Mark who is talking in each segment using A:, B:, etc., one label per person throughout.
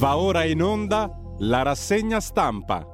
A: Va ora in onda la rassegna stampa.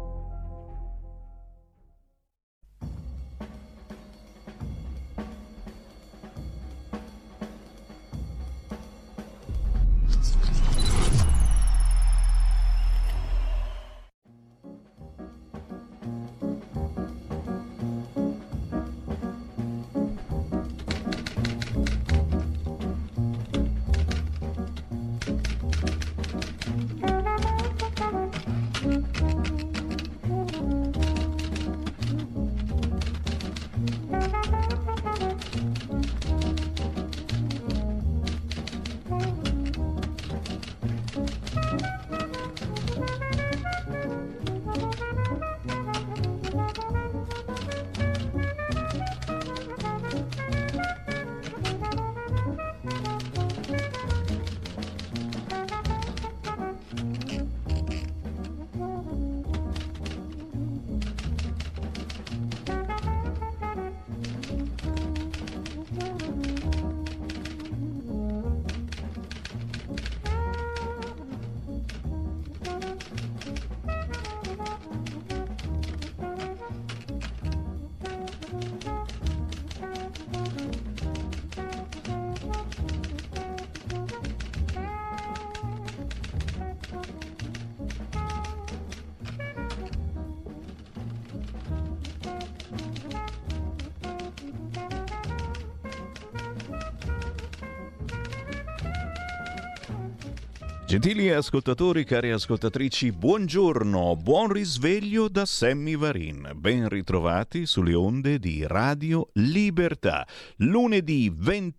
B: Gentili ascoltatori, cari ascoltatrici, buongiorno, buon risveglio da Sammy Varin. Ben ritrovati sulle onde di Radio Libertà. Lunedì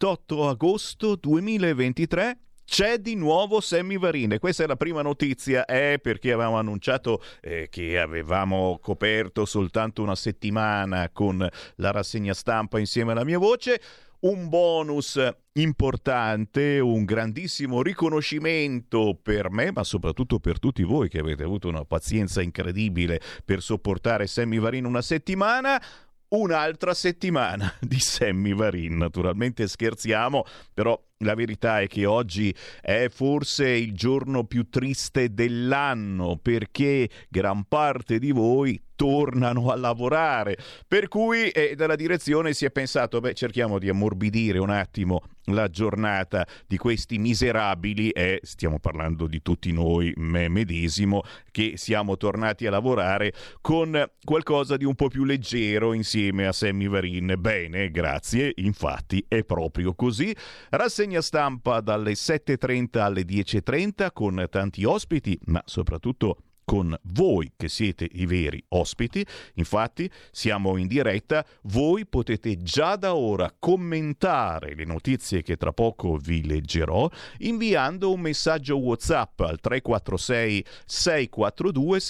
B: 28 agosto 2023 c'è di nuovo Sammy Varin e questa è la prima notizia, perché avevamo annunciato che avevamo coperto soltanto una settimana con la rassegna stampa insieme alla mia voce. Un bonus importante, un grandissimo riconoscimento per me, ma soprattutto per tutti voi che avete avuto una pazienza incredibile per sopportare Sammy Varin una settimana. Un'altra settimana di Sammy Varin, naturalmente scherziamo, però la verità è che oggi è forse il giorno più triste dell'anno perché gran parte di voi tornano a lavorare, per cui dalla direzione si è pensato, cerchiamo di ammorbidire un attimo la giornata di questi miserabili, e stiamo parlando di tutti noi, me medesimo, che siamo tornati a lavorare con qualcosa di un po' più leggero insieme a Sammy Varin. Bene, grazie, infatti è proprio così. Rassegna stampa dalle 7:30 alle 10:30 con tanti ospiti, ma soprattutto con voi che siete i veri ospiti. Infatti siamo in diretta, voi potete già da ora commentare le notizie che tra poco vi leggerò inviando un messaggio WhatsApp al 346 642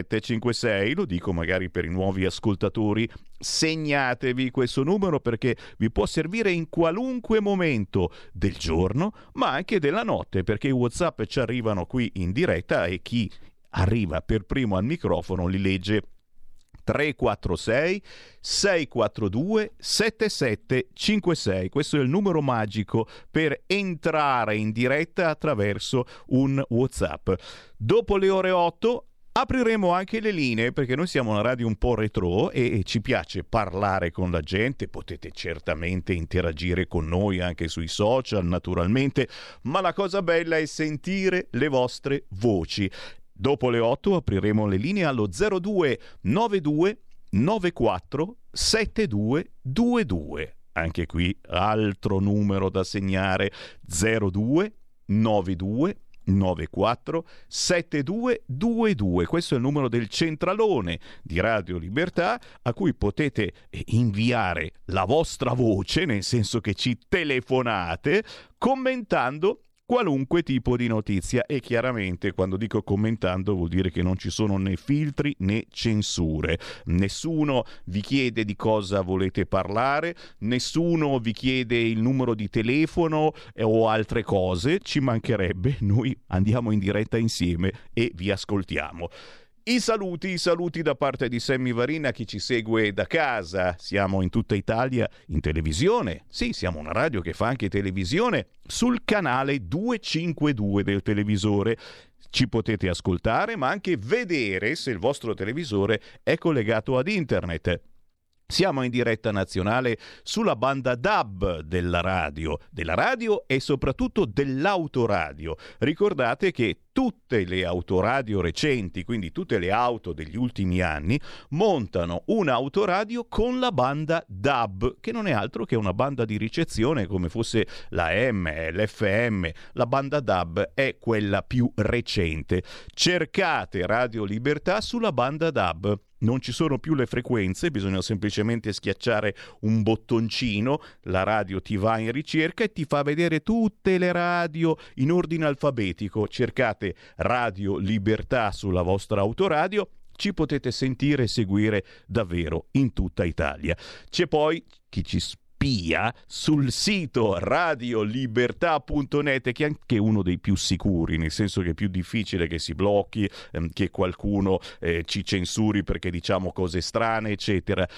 B: 7756. Lo dico magari per i nuovi ascoltatori, segnatevi questo numero perché vi può servire in qualunque momento del giorno ma anche della notte, perché i WhatsApp ci arrivano qui in diretta e chi arriva per primo al microfono li legge. 346 642 7756. Questo è il numero magico per entrare in diretta attraverso un WhatsApp. Dopo le ore 8 apriremo anche le linee perché noi siamo una radio un po' retro e ci piace parlare con la gente. Potete certamente interagire con noi anche sui social, naturalmente, ma la cosa bella è sentire le vostre voci. Dopo le 8 apriremo le linee allo 02 92 94 72 22. Anche qui altro numero da segnare: 02 92 94 72 22. Questo è il numero del centralone di Radio Libertà a cui potete inviare la vostra voce, nel senso che ci telefonate commentando qualunque tipo di notizia. E chiaramente quando dico commentando vuol dire che non ci sono né filtri né censure. Nessuno vi chiede di cosa volete parlare, nessuno vi chiede il numero di telefono o altre cose, ci mancherebbe, noi andiamo in diretta insieme e vi ascoltiamo. I saluti da parte di Sammy Varin a chi ci segue da casa. Siamo in tutta Italia in televisione. Sì, siamo una radio che fa anche televisione sul canale 252 del televisore. Ci potete ascoltare ma anche vedere se il vostro televisore è collegato ad internet. Siamo in diretta nazionale sulla banda DAB della radio e soprattutto dell'autoradio. Ricordate che tutte le autoradio recenti, quindi tutte le auto degli ultimi anni, montano un autoradio con la banda DAB, che non è altro che una banda di ricezione come fosse la M, l'FM. La banda DAB è quella più recente. Cercate Radio Libertà sulla banda DAB. Non ci sono più le frequenze, bisogna semplicemente schiacciare un bottoncino, la radio ti va in ricerca e ti fa vedere tutte le radio in ordine alfabetico. Cercate Radio Libertà sulla vostra autoradio, ci potete sentire e seguire davvero in tutta Italia. C'è poi chi ci spia sul sito radiolibertà.net, che è anche uno dei più sicuri, nel senso che è più difficile che si blocchi, che qualcuno ci censuri perché diciamo cose strane, eccetera.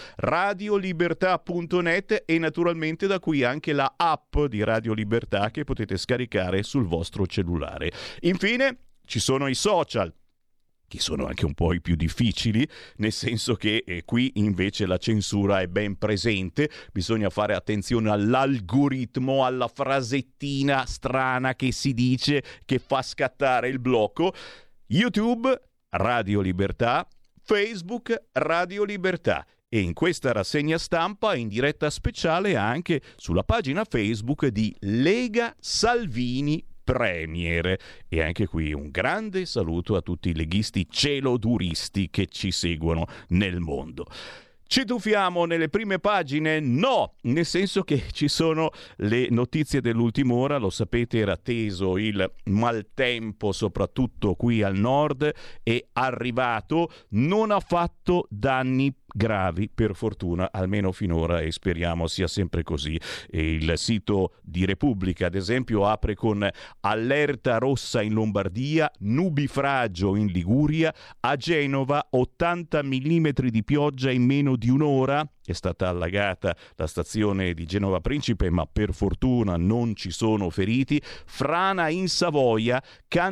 B: Radiolibertà.net, e naturalmente da qui anche la app di Radio Libertà che potete scaricare sul vostro cellulare. Infine ci sono i social, che sono anche un po' i più difficili, nel senso che qui invece la censura è ben presente, bisogna fare attenzione all'algoritmo, alla frasettina strana che si dice che fa scattare il blocco. YouTube, Radio Libertà, Facebook, Radio Libertà. E in questa rassegna stampa in diretta speciale anche sulla pagina Facebook di Lega Salvini Premier. E anche qui un grande saluto a tutti i leghisti celoduristi che ci seguono nel mondo. Ci tuffiamo nelle prime pagine? No, nel senso che ci sono le notizie dell'ultima ora, lo sapete, era teso il maltempo soprattutto qui al nord, è arrivato, non ha fatto danni gravi per fortuna, almeno finora, e speriamo sia sempre così. E il sito di Repubblica ad esempio apre con allerta rossa in Lombardia, nubifragio in Liguria, a Genova 80 mm di pioggia in meno di un'ora. È stata allagata la stazione di Genova Principe, ma per fortuna non ci sono feriti. Frana in Savoia,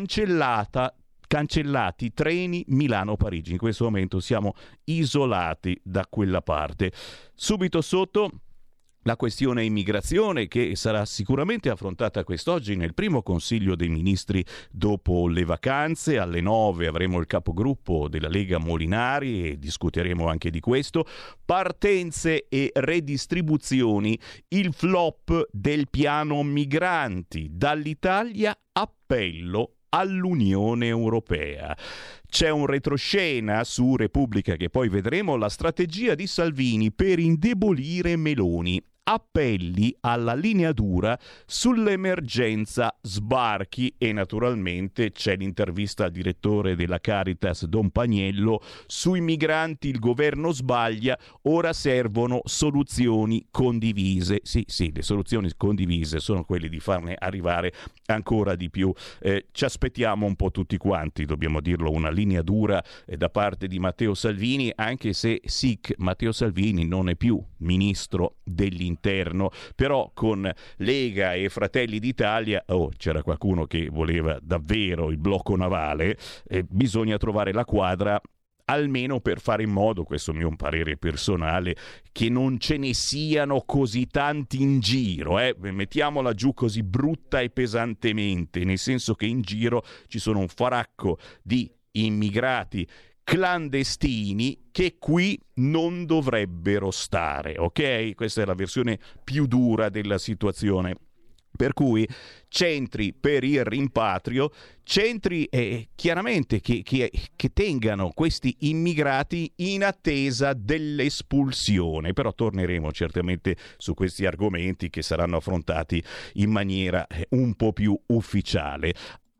B: cancellati treni Milano-Parigi. In questo momento siamo isolati da quella parte. Subito sotto la questione immigrazione, che sarà sicuramente affrontata quest'oggi nel primo Consiglio dei Ministri dopo le vacanze. Alle 9 avremo il capogruppo della Lega Molinari e discuteremo anche di questo. Partenze e redistribuzioni, il flop del piano migranti. Dall'Italia appello all'Unione Europea. C'è un retroscena su Repubblica che poi vedremo, la strategia di Salvini per indebolire Meloni. Appelli alla linea dura sull'emergenza sbarchi, e naturalmente c'è l'intervista al direttore della Caritas Don Paniello. Sui migranti il governo sbaglia, ora servono soluzioni condivise. Sì, le soluzioni condivise sono quelle di farne arrivare ancora di più. Ci aspettiamo un po' tutti quanti, dobbiamo dirlo, una linea dura da parte di Matteo Salvini, anche se SIC Matteo Salvini non è più ministro dell'interno. Però con Lega e Fratelli d'Italia, c'era qualcuno che voleva davvero il blocco navale, bisogna trovare la quadra, almeno per fare in modo, questo è il mio parere personale, che non ce ne siano così tanti in giro, mettiamola giù così brutta e pesantemente, nel senso che in giro ci sono un faracco di immigrati clandestini che qui non dovrebbero stare, ok? Questa è la versione più dura della situazione. Per cui centri per il rimpatrio, centri chiaramente che tengano questi immigrati in attesa dell'espulsione. Però torneremo certamente su questi argomenti che saranno affrontati in maniera un po' più ufficiale.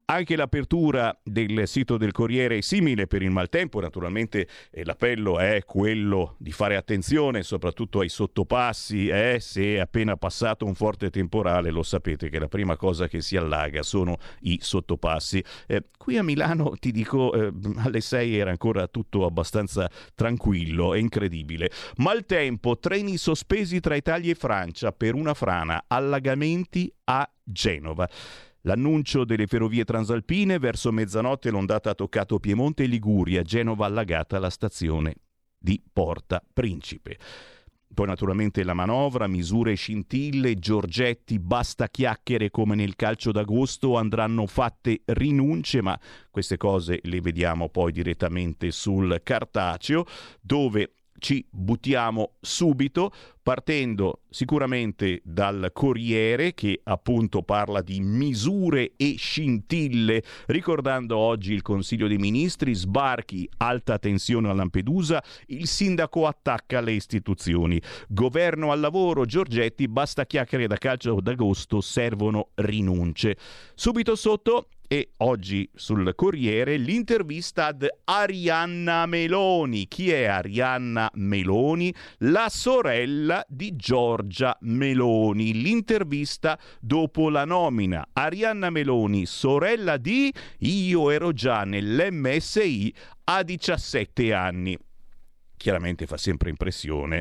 B: Anche l'apertura del sito del Corriere è simile per il maltempo, naturalmente l'appello è quello di fare attenzione soprattutto ai sottopassi, se è appena passato un forte temporale lo sapete che la prima cosa che si allaga sono i sottopassi. Qui a Milano ti dico alle 6 era ancora tutto abbastanza tranquillo, è incredibile. Maltempo, treni sospesi tra Italia e Francia per una frana, allagamenti a Genova. L'annuncio delle ferrovie transalpine, verso mezzanotte l'ondata ha toccato Piemonte e Liguria, Genova allagata la stazione di Porta Principe. Poi naturalmente la manovra, misure scintille, Giorgetti, basta chiacchiere come nel calcio d'agosto, andranno fatte rinunce, ma queste cose le vediamo poi direttamente sul cartaceo, dove ci buttiamo subito, partendo sicuramente dal Corriere che appunto parla di misure e scintille, ricordando oggi il Consiglio dei Ministri, sbarchi, alta tensione a Lampedusa, il sindaco attacca le istituzioni, governo al lavoro, Giorgetti, basta chiacchiere da calcio d'agosto, servono rinunce. Subito sotto, e oggi sul Corriere, l'intervista ad Arianna Meloni. Chi è Arianna Meloni? La sorella di Giorgia Meloni. L'intervista dopo la nomina. Arianna Meloni, sorella di "Io ero già nell'MSI a 17 anni". Chiaramente fa sempre impressione.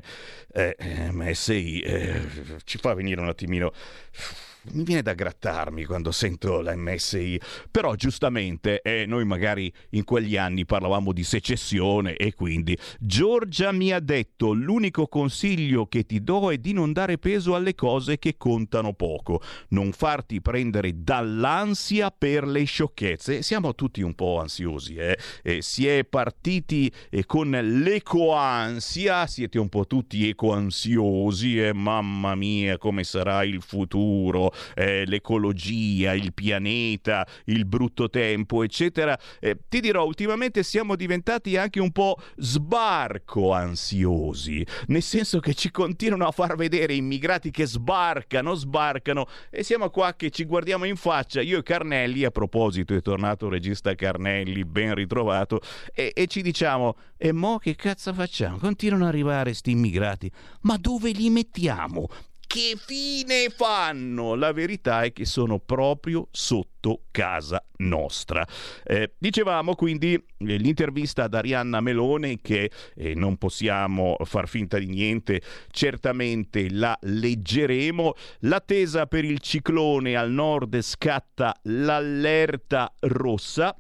B: MSI ci fa venire un attimino... Mi viene da grattarmi quando sento la MSI, però giustamente noi magari in quegli anni parlavamo di secessione e quindi Giorgia mi ha detto: l'unico consiglio che ti do è di non dare peso alle cose che contano poco, non farti prendere dall'ansia per le sciocchezze. Siamo tutti un po' ansiosi, si è partiti con l'ecoansia, siete un po' tutti ecoansiosi, mamma mia come sarà il futuro, l'ecologia, il pianeta, il brutto tempo, eccetera. Ti dirò, ultimamente siamo diventati anche un po' sbarco ansiosi, nel senso che ci continuano a far vedere immigrati che sbarcano e siamo qua che ci guardiamo in faccia, io e Carnelli, a proposito è tornato il regista Carnelli, ben ritrovato, e ci diciamo: e mo che cazzo facciamo? Continuano ad arrivare sti immigrati, ma dove li mettiamo? Che fine fanno? La verità è che sono proprio sotto casa nostra. Dicevamo quindi l'intervista ad Arianna Meloni che non possiamo far finta di niente, certamente la leggeremo. L'attesa per il ciclone al nord, scatta l'allerta rossa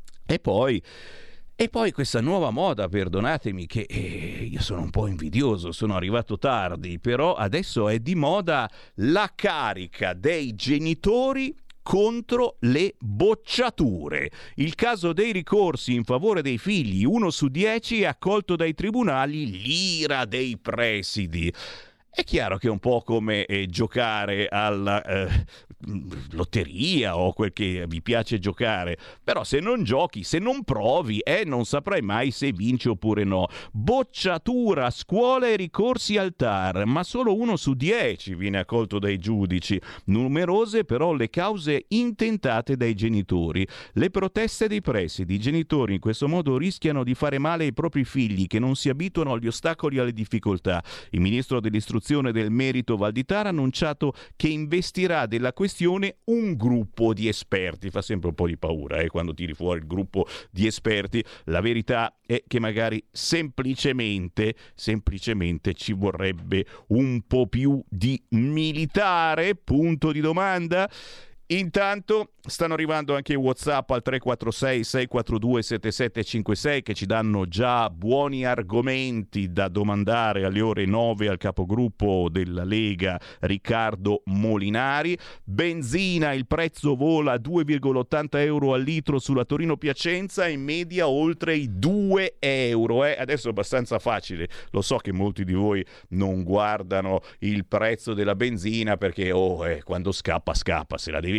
B: e poi questa nuova moda, perdonatemi che io sono un po' invidioso, sono arrivato tardi, però adesso è di moda la carica dei genitori contro le bocciature. Il caso dei ricorsi in favore dei figli, 1 su 10 è accolto dai tribunali, l'ira dei presidi. È chiaro che è un po' come giocare alla lotteria o quel che vi piace giocare, però se non giochi, se non provi, non saprai mai se vinci oppure no. Bocciatura a scuola e ricorsi al TAR, ma solo 1 su 10 viene accolto dai giudici. Numerose però le cause intentate dai genitori. Le proteste dei presidi. I genitori in questo modo rischiano di fare male ai propri figli che non si abituano agli ostacoli e alle difficoltà. Il ministro dell'istruzione del merito Valditara ha annunciato che investirà della questione un gruppo di esperti. Fa sempre un po' di paura quando tiri fuori il gruppo di esperti. La verità è che magari semplicemente ci vorrebbe un po' più di militare, punto di domanda. Intanto stanno arrivando anche i WhatsApp al 346 642 7756 che ci danno già buoni argomenti da domandare alle ore 9 al capogruppo della Lega Riccardo Molinari. Benzina, il prezzo vola a 2,80 euro al litro sulla Torino-Piacenza, in media oltre i 2 euro. Adesso è abbastanza facile, lo so che molti di voi non guardano il prezzo della benzina perché quando scappa, se la devi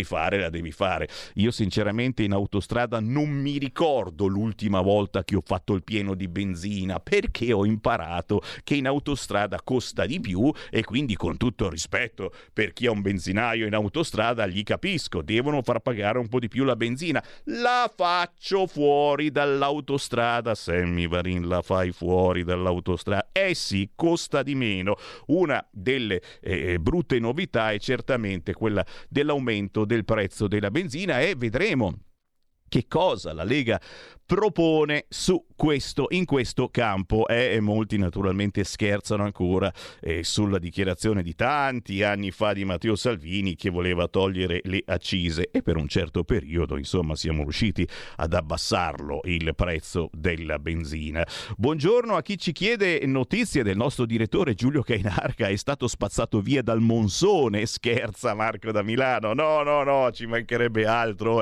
B: devi fare, la devi fare. Io sinceramente in autostrada non mi ricordo l'ultima volta che ho fatto il pieno di benzina, perché ho imparato che in autostrada costa di più e quindi, con tutto il rispetto per chi ha un benzinaio in autostrada, gli capisco, devono far pagare un po' di più la benzina. La faccio fuori dall'autostrada, Sammy Varin, la fai fuori dall'autostrada? Sì, costa di meno. Una delle brutte novità è certamente quella dell'aumento del prezzo della benzina, e vedremo che cosa la Lega propone in questo campo. E molti naturalmente scherzano ancora sulla dichiarazione di tanti anni fa di Matteo Salvini che voleva togliere le accise, e per un certo periodo insomma siamo riusciti ad abbassarlo il prezzo della benzina. Buongiorno a chi ci chiede notizie del nostro direttore Giulio Cainarca. È stato spazzato via dal Monsone, scherza Marco da Milano. No, ci mancherebbe altro.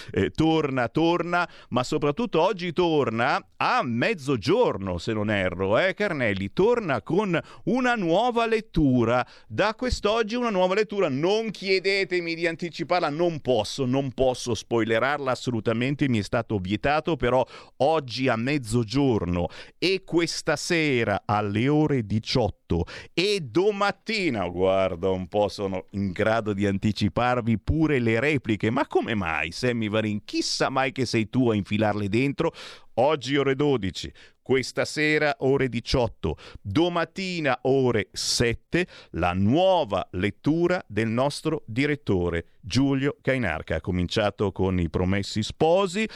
B: Torna, ma soprattutto oggi torna a mezzogiorno, se non erro, Carnelli, torna con una nuova lettura. Da quest'oggi una nuova lettura, non chiedetemi di anticiparla, non posso spoilerarla assolutamente, mi è stato vietato, però oggi a mezzogiorno e questa sera alle ore 18 e domattina, guarda un po', sono in grado di anticiparvi pure le repliche. Ma come mai, Sammy Varin? Chissà mai che sei tu a infilarle dentro. Oggi ore 12, questa sera ore 18, domattina ore 7, la nuova lettura del nostro direttore Giulio Cainarca. Ha cominciato con I Promessi Sposi,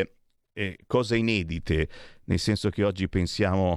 B: cose inedite, nel senso che oggi pensiamo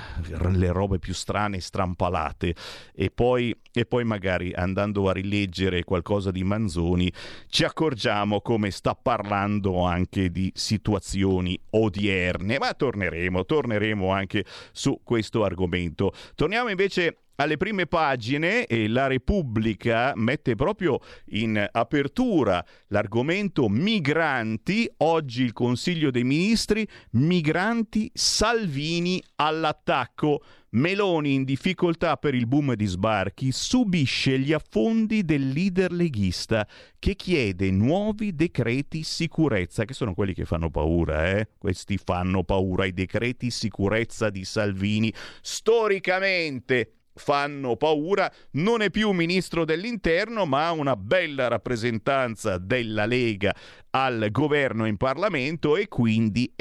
B: le robe più strane e strampalate, e poi magari andando a rileggere qualcosa di Manzoni ci accorgiamo come sta parlando anche di situazioni odierne. Ma torneremo anche su questo argomento. Torniamo invece alle prime pagine, e la Repubblica mette proprio in apertura l'argomento migranti. Oggi il Consiglio dei Ministri, migranti, Salvini all'attacco. Meloni in difficoltà per il boom di sbarchi, subisce gli affondi del leader leghista che chiede nuovi decreti sicurezza, che sono quelli che fanno paura, Questi fanno paura, i decreti sicurezza di Salvini. Storicamente fanno paura. Non è più ministro dell'interno, ma ha una bella rappresentanza della Lega al governo in Parlamento, e quindi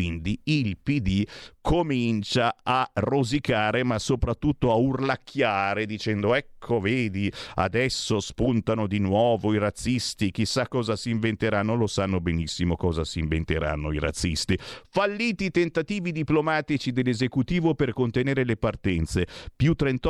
B: il PD comincia a rosicare, ma soprattutto a urlacchiare, dicendo: ecco, vedi, adesso spuntano di nuovo i razzisti, chissà cosa si inventeranno. Lo sanno benissimo cosa si inventeranno i razzisti. Falliti i tentativi diplomatici dell'esecutivo per contenere le partenze, più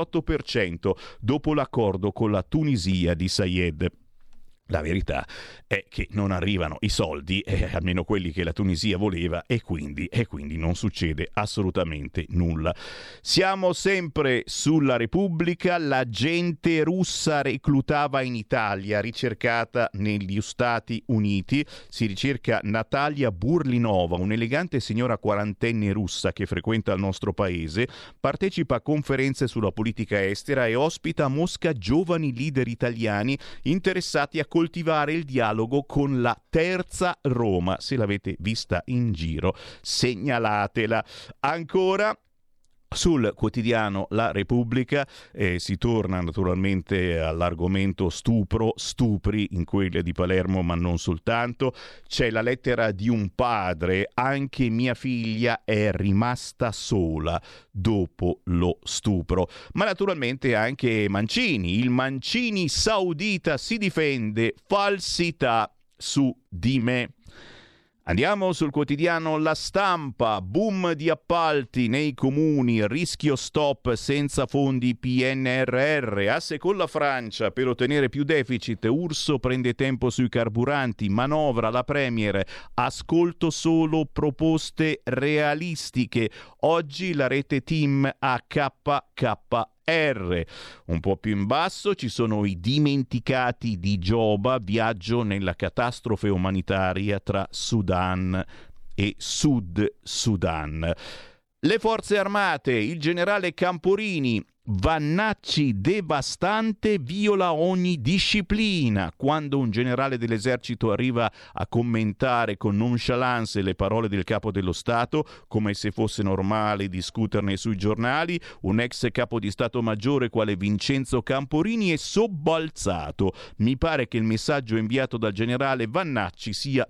B: 38% dopo l'accordo con la Tunisia di Sayed. La verità è che non arrivano i soldi, almeno quelli che la Tunisia voleva, e quindi non succede assolutamente nulla. Siamo sempre sulla Repubblica. L'agente russa reclutava in Italia, ricercata negli Stati Uniti. Si ricerca Natalia Burlinova, un'elegante signora quarantenne russa che frequenta il nostro paese, partecipa a conferenze sulla politica estera e ospita a Mosca giovani leader italiani interessati a coltivare il dialogo con la terza Roma. Se l'avete vista in giro, segnalatela. Ancora sul quotidiano La Repubblica si torna naturalmente all'argomento stupri in quelle di Palermo, ma non soltanto. C'è la lettera di un padre: anche mia figlia è rimasta sola dopo lo stupro. Ma naturalmente anche Mancini, il Mancini saudita si difende, falsità su di me. Andiamo sul quotidiano La Stampa. Boom di appalti nei comuni, rischio stop senza fondi PNRR. Asse con la Francia per ottenere più deficit. Urso prende tempo sui carburanti. Manovra la Premier. Ascolto solo proposte realistiche. Oggi la rete team AKKR. Un po' più in basso ci sono i dimenticati di Gioba, viaggio nella catastrofe umanitaria tra Sudan e Sud Sudan. Le forze armate, il generale Camporini Vannacci devastante, viola ogni disciplina. Quando un generale dell'esercito arriva a commentare con nonchalance le parole del capo dello Stato, come se fosse normale discuterne sui giornali, un ex capo di Stato Maggiore quale Vincenzo Camporini è sobbalzato. Mi pare che il messaggio inviato dal generale Vannacci sia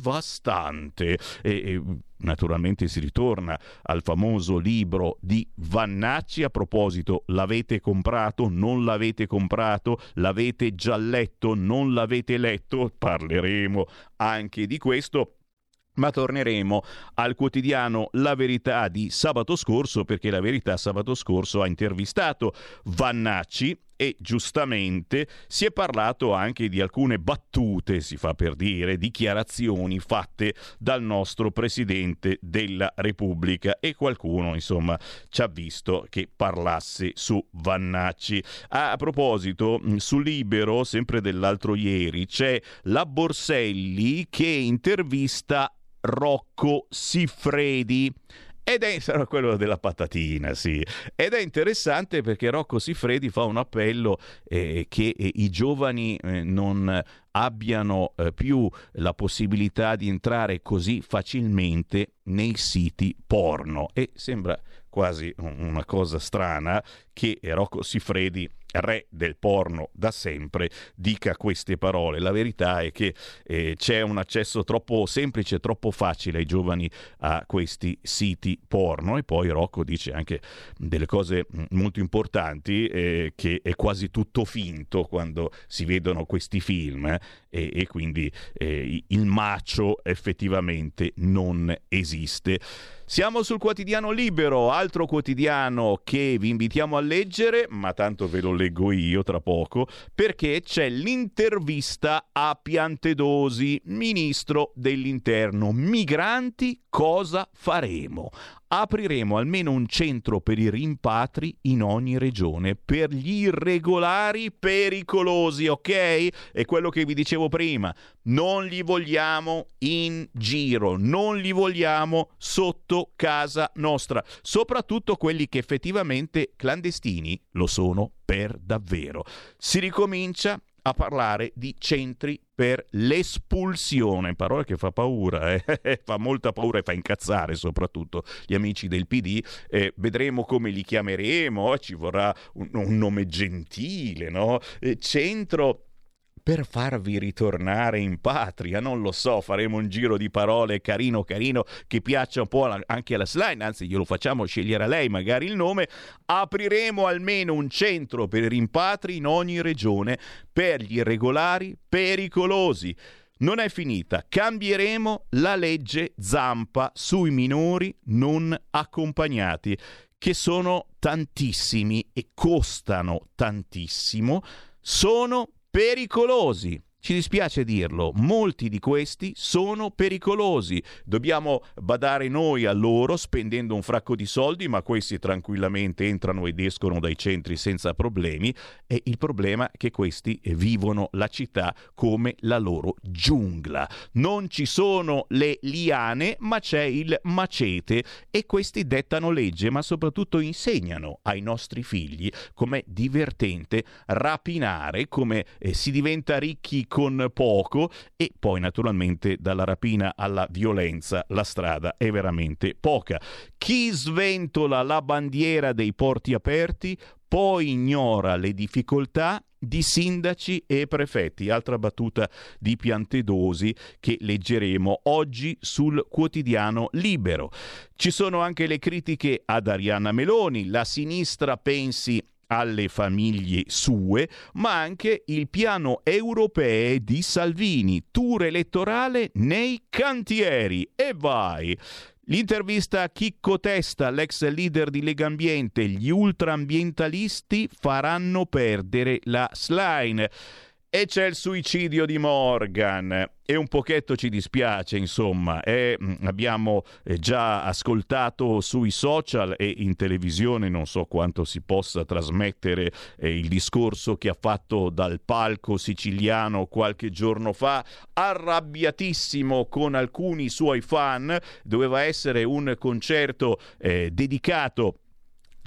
B: devastante. Naturalmente si ritorna al famoso libro di Vannacci. A proposito, l'avete comprato? Non l'avete comprato? L'avete già letto? Non l'avete letto? Parleremo anche di questo. Ma torneremo al quotidiano La Verità di sabato scorso, perché La Verità sabato scorso ha intervistato Vannacci e giustamente si è parlato anche di alcune battute, si fa per dire, dichiarazioni fatte dal nostro Presidente della Repubblica, e qualcuno insomma ci ha visto che parlasse su Vannacci. A proposito, su Libero, sempre dell'altro ieri, c'è la Borselli che intervista Rocco Siffredi. Ed è sarà quello della patatina, sì. Ed è interessante perché Rocco Siffredi fa un appello che i giovani non abbiano più la possibilità di entrare così facilmente nei siti porno. E sembra quasi una cosa strana che Rocco Siffredi, re del porno da sempre, dica queste parole. La verità è che c'è un accesso troppo semplice, troppo facile ai giovani a questi siti porno, e poi Rocco dice anche delle cose molto importanti, che è quasi tutto finto quando si vedono questi film, e quindi il macio effettivamente non esiste. Siamo sul quotidiano Libero, altro quotidiano che vi invitiamo a leggere, ma tanto ve lo leggo io tra poco, perché c'è l'intervista a Piantedosi, ministro dell'Interno. Migranti, cosa faremo? Apriremo almeno un centro per i rimpatri in ogni regione, per gli irregolari pericolosi, ok? È quello che vi dicevo prima, non li vogliamo in giro, non li vogliamo sotto casa nostra, soprattutto quelli che effettivamente clandestini lo sono per davvero. Si ricomincia a parlare di centri per l'espulsione, parola che fa paura, fa molta paura e fa incazzare soprattutto gli amici del PD. Vedremo come li chiameremo, ci vorrà un nome gentile, no? Centro per farvi ritornare in patria, non lo so, faremo un giro di parole carino che piaccia un po' anche alla slide, anzi glielo facciamo scegliere a lei magari il nome. Apriremo almeno un centro per i rimpatri in ogni regione per gli irregolari pericolosi. Non è finita, cambieremo la legge Zampa sui minori non accompagnati, che sono tantissimi e costano tantissimo, sono pericolosi. Ci dispiace dirlo, molti di questi sono pericolosi. Dobbiamo badare noi a loro spendendo un fracco di soldi, ma questi tranquillamente entrano ed escono dai centri senza problemi. E il problema è che questi vivono la città come la loro giungla. Non ci sono le liane, ma c'è il macete, e questi dettano legge, ma soprattutto insegnano ai nostri figli com'è divertente rapinare, come si diventa ricchi con poco, e poi naturalmente dalla rapina alla violenza la strada è veramente poca. Chi sventola la bandiera dei porti aperti poi ignora le difficoltà di sindaci e prefetti. Altra battuta di Piantedosi che leggeremo oggi sul quotidiano Libero. Ci sono anche le critiche ad Arianna Meloni, la sinistra pensi alle famiglie sue, ma anche il piano europeo di Salvini, tour elettorale nei cantieri, e vai! L'intervista a Chicco Testa, l'ex leader di Legambiente, gli ultraambientalisti faranno perdere la Schlein. E c'è il suicidio di Morgan, e un pochetto ci dispiace, insomma. Abbiamo già ascoltato sui social e in televisione, non so quanto si possa trasmettere il discorso che ha fatto dal palco siciliano qualche giorno fa, arrabbiatissimo con alcuni suoi fan. Doveva essere un concerto dedicato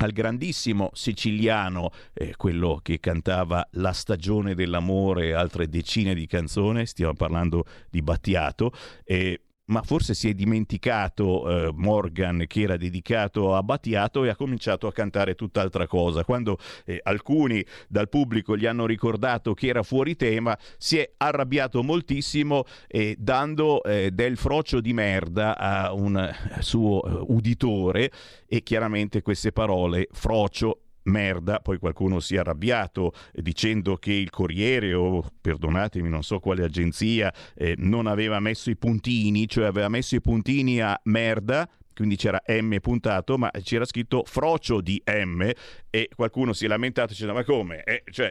B: al grandissimo siciliano, quello che cantava La stagione dell'amore e altre decine di canzoni, stiamo parlando di Battiato, ma forse si è dimenticato Morgan, che era dedicato a Battiato, e ha cominciato a cantare tutt'altra cosa. Quando alcuni dal pubblico gli hanno ricordato che era fuori tema, si è arrabbiato moltissimo, dando del frocio di merda a un suo uditore, e chiaramente queste parole, frocio, merda, poi qualcuno si è arrabbiato dicendo che il Corriere, o perdonatemi non so quale agenzia, non aveva messo i puntini, cioè aveva messo i puntini a merda, quindi c'era M puntato, ma c'era scritto frocio di M, e qualcuno si è lamentato dicendo ma come?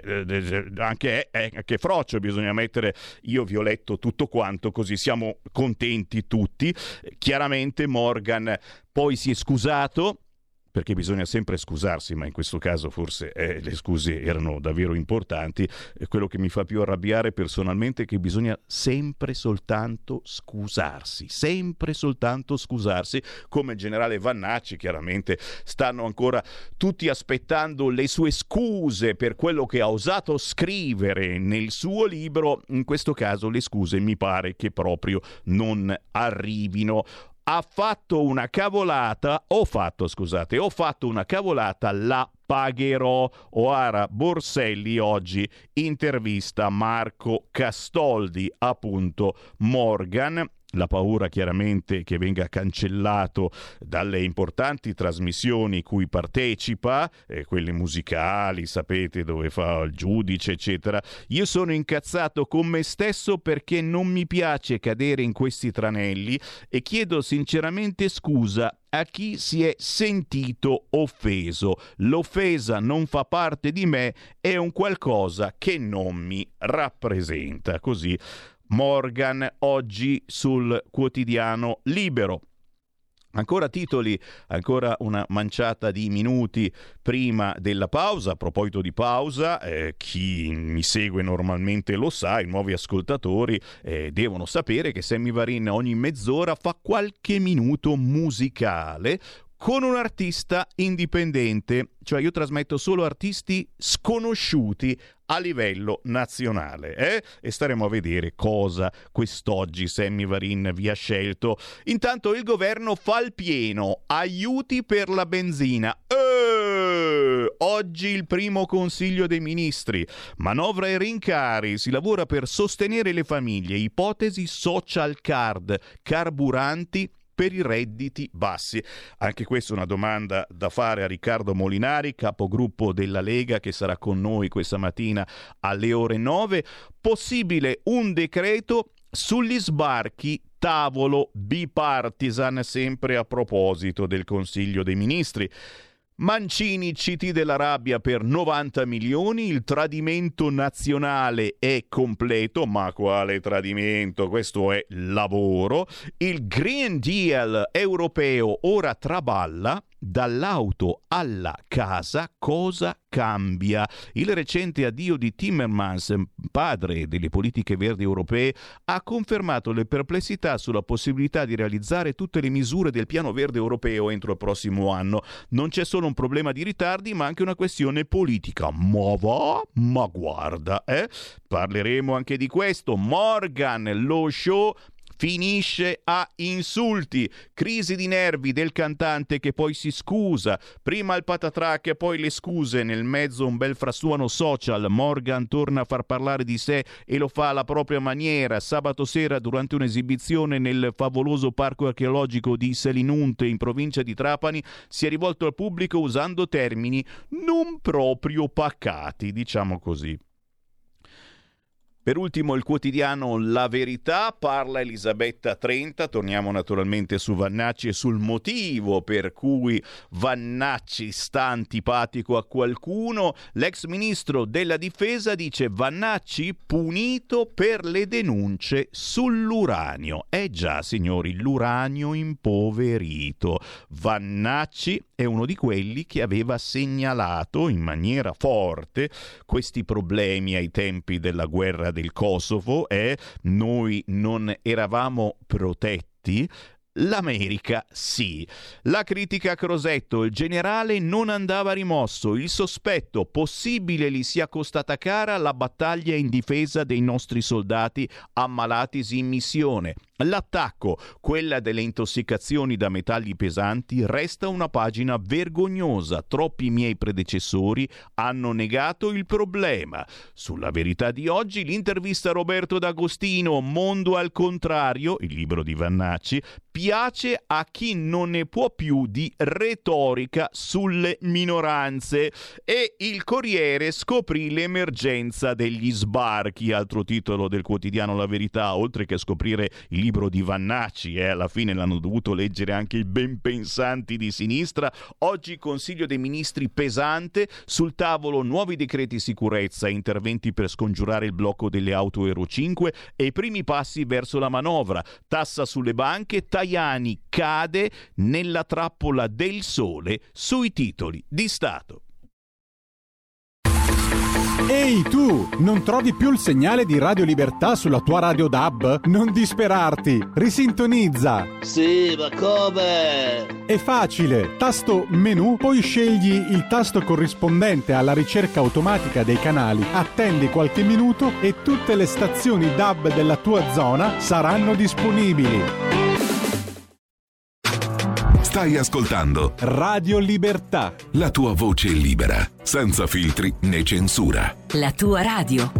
B: Anche frocio bisogna mettere. Io vi ho letto tutto quanto, così siamo contenti tutti. Chiaramente Morgan poi si è scusato, perché bisogna sempre scusarsi, ma in questo caso forse le scuse erano davvero importanti. Quello che mi fa più arrabbiare personalmente è che bisogna sempre soltanto scusarsi, come il generale Vannacci. Chiaramente stanno ancora tutti aspettando le sue scuse per quello che ha osato scrivere nel suo libro. In questo caso le scuse mi pare che proprio non arrivino. Ho fatto una cavolata, la pagherò. Oara Borselli oggi intervista Marco Castoldi, appunto Morgan. La paura chiaramente che venga cancellato dalle importanti trasmissioni cui partecipa, quelle musicali, sapete, dove fa il giudice, eccetera. Io sono incazzato con me stesso perché non mi piace cadere in questi tranelli, e chiedo sinceramente scusa a chi si è sentito offeso. L'offesa non fa parte di me, è un qualcosa che non mi rappresenta. Così Morgan oggi sul quotidiano Libero. Ancora titoli, ancora una manciata di minuti prima della pausa. A proposito di pausa, chi mi segue normalmente lo sa, i nuovi ascoltatori devono sapere che Sammy Varin ogni mezz'ora fa qualche minuto musicale con un artista indipendente, cioè io trasmetto solo artisti sconosciuti a livello nazionale, e staremo a vedere cosa quest'oggi Sammy Varin vi ha scelto. Intanto il governo fa il pieno, aiuti per la benzina. Oggi il primo Consiglio dei Ministri, manovra e rincari, si lavora per sostenere le famiglie, ipotesi social card, carburanti per i redditi bassi. Anche questa è una domanda da fare a Riccardo Molinari, capogruppo della Lega, che sarà con noi questa mattina alle ore 9. Possibile un decreto sugli sbarchi, tavolo bipartisan, sempre a proposito del Consiglio dei Ministri. Mancini, CT della rabbia per 90 milioni, il tradimento nazionale è completo, ma quale tradimento? Questo è lavoro. Il Green Deal europeo ora traballa, dall'auto alla casa cosa cambia? Il recente addio di Timmermans, padre delle politiche verdi europee, ha confermato le perplessità sulla possibilità di realizzare tutte le misure del piano verde europeo entro il prossimo anno. Non c'è solo un problema di ritardi, ma anche una questione politica. Ma va? Ma guarda, parleremo anche di questo. Morgan, lo show finisce a insulti, crisi di nervi del cantante che poi si scusa, prima il patatrac e poi le scuse, nel mezzo un bel frastuono social. Morgan torna a far parlare di sé e lo fa alla propria maniera. Sabato sera, durante un'esibizione nel favoloso parco archeologico di Selinunte in provincia di Trapani, si è rivolto al pubblico usando termini non proprio pacati, diciamo così. Per ultimo il quotidiano La Verità, parla Elisabetta Trenta. Torniamo naturalmente su Vannacci e sul motivo per cui Vannacci sta antipatico a qualcuno. L'ex ministro della difesa dice: Vannacci punito per le denunce sull'uranio. Già signori, l'uranio impoverito. Vannacci è uno di quelli che aveva segnalato in maniera forte questi problemi ai tempi della guerra del Kosovo, noi non eravamo protetti. L'America sì. La critica a Crosetto, il generale non andava rimosso, il sospetto possibile gli sia costata cara la battaglia in difesa dei nostri soldati ammalatisi in missione. L'attacco, quella delle intossicazioni da metalli pesanti, resta una pagina vergognosa. Troppi miei predecessori hanno negato il problema. Sulla Verità di oggi l'intervista a Roberto D'Agostino, Mondo al contrario, il libro di Vannacci, piace a chi non ne può più di retorica sulle minoranze. E il Corriere scoprì l'emergenza degli sbarchi, altro titolo del quotidiano La Verità, oltre che scoprire il libro di Vannacci, alla fine l'hanno dovuto leggere anche i ben pensanti di sinistra. Oggi Consiglio dei Ministri pesante, sul tavolo nuovi decreti sicurezza, interventi per scongiurare il blocco delle auto Euro 5 e i primi passi verso la manovra. Tassa sulle banche, Tajani cade nella trappola del sole sui titoli di Stato.
A: Ehi tu, non trovi più il segnale di Radio Libertà sulla tua radio DAB? Non disperarti, risintonizza!
C: Sì, ma come?
A: È facile, tasto menu, poi scegli il tasto corrispondente alla ricerca automatica dei canali, attendi qualche minuto e tutte le stazioni DAB della tua zona saranno disponibili.
D: Stai ascoltando
A: Radio Libertà,
D: la tua voce libera, senza filtri né censura.
E: La tua radio.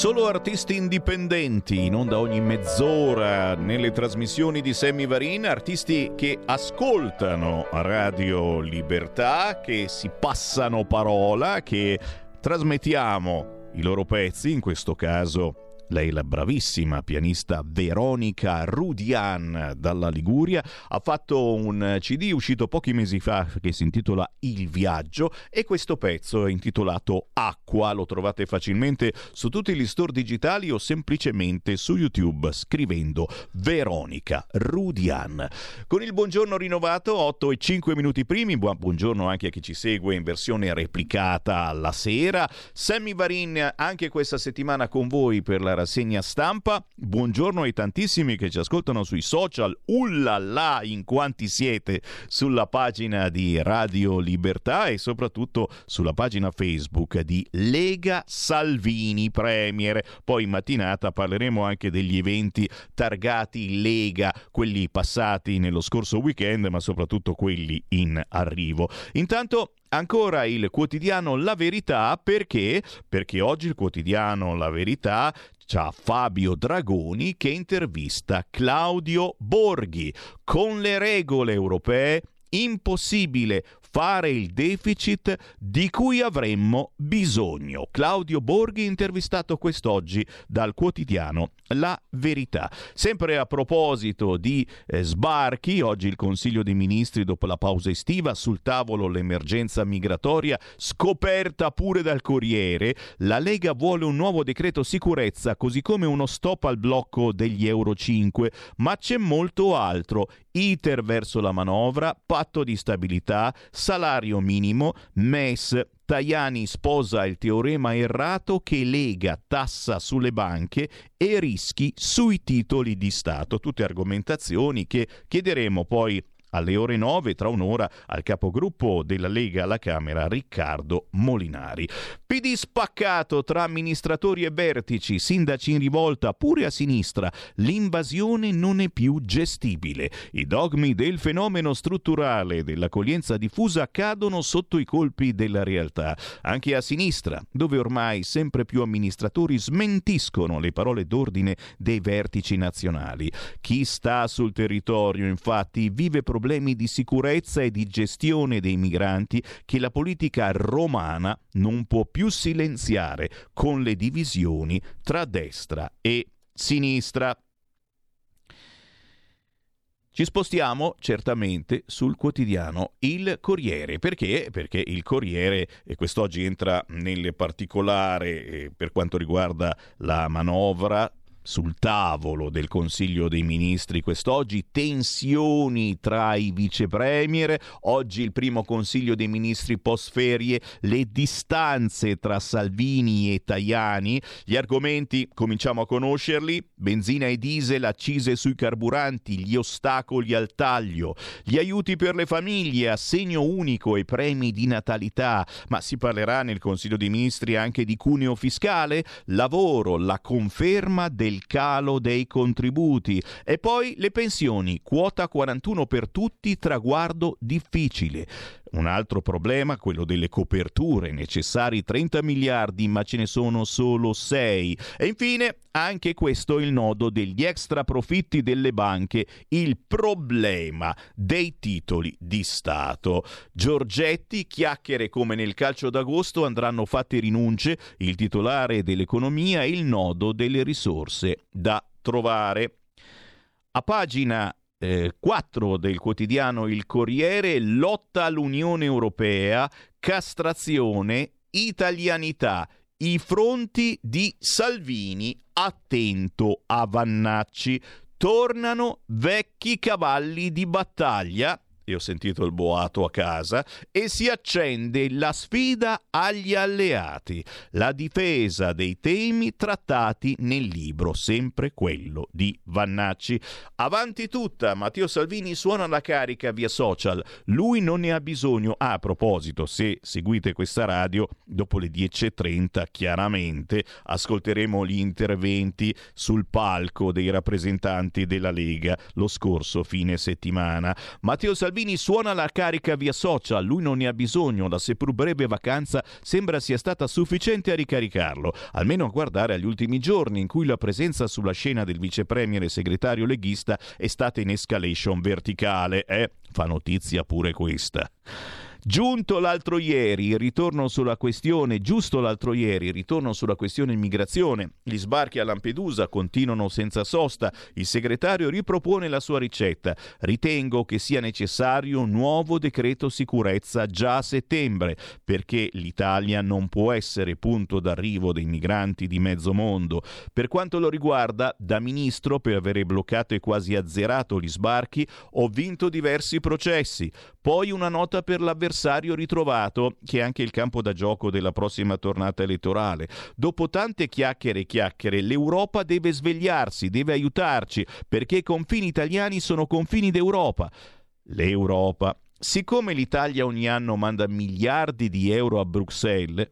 B: Solo artisti indipendenti, in onda ogni mezz'ora nelle trasmissioni di Sammy Varin, artisti che ascoltano Radio Libertà, che si passano parola, che trasmettiamo i loro pezzi, in questo caso lei, la bravissima pianista Veronica Rudian dalla Liguria, ha fatto un CD uscito pochi mesi fa che si intitola Il Viaggio, e questo pezzo è intitolato Acqua. Lo trovate facilmente su tutti gli store digitali o semplicemente su YouTube scrivendo Veronica Rudian. Con il buongiorno rinnovato, 8:05 primi, buongiorno anche a chi ci segue in versione replicata alla sera. Sammy Varin anche questa settimana con voi per la rassegna stampa. Buongiorno ai tantissimi che ci ascoltano sui social, ullala in quanti siete, sulla pagina di Radio Libertà e soprattutto sulla pagina Facebook di Lega Salvini Premier. Poi in mattinata parleremo anche degli eventi targati Lega, quelli passati nello scorso weekend, ma soprattutto quelli in arrivo. Intanto ancora il quotidiano La Verità, perché oggi il quotidiano La Verità c'ha Fabio Dragoni che intervista Claudio Borghi. Con le regole europee impossibile fare il deficit di cui avremmo bisogno. Claudio Borghi intervistato quest'oggi dal quotidiano La Verità. Sempre a proposito di sbarchi, oggi il Consiglio dei Ministri dopo la pausa estiva, sul tavolo l'emergenza migratoria scoperta pure dal Corriere. La Lega vuole un nuovo decreto sicurezza, così come uno stop al blocco degli Euro 5, ma c'è molto altro. Iter verso la manovra, patto di stabilità, salario minimo, MES. Tajani sposa il teorema errato che lega tassa sulle banche e rischi sui titoli di Stato. Tutte argomentazioni che chiederemo poi alle ore 9, tra un'ora, al capogruppo della Lega alla Camera, Riccardo Molinari. PD spaccato tra amministratori e vertici, sindaci in rivolta pure a sinistra. L'invasione non è più gestibile. I dogmi del fenomeno strutturale dell'accoglienza diffusa cadono sotto i colpi della realtà. Anche a sinistra, dove ormai sempre più amministratori smentiscono le parole d'ordine dei vertici nazionali. Chi sta sul territorio, infatti, vive problemi di sicurezza e di gestione dei migranti che la politica romana non può più silenziare con le divisioni tra destra e sinistra. Ci spostiamo certamente sul quotidiano Il Corriere. Perché? Perché il Corriere, e quest'oggi entra nel particolare per quanto riguarda la manovra, sul tavolo del Consiglio dei Ministri quest'oggi, tensioni tra i vice premier, oggi il primo Consiglio dei Ministri post ferie, le distanze tra Salvini e Tajani, gli argomenti cominciamo a conoscerli: benzina e diesel, accise sui carburanti, gli ostacoli al taglio, gli aiuti per le famiglie, assegno unico e premi di natalità, ma si parlerà nel Consiglio dei Ministri anche di cuneo fiscale, lavoro, la conferma del calo dei contributi e poi le pensioni, quota 41 per tutti, traguardo difficile. Un altro problema, quello delle coperture, necessari 30 miliardi ma ce ne sono solo 6. E infine anche questo il nodo degli extra profitti delle banche, il problema dei titoli di Stato. Giorgetti, chiacchiere come nel calcio d'agosto, andranno fatte rinunce, il titolare dell'economia, il nodo delle risorse da trovare. A pagina 4 del quotidiano Il Corriere, lotta all'Unione Europea, castrazione, italianità, i fronti di Salvini, attento a Vannacci, tornano vecchi cavalli di battaglia, e ho sentito il boato a casa, e si accende la sfida agli alleati, la difesa dei temi trattati nel libro, sempre quello di Vannacci. Avanti tutta, Matteo Salvini suona la carica via social, lui non ne ha bisogno. A proposito, se seguite questa radio, dopo le 10:30 chiaramente ascolteremo gli interventi sul palco dei rappresentanti della Lega lo scorso fine settimana. Matteo Salvini Salvini suona la carica via social, lui non ne ha bisogno, la seppur breve vacanza sembra sia stata sufficiente a ricaricarlo, almeno a guardare agli ultimi giorni in cui la presenza sulla scena del vicepremier e segretario leghista è stata in escalation verticale. Fa notizia pure questa. Giusto l'altro ieri il ritorno sulla questione immigrazione. Gli sbarchi a Lampedusa continuano senza sosta. Il segretario ripropone la sua ricetta. Ritengo che sia necessario un nuovo decreto sicurezza già a settembre, perché l'Italia non può essere punto d'arrivo dei migranti di mezzo mondo. Per quanto lo riguarda, da ministro, per avere bloccato e quasi azzerato gli sbarchi, ho vinto diversi processi. Poi una nota per l'avversario ritrovato, che è anche il campo da gioco della prossima tornata elettorale. Dopo tante chiacchiere, l'Europa deve svegliarsi, deve aiutarci, perché i confini italiani sono confini d'Europa. L'Europa. Siccome l'Italia ogni anno manda miliardi di euro a Bruxelles,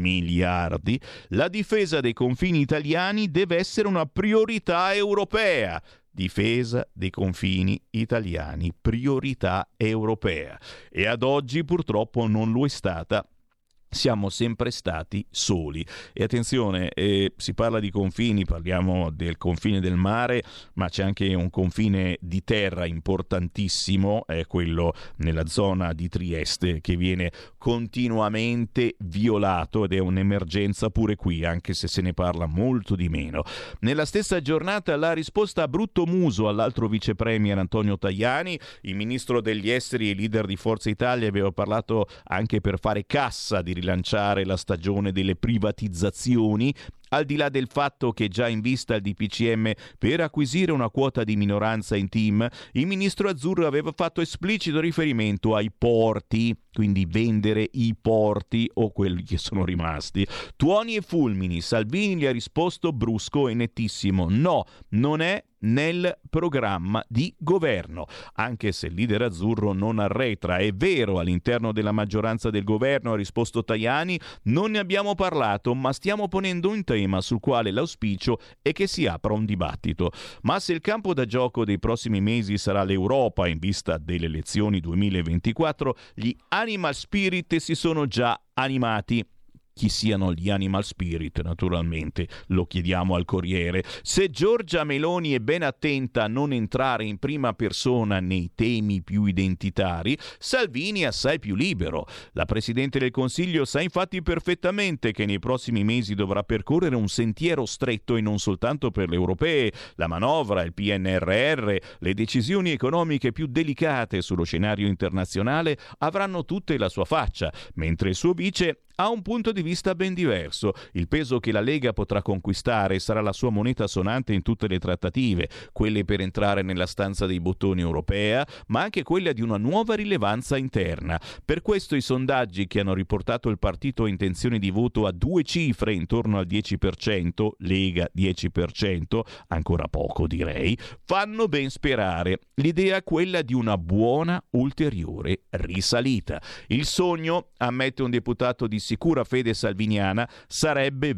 B: la difesa dei confini italiani deve essere una priorità europea. Difesa dei confini italiani, priorità europea. E ad oggi purtroppo non lo è stata. Siamo sempre stati soli. E attenzione, si parla di confini, parliamo del confine del mare, ma c'è anche un confine di terra importantissimo, è quello nella zona di Trieste, che viene continuamente violato ed è un'emergenza pure qui, anche se se ne parla molto di meno. Nella stessa giornata la risposta a brutto muso all'altro vicepremier Antonio Tajani, il ministro degli esteri e leader di Forza Italia, aveva parlato anche per fare cassa di rilanciare la stagione delle privatizzazioni, al di là del fatto che già in vista il DPCM per acquisire una quota di minoranza in TIM, il ministro azzurro aveva fatto esplicito riferimento ai porti, quindi vendere i porti o quelli che sono rimasti. Tuoni e fulmini, Salvini gli ha risposto brusco e nettissimo: no, non è nel programma di governo, anche se il leader azzurro non arretra. È vero, all'interno della maggioranza del governo, ha risposto Tajani, non ne abbiamo parlato, ma stiamo ponendo un tema sul quale l'auspicio è che si apra un dibattito. Ma se il campo da gioco dei prossimi mesi sarà l'Europa in vista delle elezioni 2024, gli Animal Spirit si sono già animati. Chi siano gli Animal Spirit, naturalmente, lo chiediamo al Corriere. Se Giorgia Meloni è ben attenta a non entrare in prima persona nei temi più identitari, Salvini è assai più libero. La Presidente del Consiglio sa infatti perfettamente che nei prossimi mesi dovrà percorrere un sentiero stretto e non soltanto per le europee. La manovra, il PNRR, le decisioni economiche più delicate sullo scenario internazionale avranno tutte la sua faccia, mentre il suo vice ha un punto di vista ben diverso. Il peso che la Lega potrà conquistare sarà la sua moneta sonante in tutte le trattative, quelle per entrare nella stanza dei bottoni europea, ma anche quella di una nuova rilevanza interna. Per questo i sondaggi che hanno riportato il partito a intenzione di voto a 2 cifre, intorno al 10%, Lega 10%, ancora poco direi, fanno ben sperare. L'idea è quella di una buona ulteriore risalita. Il sogno, ammette un deputato di sicura fede salviniana, sarebbe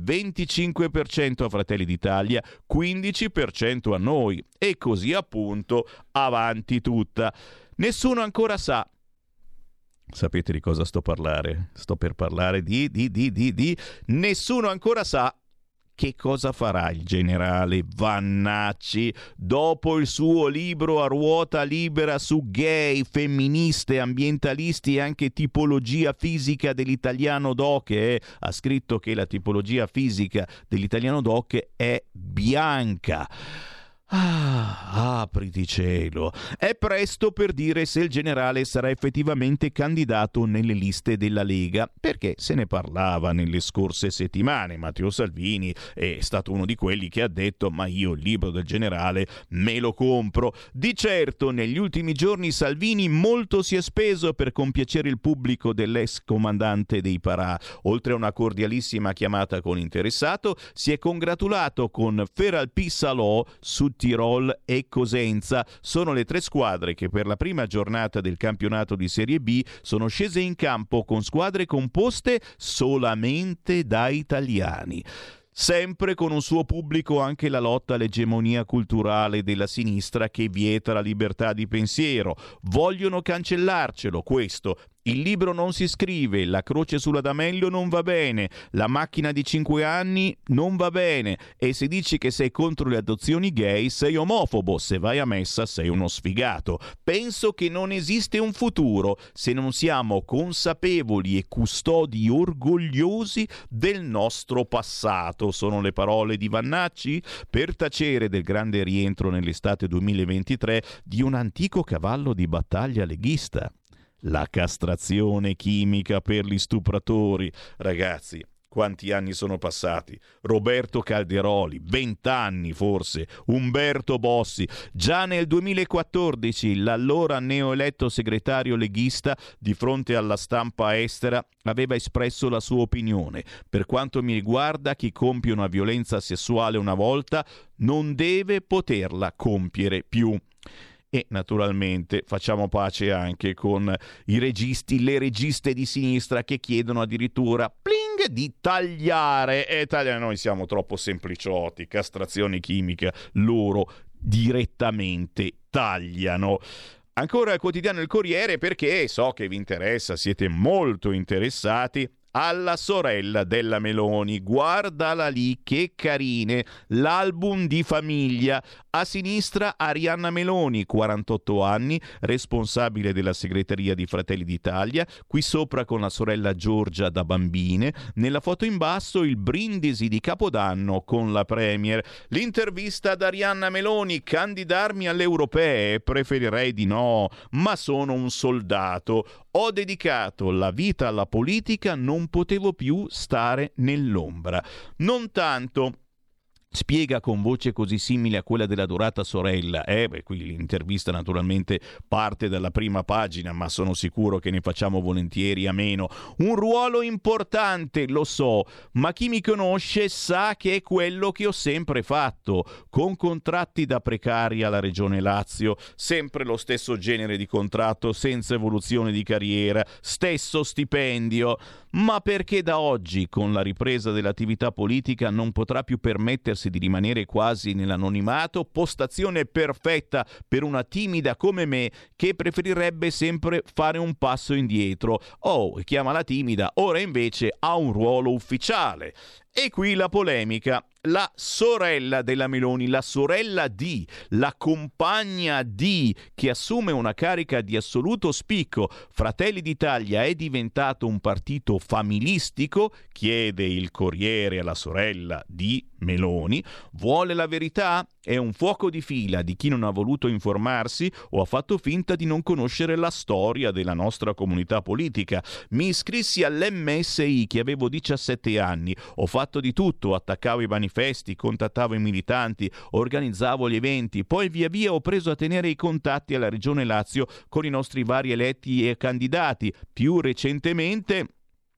B: 25% a Fratelli d'Italia, 15% a noi, e così appunto avanti tutta. Nessuno ancora sa. Sapete di cosa sto parlare? Sto per parlare di nessuno ancora sa che cosa farà il generale Vannacci dopo il suo libro a ruota libera su gay, femministe, ambientalisti e anche tipologia fisica dell'italiano doc. Ha scritto che la tipologia fisica dell'italiano doc è bianca. Apriti cielo. È presto per dire se il generale sarà effettivamente candidato nelle liste della Lega, perché se ne parlava nelle scorse settimane. Matteo Salvini è stato uno di quelli che ha detto: ma io il libro del generale me lo compro. Di certo negli ultimi giorni Salvini molto si è speso per compiacere il pubblico dell'ex comandante dei Parà. Oltre a una cordialissima chiamata con interessato, si è congratulato con Feralpi Salò su Tirol e Cosenza. Sono le 3 squadre che per la prima giornata del campionato di Serie B sono scese in campo con squadre composte solamente da italiani. sempre con un suo pubblico anche la lotta all'egemonia culturale della sinistra che vieta la libertà di pensiero. Vogliono cancellarcelo, questo. Il libro non si scrive, la croce sulla D'Amelio non va bene, la macchina di 5 anni non va bene, e se dici che sei contro le adozioni gay sei omofobo, se vai a messa sei uno sfigato. Penso che non esiste un futuro se non siamo consapevoli e custodi orgogliosi del nostro passato. Sono le parole di Vannacci per tacere del grande rientro nell'estate 2023 di un antico cavallo di battaglia leghista. La castrazione chimica per gli stupratori. Ragazzi, quanti anni sono passati? Roberto Calderoli, 20 anni forse, Umberto Bossi. Già nel 2014 l'allora neoeletto segretario leghista di fronte alla stampa estera aveva espresso la sua opinione. Per quanto mi riguarda, chi compie una violenza sessuale una volta non deve poterla compiere più. E naturalmente facciamo pace anche con i registi, le registe di sinistra che chiedono addirittura pling di tagliare. E noi siamo troppo sempliciotti, castrazione chimica, loro direttamente tagliano. Ancora il quotidiano Il Corriere, perché so che vi interessa, siete molto interessati alla sorella della Meloni. Guardala lì, che carine, l'album di famiglia. A sinistra Arianna Meloni, 48 anni, responsabile della segreteria di Fratelli d'Italia, qui sopra con la sorella Giorgia da bambine, nella foto in basso il brindisi di Capodanno con la Premier. L'intervista ad Arianna Meloni: candidarmi alle europee? Preferirei di no, ma sono un soldato. Ho dedicato la vita alla politica, non potevo più stare nell'ombra. Non tanto. Spiega con voce così simile a quella della dorata sorella. Qui l'intervista naturalmente parte dalla prima pagina, ma sono sicuro che ne facciamo volentieri a meno. Un ruolo importante, lo so, ma chi mi conosce sa che è quello che ho sempre fatto, con contratti da precari alla Regione Lazio, sempre lo stesso genere di contratto, senza evoluzione di carriera, stesso stipendio. Ma perché da oggi, con la ripresa dell'attività politica, non potrà più permettersi di rimanere quasi nell'anonimato? Postazione perfetta per una timida come me che preferirebbe sempre fare un passo indietro. Chiama timida, ora invece ha un ruolo ufficiale. E qui la polemica. La sorella della Meloni, la sorella di, la compagna di, che assume una carica di assoluto spicco. Fratelli d'Italia è diventato un partito familistico, chiede il Corriere alla sorella di Meloni. Vuole la verità? È un fuoco di fila di chi non ha voluto informarsi o ha fatto finta di non conoscere la storia della nostra comunità politica. Mi iscrissi all'MSI che avevo 17 anni, ho fatto di tutto, attaccavo i manifesti, contattavo i militanti, organizzavo gli eventi, poi via via ho preso a tenere i contatti alla Regione Lazio con i nostri vari eletti e candidati. Più recentemente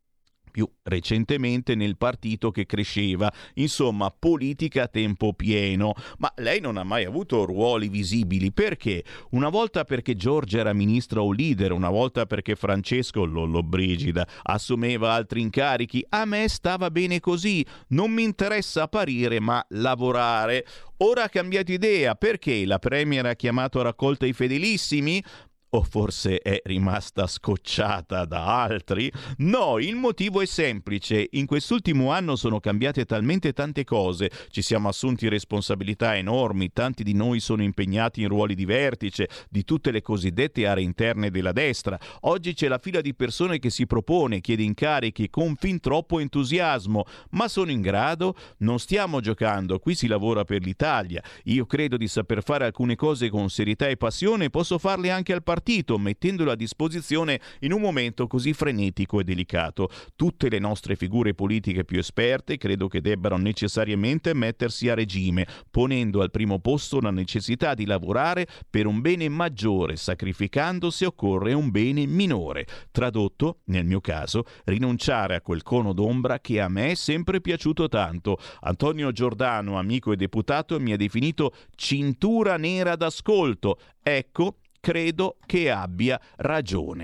B: nel partito che cresceva. Insomma, politica a tempo pieno. Ma lei non ha mai avuto ruoli visibili. Perché? Una volta perché Giorgia era ministra o leader, una volta perché Francesco Lollobrigida assumeva altri incarichi. A me stava bene così. Non mi interessa apparire, ma lavorare. Ora ha cambiato idea. Perché? La Premier ha chiamato a raccolta i fedelissimi? O forse è rimasta scocciata da altri? No, il motivo è semplice. In quest'ultimo anno sono cambiate talmente tante cose, ci siamo assunti responsabilità enormi, tanti di noi sono impegnati in ruoli di vertice di tutte le cosiddette aree interne della destra. Oggi c'è la fila di persone che si propone, chiede incarichi con fin troppo entusiasmo. Ma sono in grado? Non stiamo giocando, qui si lavora per l'Italia. Io credo di saper fare alcune cose con serietà e passione e posso farle anche al partito, mettendolo a disposizione in un momento così frenetico e delicato. Tutte le nostre figure politiche più esperte credo che debbano necessariamente mettersi a regime, ponendo al primo posto la necessità di lavorare per un bene maggiore, sacrificando se occorre un bene minore. Tradotto, nel mio caso, rinunciare a quel cono d'ombra che a me è sempre piaciuto tanto. Antonio Giordano, amico e deputato, mi ha definito cintura nera d'ascolto. Ecco, credo che abbia ragione.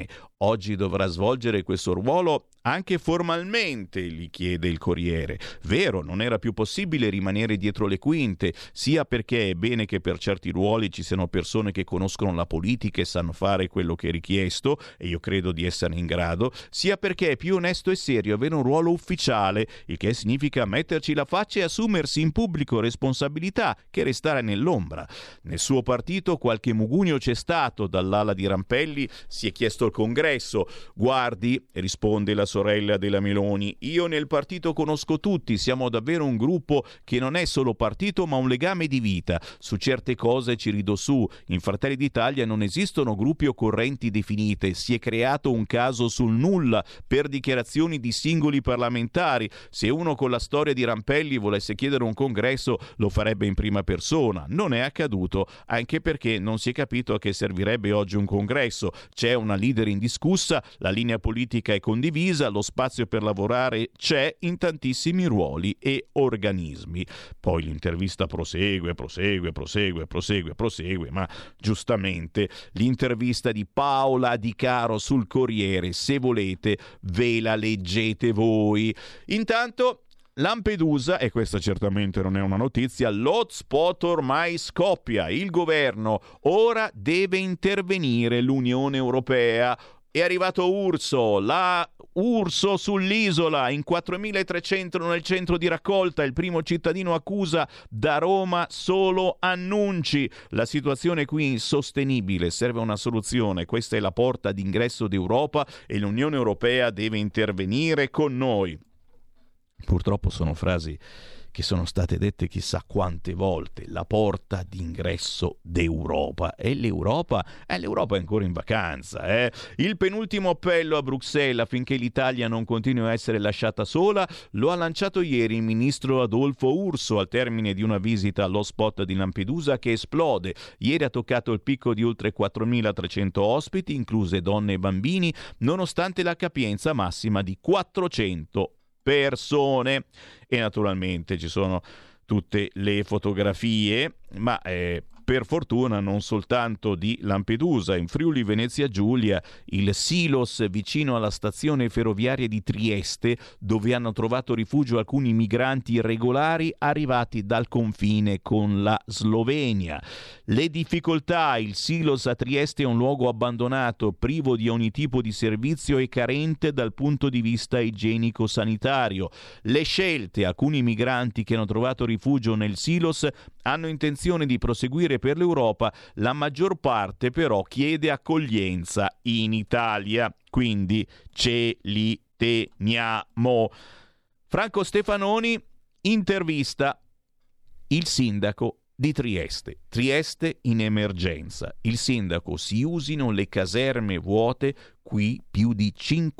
B: oggi dovrà svolgere questo ruolo anche formalmente, gli chiede il Corriere. Vero, non era più possibile rimanere dietro le quinte, sia perché è bene che per certi ruoli ci siano persone che conoscono la politica e sanno fare quello che è richiesto, e io credo di essere in grado, sia perché è più onesto e serio avere un ruolo ufficiale, il che significa metterci la faccia e assumersi in pubblico responsabilità che restare nell'ombra. Nel suo partito qualche mugugno c'è stato, dall'ala di Rampelli si è chiesto il congresso. Guardi, risponde la sorella della Meloni, io nel partito conosco tutti, siamo davvero un gruppo che non è solo partito ma un legame di vita. Su certe cose ci rido su. In Fratelli d'Italia non esistono gruppi o correnti definite, si è creato un caso sul nulla per dichiarazioni di singoli parlamentari. Se uno con la storia di Rampelli volesse chiedere un congresso lo farebbe in prima persona. Non è accaduto, anche perché non si è capito a che servirebbe oggi un congresso. C'è una leader indiscussa, la linea politica è condivisa, lo spazio per lavorare c'è in tantissimi ruoli e organismi. Poi l'intervista prosegue, ma giustamente l'intervista di Paola Di Caro sul Corriere, se volete ve la leggete voi. Intanto Lampedusa, e questa certamente non è una notizia, l'hotspot ormai scoppia, il governo ora deve intervenire, l'Unione Europea. È arrivato Urso sull'isola, in 4.300 nel centro di raccolta, il primo cittadino accusa, da Roma solo annunci. La situazione qui è insostenibile, serve una soluzione, questa è la porta d'ingresso d'Europa e l'Unione Europea deve intervenire con noi. Purtroppo sono frasi che sono state dette chissà quante volte, la porta d'ingresso d'Europa. E l'Europa è ancora in vacanza. Il penultimo appello a Bruxelles affinché l'Italia non continui a essere lasciata sola lo ha lanciato ieri il ministro Adolfo Urso al termine di una visita all'hotspot di Lampedusa che esplode. Ieri ha toccato il picco di oltre 4.300 ospiti, incluse donne e bambini, nonostante la capienza massima di 400 persone. E naturalmente ci sono tutte le fotografie, ma per fortuna non soltanto di Lampedusa. In Friuli Venezia Giulia, il Silos vicino alla stazione ferroviaria di Trieste, dove hanno trovato rifugio alcuni migranti irregolari arrivati dal confine con la Slovenia. Le difficoltà: il Silos a Trieste è un luogo abbandonato, privo di ogni tipo di servizio e carente dal punto di vista igienico-sanitario. Le scelte: alcuni migranti che hanno trovato rifugio nel Silos hanno intenzione di proseguire per l'Europa, la maggior parte però chiede accoglienza in Italia, quindi ce li teniamo. Franco Stefanoni intervista il sindaco di Trieste. Trieste in emergenza. Il sindaco: si usino le caserme vuote, qui più di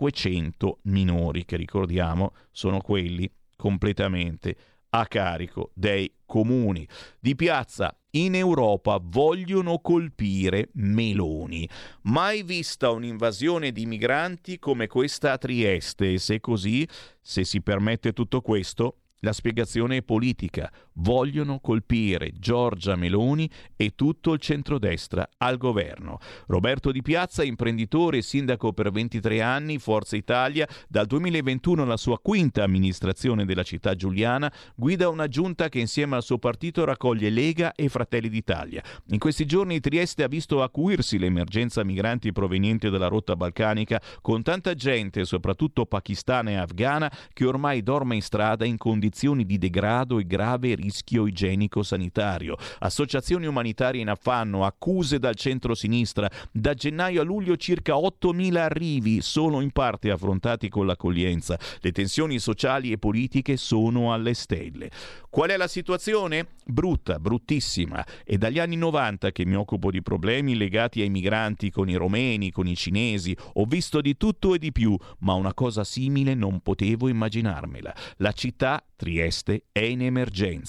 B: 500 minori, che ricordiamo sono quelli completamente a carico dei comuni. Di Piazza: in Europa vogliono colpire Meloni. Mai vista un'invasione di migranti come questa a Trieste, e se così, se si permette tutto questo, la spiegazione è politica. Vogliono colpire Giorgia Meloni e tutto il centrodestra al governo. Roberto Di Piazza, imprenditore e sindaco per 23 anni, Forza Italia, dal 2021 la sua quinta amministrazione della città giuliana, guida una giunta che insieme al suo partito raccoglie Lega e Fratelli d'Italia. In questi giorni Trieste ha visto acuirsi l'emergenza migranti proveniente dalla rotta balcanica, con tanta gente, soprattutto pakistana e afghana, che ormai dorme in strada in condizioni di degrado e grave rischio igienico-sanitario. Associazioni umanitarie in affanno, accuse dal centro-sinistra. Da gennaio a luglio circa 8.000 arrivi, solo in parte affrontati con l'accoglienza. Le tensioni sociali e politiche sono alle stelle. Qual è la situazione? Brutta, bruttissima. È dagli anni 90 che mi occupo di problemi legati ai migranti, con i romeni, con i cinesi. Ho visto di tutto e di più, ma una cosa simile non potevo immaginarmela. La città, Trieste, è in emergenza.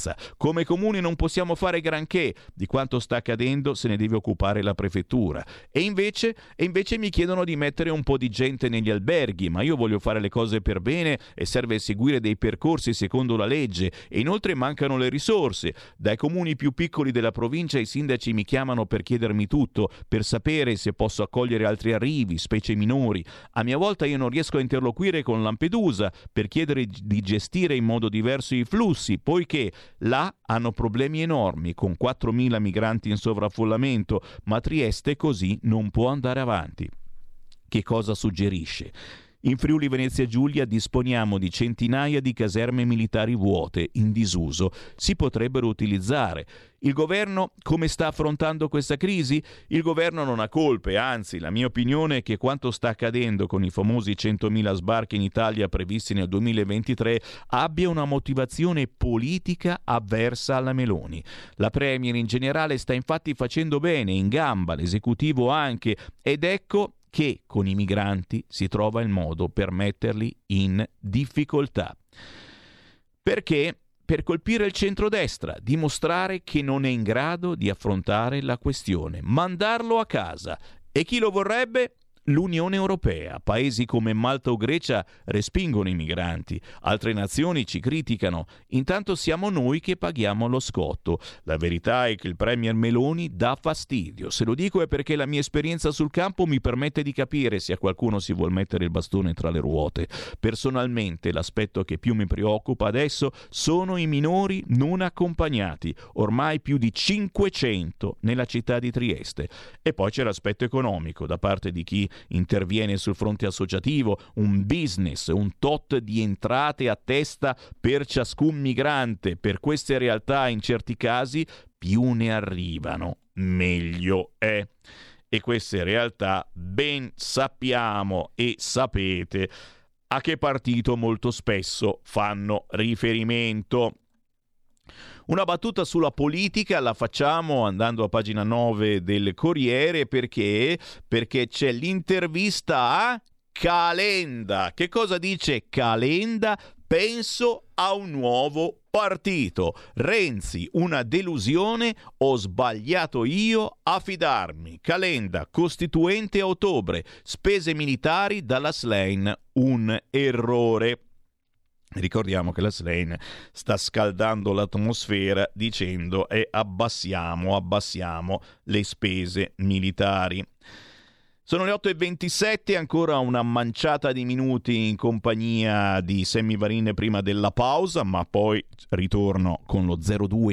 B: partenza. Come comune non possiamo fare granché, di quanto sta accadendo se ne deve occupare la prefettura. E invece mi chiedono di mettere un po' di gente negli alberghi, ma io voglio fare le cose per bene e serve seguire dei percorsi secondo la legge, e inoltre mancano le risorse. Dai comuni più piccoli della provincia i sindaci mi chiamano per chiedermi tutto, per sapere se posso accogliere altri arrivi, specie minori. A mia volta io non riesco a interloquire con Lampedusa per chiedere di gestire in modo diverso i flussi, poiché là hanno problemi enormi con 4.000 migranti in sovraffollamento, ma Trieste così non può andare avanti. Che cosa suggerisce? In Friuli Venezia Giulia disponiamo di centinaia di caserme militari vuote, in disuso. Si potrebbero utilizzare. Il governo come sta affrontando questa crisi? Il governo non ha colpe, anzi, la mia opinione è che quanto sta accadendo con i famosi 100.000 sbarchi in Italia previsti nel 2023 abbia una motivazione politica avversa alla Meloni. La Premier in generale sta infatti facendo bene, in gamba, l'esecutivo anche, ed ecco che con i migranti si trova il modo per metterli in difficoltà. Perché? Per colpire il centrodestra, dimostrare che non è in grado di affrontare la questione, mandarlo a casa. E chi lo vorrebbe? L'Unione Europea. Paesi come Malta o Grecia respingono i migranti, altre nazioni ci criticano, intanto siamo noi che paghiamo lo scotto. La verità è che il premier Meloni dà fastidio. Se lo dico è perché la mia esperienza sul campo mi permette di capire se a qualcuno si vuol mettere il bastone tra le ruote. Personalmente l'aspetto che più mi preoccupa adesso sono i minori non accompagnati, ormai più di 500 nella città di Trieste. E poi c'è l'aspetto economico da parte di chi interviene sul fronte associativo, un business, un tot di entrate a testa per ciascun migrante. Per queste realtà in certi casi più ne arrivano, meglio è. E queste realtà ben sappiamo e sapete a che partito molto spesso fanno riferimento. Una battuta sulla politica la facciamo andando a pagina 9 del Corriere perché c'è l'intervista a Calenda. Che cosa dice Calenda? Penso a un nuovo partito. Renzi, una delusione, ho sbagliato io a fidarmi. Calenda, costituente a ottobre, spese militari dalla Schlein, un errore. Ricordiamo che la Schlein sta scaldando l'atmosfera dicendo abbassiamo le spese militari. Sono le 8:27, ancora una manciata di minuti in compagnia di Sammy Varin prima della pausa, ma poi ritorno con lo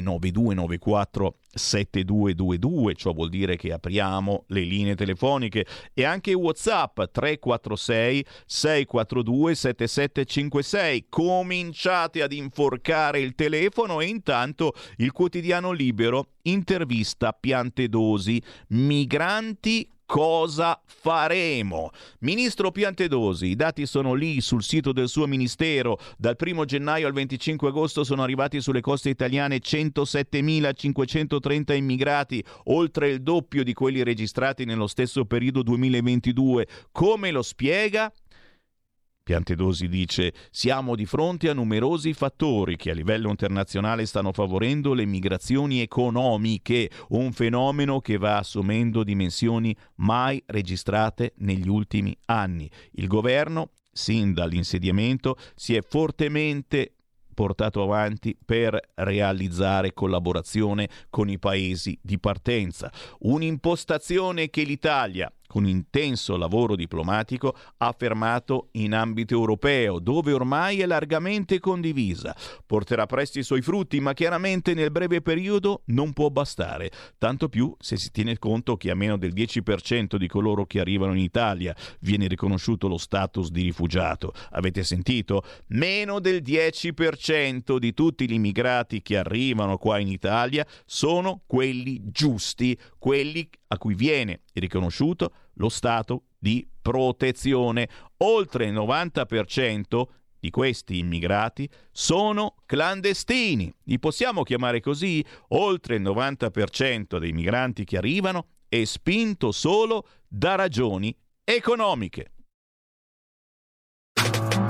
B: 0292947222, ciò vuol dire che apriamo le linee telefoniche e anche WhatsApp 346 642 7756. Cominciate ad inforcare il telefono e intanto il quotidiano Libero intervista Piantedosi, migranti. Cosa faremo? Ministro Piantedosi, i dati sono lì sul sito del suo ministero. Dal 1 gennaio al 25 agosto sono arrivati sulle coste italiane 107.530 immigrati, oltre il doppio di quelli registrati nello stesso periodo 2022. Come lo spiega? Piantedosi dice: siamo di fronte a numerosi fattori che a livello internazionale stanno favorendo le migrazioni economiche, un fenomeno che va assumendo dimensioni mai registrate negli ultimi anni. Il governo, sin dall'insediamento, si è fortemente portato avanti per realizzare collaborazione con i paesi di partenza. Un'impostazione che l'Italia, con intenso lavoro diplomatico, ha affermato in ambito europeo, dove ormai è largamente condivisa. Porterà presto i suoi frutti, ma chiaramente nel breve periodo non può bastare, tanto più se si tiene conto che a meno del 10% di coloro che arrivano in Italia viene riconosciuto lo status di rifugiato. Avete sentito? Meno del 10% di tutti gli immigrati che arrivano qua in Italia sono quelli giusti, quelli a cui viene riconosciuto lo stato di protezione. Oltre il 90% di questi immigrati sono clandestini. Li possiamo chiamare così? Oltre il 90% dei migranti che arrivano è spinto solo da ragioni economiche.
D: Stai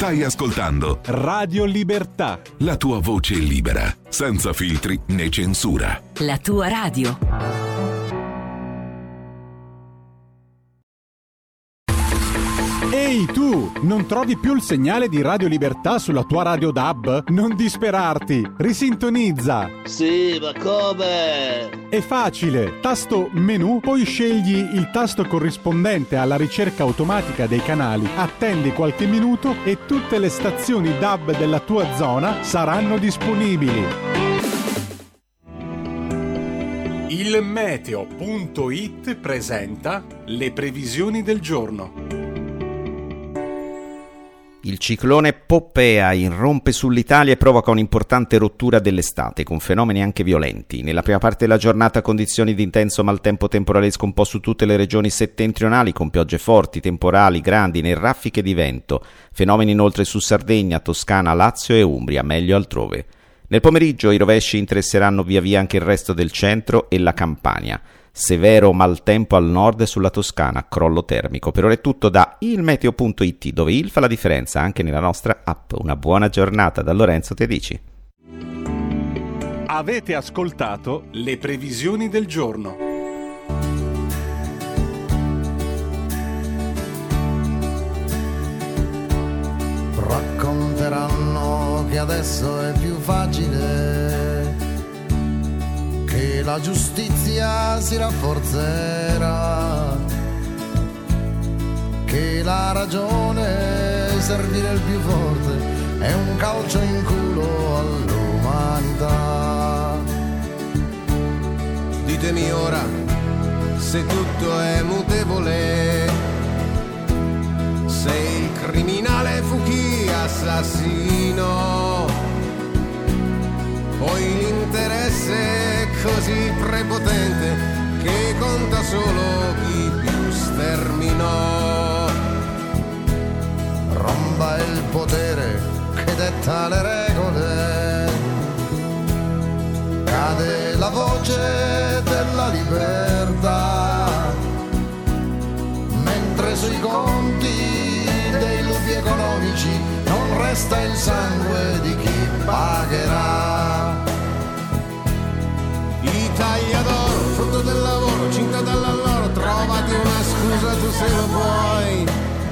D: Stai ascoltando
A: Radio Libertà.
D: la tua voce libera, senza filtri né censura.
E: La tua radio.
A: Ehi tu, non trovi più il segnale di Radio Libertà sulla tua radio DAB? Non disperarti, risintonizza.
C: Sì, ma come?
A: È facile, tasto menu, poi scegli il tasto corrispondente alla ricerca automatica dei canali, attendi qualche minuto e tutte le stazioni DAB della tua zona saranno disponibili. Il meteo.it presenta le previsioni del giorno.
F: Il ciclone Poppea irrompe sull'Italia e provoca un'importante rottura dell'estate, con fenomeni anche violenti. Nella prima parte della giornata condizioni di intenso maltempo temporalesco un po' su tutte le regioni settentrionali, con piogge forti, temporali, grandine e raffiche di vento. Fenomeni inoltre su Sardegna, Toscana, Lazio e Umbria, meglio altrove. Nel pomeriggio i rovesci interesseranno via via anche il resto del centro e la Campania. Severo maltempo al nord e sulla Toscana, crollo termico. Per ora è tutto da ilmeteo.it, dove il fa la differenza anche nella nostra app. Una buona giornata da Lorenzo Tedici.
A: Avete ascoltato le previsioni del giorno.
G: Racconteranno che adesso è più facile, che la giustizia si rafforzerà, che la ragione servire il più forte è un calcio in culo all'umanità. Ditemi ora se tutto è mutevole, se il criminale fu chi assassino, poi l'interesse così prepotente che conta solo chi più sterminò. Romba il potere che detta le regole, cade la voce della libertà, mentre sui conti dei lupi economici non resta il sangue di chi pagherà. Italia d'oro, frutto del lavoro, cinta dall'alloro, trovati una scusa tu se lo puoi.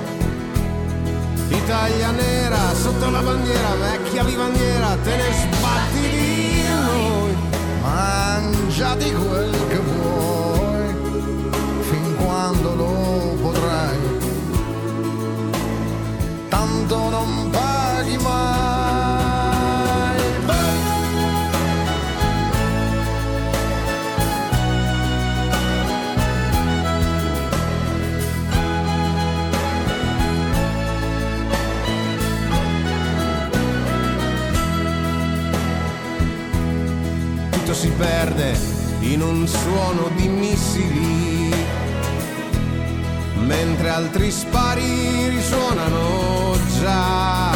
G: Italia nera, sotto la bandiera, vecchia vivandiera, te ne sbatti di noi. Mangiati quel che vuoi, fin quando lo potrai, tanto non paghi mai. Tutto si perde in un suono di missili, mentre altri spari risuonano già.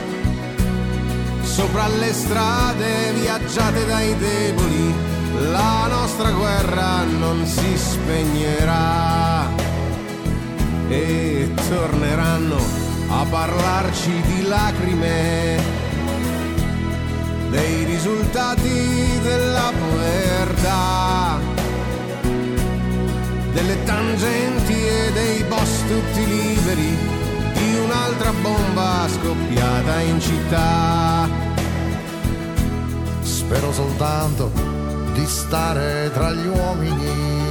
G: Sopra le strade viaggiate dai deboli, la nostra guerra non si spegnerà. E torneranno a parlarci di lacrime, dei risultati della povertà, delle tangenti e dei boss tutti liberi, di un'altra bomba scoppiata in città. Spero soltanto di stare tra gli uomini,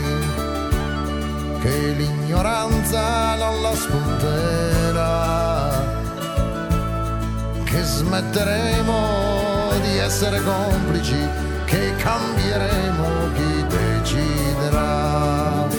G: che l'ignoranza non la spunterà, che smetteremo di essere complici, che cambieremo chi deciderà.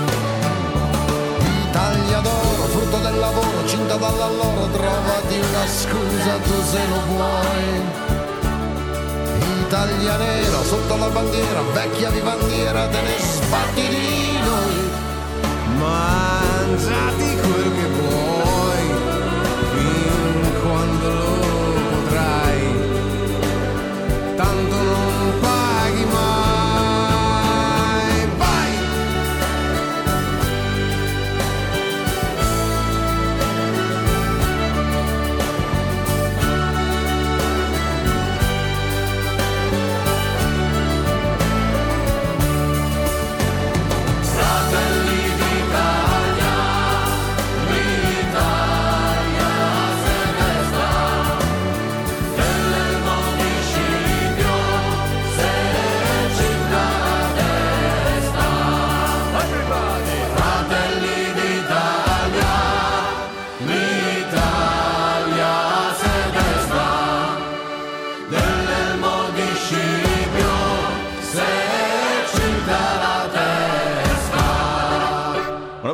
G: Italia d'oro, frutto del lavoro, cinta dall'alloro, trovati una scusa tu se lo vuoi. Italia nera, sotto la bandiera, vecchia vivandiera, te ne sbatti di noi. Mangiati quel che vuoi, fin quando lo potrai, tanto non paghi mai. Vai!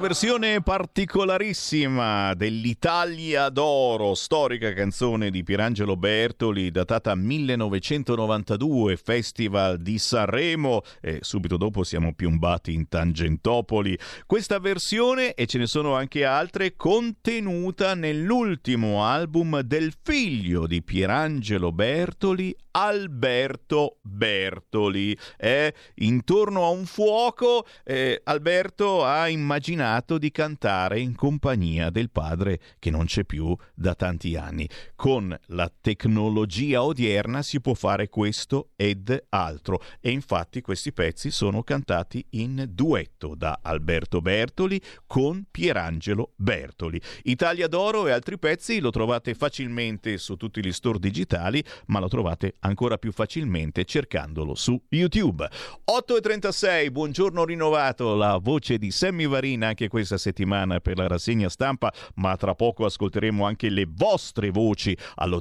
B: versione particolarissima dell'Italia d'Oro, storica canzone di Pierangelo Bertoli, datata 1992, Festival di Sanremo, e subito dopo siamo piombati in Tangentopoli. Questa versione, e ce ne sono anche altre, contenuta nell'ultimo album del figlio di Pierangelo Bertoli, Alberto Bertoli. Intorno a un fuoco Alberto ha immaginato di cantare in compagnia del padre, che non c'è più da tanti anni. Con la tecnologia odierna si può fare questo ed altro, e infatti questi pezzi sono cantati in duetto da Alberto Bertoli con Pierangelo Bertoli. Italia d'Oro e altri pezzi lo trovate facilmente su tutti gli store digitali, ma lo trovate ancora più facilmente cercandolo su YouTube. 8:36, buongiorno rinnovato, la voce di Sammy Varin anche questa settimana per la rassegna stampa, ma tra poco ascolteremo anche le vostre voci allo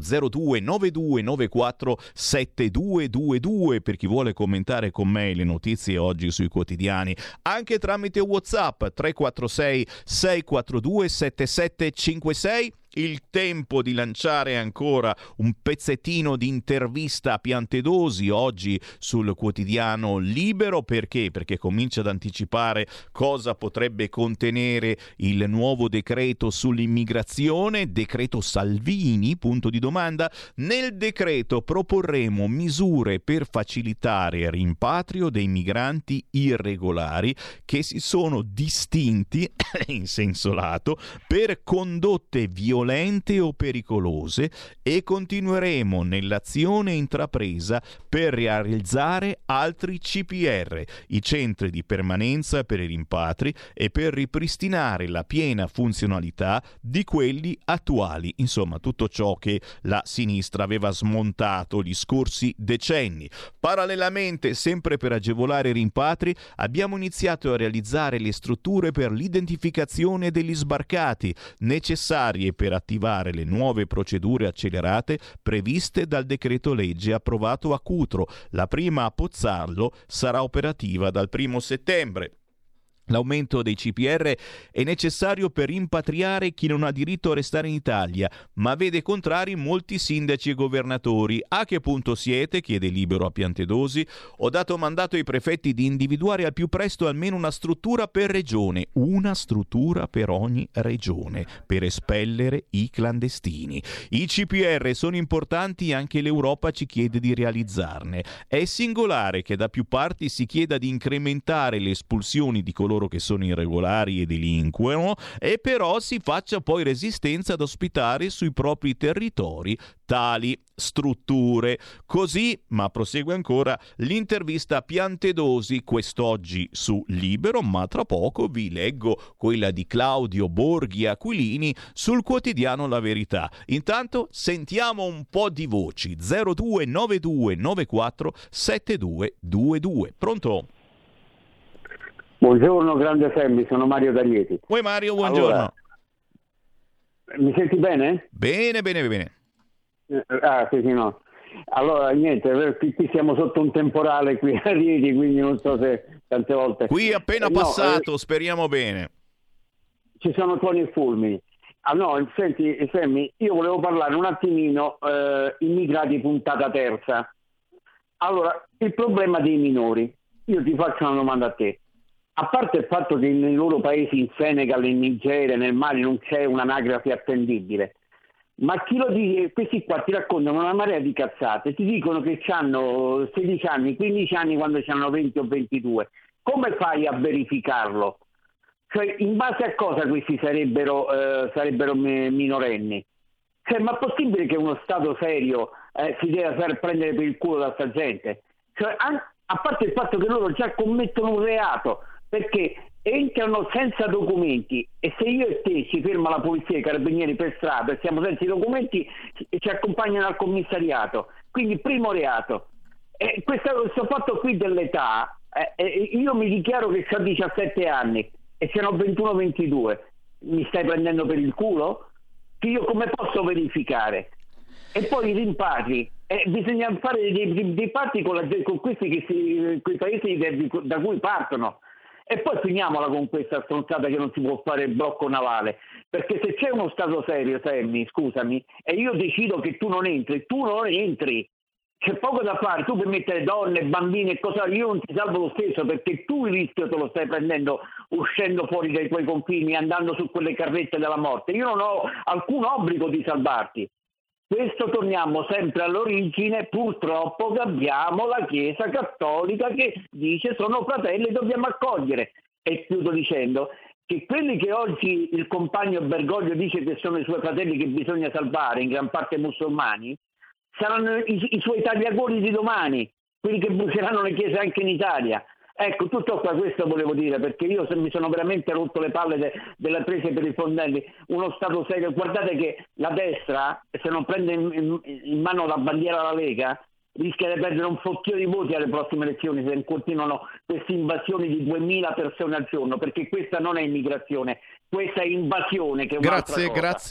B: 0292947222 per chi vuole commentare con me le notizie oggi sui quotidiani, anche tramite WhatsApp 346 642 7756. Il tempo di lanciare ancora un pezzettino di intervista a Piantedosi oggi sul quotidiano Libero. Perché? Perché comincia ad anticipare cosa potrebbe contenere il nuovo decreto sull'immigrazione, decreto Salvini, punto di domanda. Nel decreto proporremo misure per facilitare il rimpatrio dei migranti irregolari che si sono distinti, in senso lato, per condotte violente o pericolose, e continueremo nell'azione intrapresa per realizzare altri CPR, i centri di permanenza per i rimpatri, e per ripristinare la piena funzionalità di quelli attuali. Insomma, tutto ciò che la sinistra aveva smontato gli scorsi decenni. Parallelamente, sempre per agevolare i rimpatri, abbiamo iniziato a realizzare le strutture per l'identificazione degli sbarcati, necessarie per attivare le nuove procedure accelerate previste dal decreto legge approvato a Cutro. La prima a Pozzallo sarà operativa dal 1 settembre. L'aumento dei CPR è necessario per rimpatriare chi non ha diritto a restare in Italia, ma vede contrari molti sindaci e governatori. A che punto siete? Chiede Libero a Piantedosi. Ho dato mandato ai prefetti di individuare al più presto almeno una struttura per regione, una struttura per ogni regione, per espellere i clandestini. I CPR sono importanti, anche l'Europa ci chiede di realizzarne. È singolare che da più parti si chieda di incrementare le espulsioni di coloro che sono irregolari e delinquono, e però si faccia poi resistenza ad ospitare sui propri territori tali strutture. Così, ma prosegue ancora l'intervista a Piantedosi quest'oggi su Libero, ma tra poco vi leggo quella di Claudio Borghi Aquilini sul quotidiano La Verità. Intanto sentiamo un po' di voci. 0292947222. Pronto?
E: Buongiorno grande Sammy, sono Mario D'Arieti.
B: Uè Mario, buongiorno.
E: Allora, mi senti bene?
B: Bene.
E: Sì, no. Allora, niente, qui siamo sotto un temporale qui a Rieti, quindi non so se tante volte...
B: Qui appena passato, speriamo bene.
E: Ci sono tuoni e fulmini. Senti Sammy, io volevo parlare un attimino immigrati puntata terza. Allora, il problema dei minori. Io ti faccio una domanda a te. A parte il fatto che nei loro paesi, in Senegal, in Nigeria, nel Mali, non c'è un'anagrafe attendibile, ma chi lo dice? Questi qua ti raccontano una marea di cazzate, ti dicono che hanno 16 anni, 15 anni quando hanno 20 o 22. Come fai a verificarlo? Cioè, in base a cosa questi sarebbero minorenni? Cioè, ma è possibile che uno Stato serio si deve far prendere per il culo da sta gente? Cioè, a parte il fatto che loro già commettono un reato, perché entrano senza documenti, e se io e te ci ferma la polizia e i carabinieri per strada e siamo senza i documenti, ci accompagnano al commissariato. Quindi primo reato. Questo fatto qui dell'età, io mi dichiaro che ho 17 anni e ce n'ho 21-22, mi stai prendendo per il culo? Che io come posso verificare? E poi i rimpatri, bisogna fare dei patti con questi quei paesi da cui partono. E poi finiamola con questa stronzata che non si può fare il blocco navale, perché se c'è uno Stato serio, Sammy, scusami, e io decido che tu non entri. C'è poco da fare, tu puoi mettere donne, bambini e cosa, io non ti salvo lo stesso, perché tu il rischio te lo stai prendendo uscendo fuori dai tuoi confini, andando su quelle carrette della morte. Io non ho alcun obbligo di salvarti. Questo torniamo sempre all'origine, purtroppo che abbiamo la Chiesa Cattolica che dice sono fratelli, dobbiamo accogliere. E chiudo dicendo che quelli che oggi il compagno Bergoglio dice che sono i suoi fratelli che bisogna salvare, in gran parte musulmani, saranno i suoi tagliagoli di domani, quelli che bruceranno le chiese anche in Italia. Ecco, tutto qua, questo volevo dire, perché io mi sono veramente rotto le palle delle prese per i fondelli. Uno Stato serio, guardate che la destra, se non prende in mano la bandiera della Lega, rischia di perdere un fottio di voti alle prossime elezioni se continuano queste invasioni di 2000 persone al giorno, perché questa non è immigrazione, questa è invasione. Che è
B: grazie.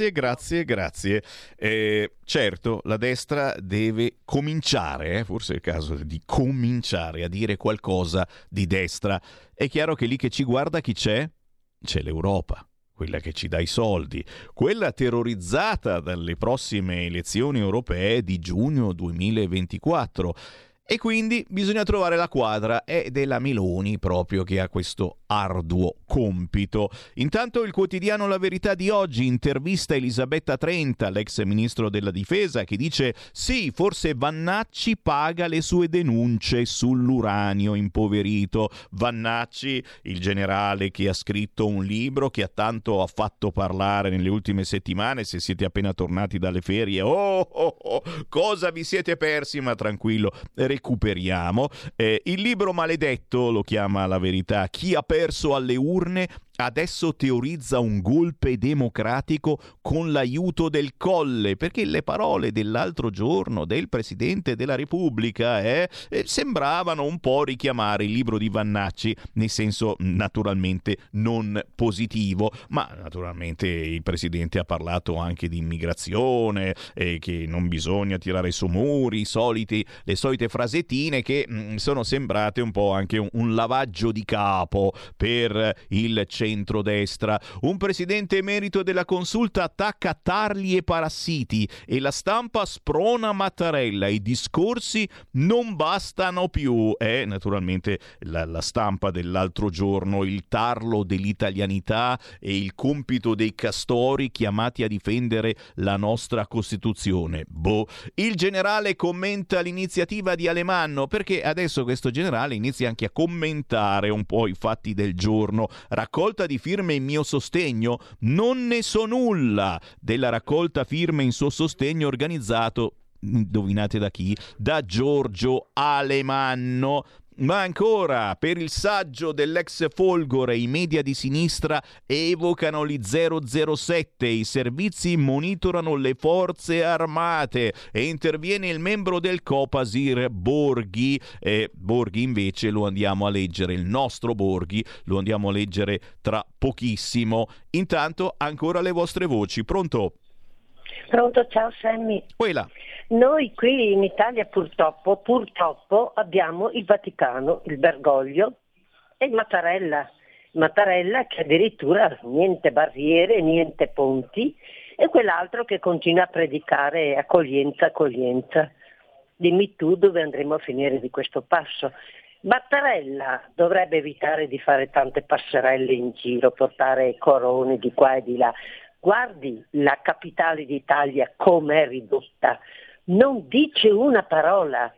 B: Certo, la destra deve cominciare, forse è il caso di cominciare a dire qualcosa di destra. È chiaro che lì che ci guarda chi c'è? C'è l'Europa, quella che ci dà i soldi, quella terrorizzata dalle prossime elezioni europee di giugno 2024. E quindi bisogna trovare la quadra, ed è la Meloni proprio che ha questo arduo compito. Intanto il quotidiano La Verità di oggi intervista Elisabetta Trenta, l'ex ministro della difesa, che dice sì, forse Vannacci paga le sue denunce sull'uranio impoverito. Vannacci, il generale che ha scritto un libro che tanto ha fatto parlare nelle ultime settimane. Se siete appena tornati dalle ferie, cosa vi siete persi? Ma tranquillo, recuperiamo. Il libro maledetto lo chiama La Verità. Chi ha perso alle urne adesso teorizza un golpe democratico con l'aiuto del Colle, perché le parole dell'altro giorno del Presidente della Repubblica sembravano un po' richiamare il libro di Vannacci, nel senso naturalmente non positivo, ma naturalmente il Presidente ha parlato anche di immigrazione, che non bisogna tirare su muri, le solite frasettine che sono sembrate un po' anche un lavaggio di capo per il centrodestra. Un presidente emerito della Consulta attacca tarli e parassiti e la stampa sprona Mattarella. I discorsi non bastano più. Naturalmente la stampa dell'altro giorno, il tarlo dell'italianità e il compito dei castori chiamati a difendere la nostra Costituzione. Il generale commenta l'iniziativa di Alemanno, perché adesso questo generale inizia anche a commentare un po' i fatti del giorno. Raccolta di firme in mio sostegno? Non ne so nulla della raccolta firme in suo sostegno organizzato, indovinate da chi? Da Giorgio Alemanno. Ma ancora, per il saggio dell'ex Folgore, i media di sinistra evocano gli 007, i servizi monitorano le forze armate e interviene il membro del Copasir Borghi. Borghi invece lo andiamo a leggere, il nostro Borghi lo andiamo a leggere tra pochissimo. Intanto ancora le vostre voci. Pronto?
H: Pronto, ciao Sammy.
B: Quella.
H: Noi qui in Italia purtroppo abbiamo il Vaticano, il Bergoglio e il Mattarella che addirittura niente barriere, niente ponti, e quell'altro che continua a predicare accoglienza. Dimmi tu dove andremo a finire di questo passo. Mattarella dovrebbe evitare di fare tante passerelle in giro, portare corone di qua e di là. Guardi la capitale d'Italia com'è ridotta, non dice una parola.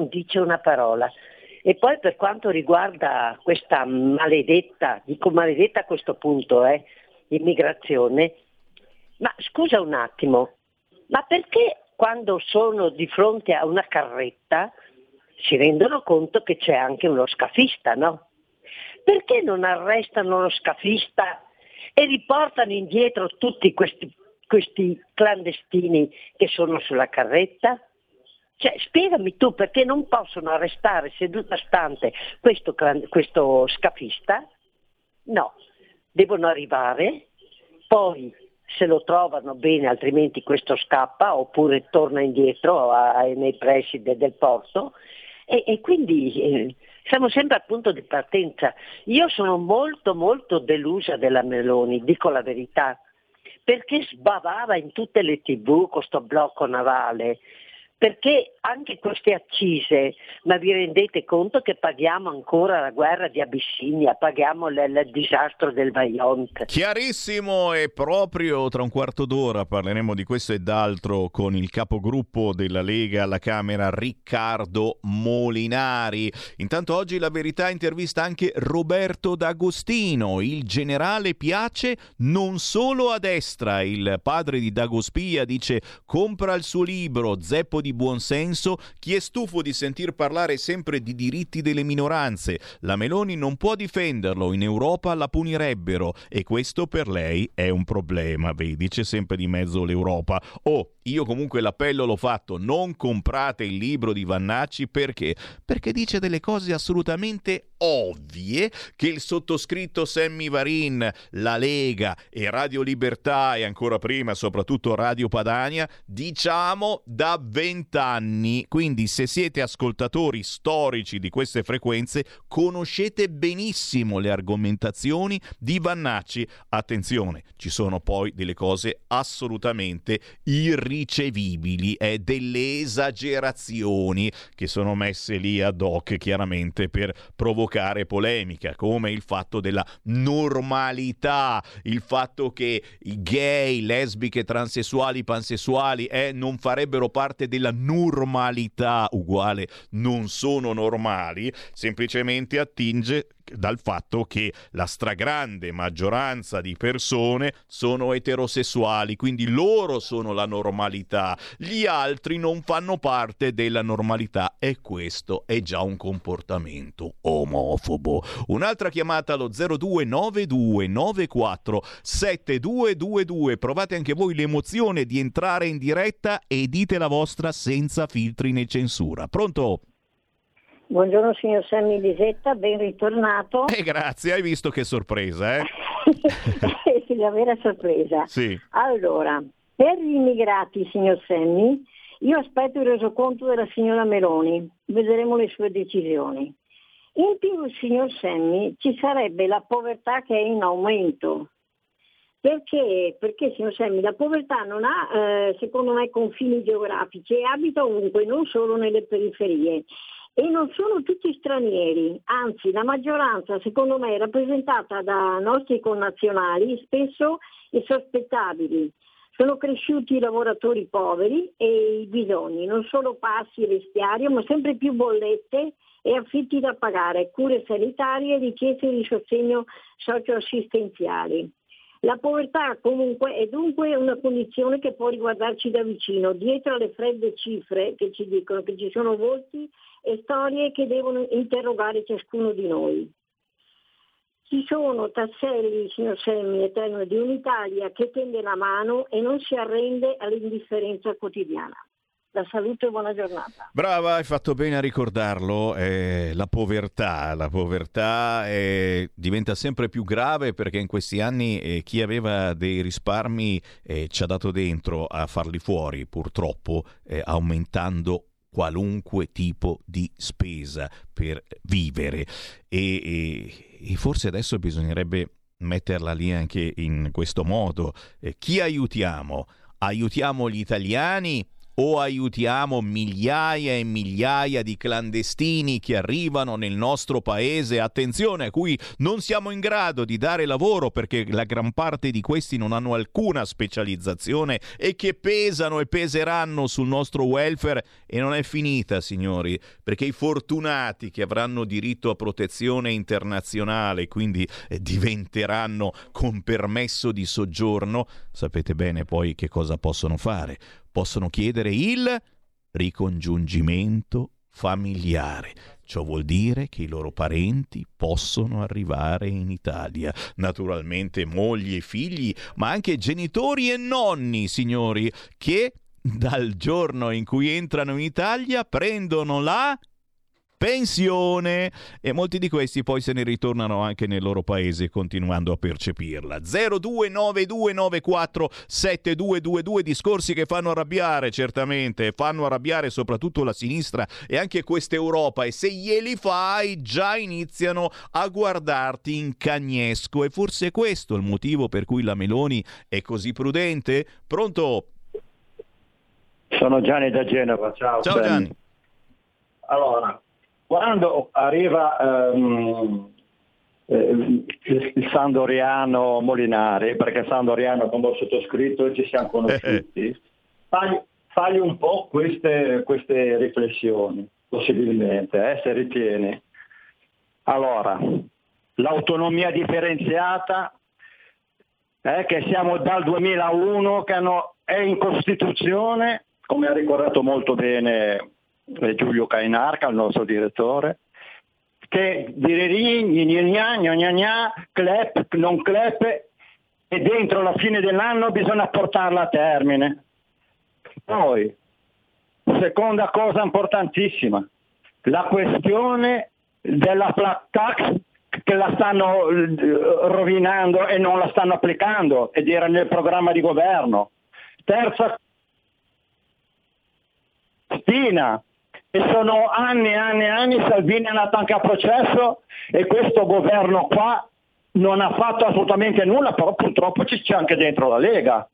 H: E poi per quanto riguarda questa maledetta, dico maledetta a questo punto, immigrazione, ma scusa un attimo, ma perché quando sono di fronte a una carretta si rendono conto che c'è anche uno scafista, no? Perché non arrestano lo scafista e riportano indietro tutti questi clandestini che sono sulla carretta? Cioè, spiegami tu perché non possono arrestare seduta stante questo scafista? No, devono arrivare, poi se lo trovano bene, altrimenti questo scappa oppure torna indietro nei pressi del porto, e quindi Siamo sempre al punto di partenza. Io sono molto molto delusa della Meloni, dico la verità, perché sbavava in tutte le TV con sto blocco navale, perché anche queste accise, ma vi rendete conto che paghiamo ancora la guerra di Abissinia, paghiamo il disastro del Vajont?
B: Chiarissimo, e proprio tra un quarto d'ora parleremo di questo e d'altro con il capogruppo della Lega alla Camera, Riccardo Molinari. Intanto oggi La Verità intervista anche Roberto D'Agostino. Il generale piace non solo a destra. Il padre di Dagospia dice: compra il suo libro, zeppo di buonsenso. Chi è stufo di sentir parlare sempre di diritti delle minoranze? La Meloni non può difenderlo, in Europa la punirebbero e questo per lei è un problema. Vedi, c'è sempre di mezzo l'Europa. Io comunque l'appello l'ho fatto: non comprate il libro di Vannacci. Perché dice delle cose assolutamente ovvie che il sottoscritto Sammy Varin, la Lega e Radio Libertà e ancora prima soprattutto Radio Padania diciamo da 20 anni. Quindi se siete ascoltatori storici di queste frequenze conoscete benissimo le argomentazioni di Vannacci. Attenzione, ci sono poi delle cose assolutamente irricevibili, delle esagerazioni che sono messe lì ad hoc chiaramente per provocare polemica, come il fatto della normalità, il fatto che i gay, lesbiche, transessuali, pansessuali non farebbero parte della normalità, uguale non sono normali, semplicemente attinge dal fatto che la stragrande maggioranza di persone sono eterosessuali, quindi loro sono la normalità, gli altri non fanno parte della normalità e questo è già un comportamento omofobo. Un'altra chiamata allo 0292947222. Provate anche voi l'emozione di entrare in diretta e dite la vostra senza filtri né censura. Pronto?
I: Buongiorno signor Sammy Lisetta, ben ritornato.
B: Grazie, hai visto che sorpresa, eh?
I: Sì, la vera sorpresa.
B: Sì.
I: Allora, per gli immigrati, signor Sammy, io aspetto il resoconto della signora Meloni, vedremo le sue decisioni. In più, signor Sammy, ci sarebbe la povertà che è in aumento. Perché, signor Sammy, la povertà non ha, secondo me, confini geografici e abita ovunque, non solo nelle periferie. E non sono tutti stranieri, anzi la maggioranza secondo me è rappresentata da nostri connazionali, spesso insospettabili. Sono cresciuti i lavoratori poveri e i bisogni, non solo passi e vestiario, ma sempre più bollette e affitti da pagare, cure sanitarie e richieste di sostegno socioassistenziali. La povertà comunque è dunque una condizione che può riguardarci da vicino, dietro alle fredde cifre che ci dicono che ci sono volti e storie che devono interrogare ciascuno di noi. Ci sono tasselli, signor Sammy, eterno di un'Italia che tende la mano e non si arrende all'indifferenza quotidiana. La saluto e buona giornata.
B: Brava, hai fatto bene a ricordarlo. La povertà diventa sempre più grave perché in questi anni chi aveva dei risparmi ci ha dato dentro a farli fuori, purtroppo aumentando qualunque tipo di spesa per vivere e forse adesso bisognerebbe metterla lì anche in questo modo. Chi aiutiamo? Aiutiamo gli italiani o aiutiamo migliaia e migliaia di clandestini che arrivano nel nostro paese, attenzione, a cui non siamo in grado di dare lavoro perché la gran parte di questi non hanno alcuna specializzazione e che pesano e peseranno sul nostro welfare? E non è finita, signori, perché i fortunati che avranno diritto a protezione internazionale, quindi diventeranno con permesso di soggiorno, sapete bene poi che cosa possono fare? Possono chiedere il ricongiungimento familiare. Ciò vuol dire che i loro parenti possono arrivare in Italia. Naturalmente mogli e figli, ma anche genitori e nonni, signori, che dal giorno in cui entrano in Italia prendono la pensione, e molti di questi poi se ne ritornano anche nel loro paese continuando a percepirla. 0292947222, discorsi che fanno arrabbiare, certamente fanno arrabbiare soprattutto la sinistra e anche questa Europa, e se glieli fai già iniziano a guardarti in cagnesco, e forse è questo il motivo per cui la Meloni è così prudente. Pronto?
J: Sono Gianni da Genova, ciao.
B: Ciao Gianni.
J: Allora, quando arriva il Sandoriano Molinari, perché Sandoriano come ho sottoscritto ci siamo conosciuti, fagli un po' queste riflessioni, possibilmente, se ritieni. Allora, l'autonomia differenziata, che siamo dal 2001 che è in Costituzione, come ha ricordato molto bene Giulio Cainarca, il nostro direttore, che CLEP, non CLEP, e dentro la fine dell'anno bisogna portarla a termine. Poi, seconda cosa importantissima, la questione della flat tax, che la stanno rovinando e non la stanno applicando, ed era nel programma di governo. Terza, Stina, e sono anni e anni e anni, Salvini è andato anche a processo e questo governo qua non ha fatto assolutamente nulla, però purtroppo c'è anche dentro la Lega.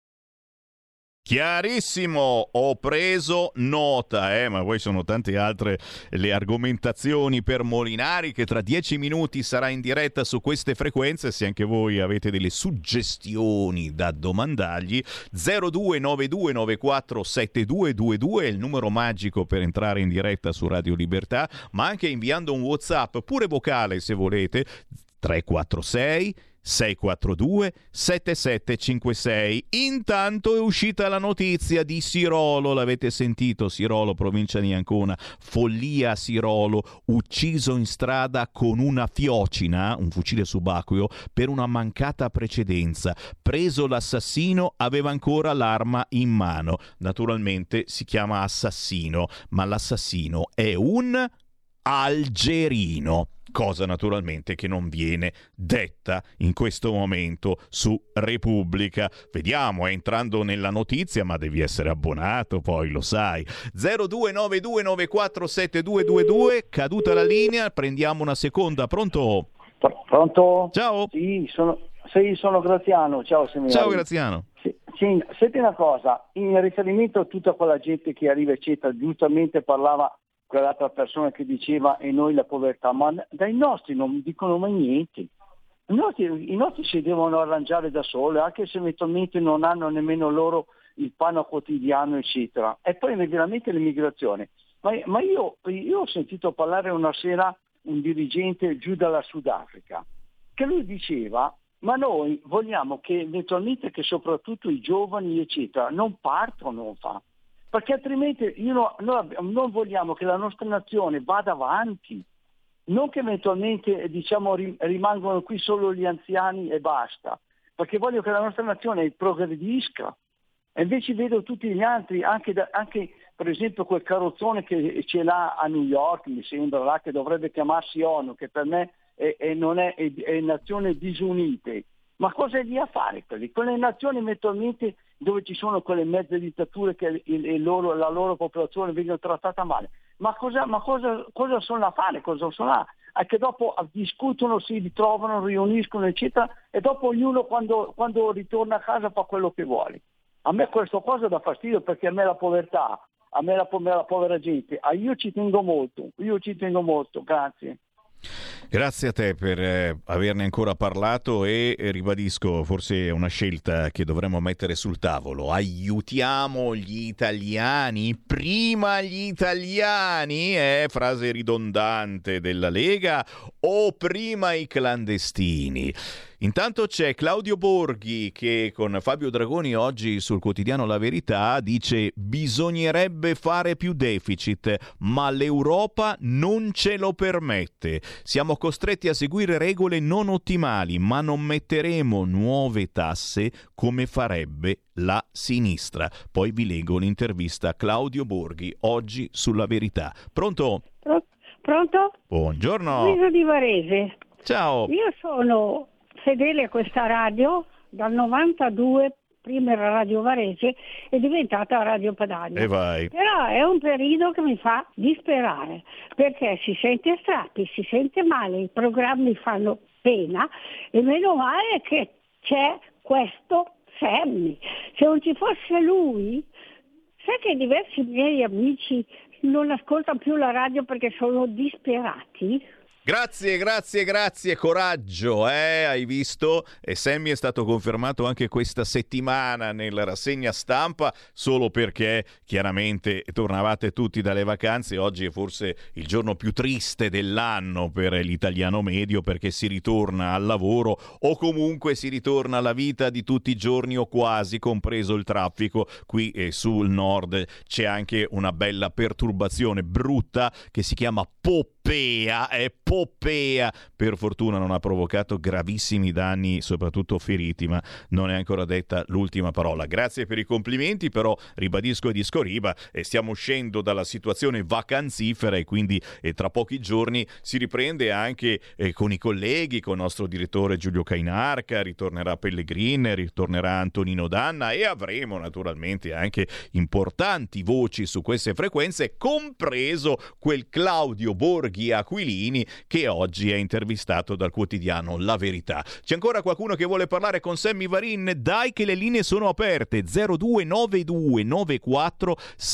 B: Chiarissimo, ho preso nota, ma poi sono tante altre le argomentazioni per Molinari, che tra 10 minuti sarà in diretta su queste frequenze. Se anche voi avete delle suggestioni da domandargli, 0292947222 è il numero magico per entrare in diretta su Radio Libertà, ma anche inviando un WhatsApp, pure vocale se volete, 346 642 7756. Intanto è uscita la notizia di Sirolo, l'avete sentito? Sirolo, provincia di Ancona, follia a Sirolo, ucciso in strada con una fiocina, un fucile subacqueo, per una mancata precedenza. Preso l'assassino, aveva ancora l'arma in mano. Naturalmente si chiama assassino, ma l'assassino è un algerino. Cosa naturalmente che non viene detta in questo momento su Repubblica. Vediamo, entrando nella notizia, ma devi essere abbonato, poi lo sai. 0292947222, caduta la linea, prendiamo una seconda. Pronto?
J: Pronto?
B: Ciao.
J: Sì, sono Graziano. Ciao,
B: ciao Graziano.
J: Sì, senti una cosa, in riferimento a tutta quella gente che arriva eccetera, giustamente parlava quell'altra persona che diceva e noi la povertà, ma dai nostri non dicono mai niente. I nostri si devono arrangiare da soli, anche se eventualmente non hanno nemmeno loro il pane quotidiano, eccetera. E poi veramente l'immigrazione. Ma io ho sentito parlare una sera un dirigente giù dalla Sudafrica, che lui diceva, ma noi vogliamo che eventualmente che soprattutto i giovani, eccetera, non partono, perché altrimenti noi non vogliamo che la nostra nazione vada avanti, non che eventualmente rimangano qui solo gli anziani e basta, perché voglio che la nostra nazione progredisca. E invece vedo tutti gli altri, anche per esempio quel carrozzone che ce l'ha a New York, mi sembra, là, che dovrebbe chiamarsi ONU, che per me non è Nazioni Disunite. Ma cosa è lì a fare quelli? Quelle nazioni eventualmente dove ci sono quelle mezze dittature che la loro popolazione vengono trattata male. Ma cosa sono a fare? Cosa sono là? È che dopo discutono, si ritrovano, riuniscono, eccetera, e dopo ognuno quando ritorna a casa fa quello che vuole. A me questa cosa dà fastidio, perché a me la povertà, a me la povera gente, io ci tengo molto, grazie.
B: Grazie a te per averne ancora parlato e ribadisco, forse è una scelta che dovremmo mettere sul tavolo. Aiutiamo gli italiani, prima gli italiani, frase ridondante della Lega, o prima i clandestini? Intanto c'è Claudio Borghi che con Fabio Dragoni oggi sul quotidiano La Verità dice: bisognerebbe fare più deficit, ma l'Europa non ce lo permette. Siamo costretti a seguire regole non ottimali, ma non metteremo nuove tasse come farebbe la sinistra. Poi vi leggo l'intervista a Claudio Borghi oggi sulla Verità. Pronto?
I: Pronto?
B: Buongiorno.
I: Luisa di Varese.
B: Ciao.
I: Io sono fedele a questa radio dal 92, prima era Radio Varese, è diventata Radio Padania.
B: E vai.
I: Però è un periodo che mi fa disperare, perché si sente a strappi, si sente male, i programmi fanno pena e meno male che c'è questo Sammy. Se non ci fosse lui, sai che diversi miei amici non ascoltano più la radio perché sono disperati?
B: Grazie, coraggio, hai visto? E Sammy è stato confermato anche questa settimana nella rassegna stampa, solo perché chiaramente tornavate tutti dalle vacanze. Oggi è forse il giorno più triste dell'anno per l'italiano medio, perché si ritorna al lavoro o comunque si ritorna alla vita di tutti i giorni o quasi, compreso il traffico. Qui sul nord c'è anche una bella perturbazione brutta che si chiama Poppea, per fortuna non ha provocato gravissimi danni, soprattutto feriti, ma non è ancora detta l'ultima parola. Grazie per i complimenti, però ribadisco e discoriba, stiamo uscendo dalla situazione vacanzifera e quindi tra pochi giorni si riprende anche con i colleghi, con il nostro direttore Giulio Cainarca, ritornerà Pellegrin, ritornerà Antonino Danna e avremo naturalmente anche importanti voci su queste frequenze, compreso quel Claudio Borghi Aquilini che oggi è intervistato dal quotidiano La Verità. C'è ancora qualcuno che vuole parlare con Sammy Varin? Dai che le linee sono aperte. 0292 94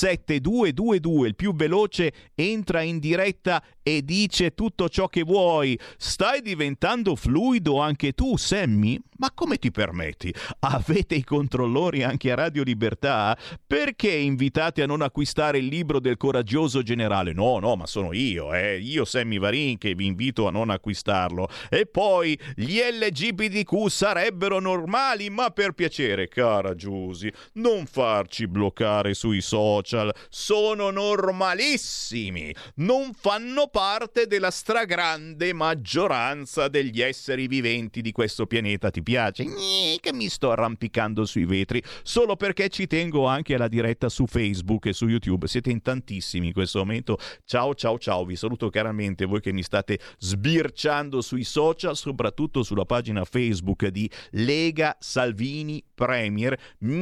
B: 7222, il più veloce entra in diretta e dice tutto ciò che vuoi. Stai diventando fluido anche tu, Sammy? Ma come ti permetti? Avete i controllori anche a Radio Libertà? Perché invitate a non acquistare il libro del coraggioso generale? No, ma sono io Sammy Varin che vi invito a non acquistarlo. E poi gli LGBTQ sarebbero normali, ma per piacere, cara Giusy, non farci bloccare sui social. Sono normalissimi, non fanno parte della stragrande maggioranza degli esseri viventi di questo pianeta. Ti piace? Che mi sto arrampicando sui vetri solo perché ci tengo anche alla diretta su Facebook e su YouTube. Siete in tantissimi in questo momento. Ciao, vi saluto caramente, voi che mi state sbirciando sui social, soprattutto sulla pagina Facebook di Lega Salvini Premier.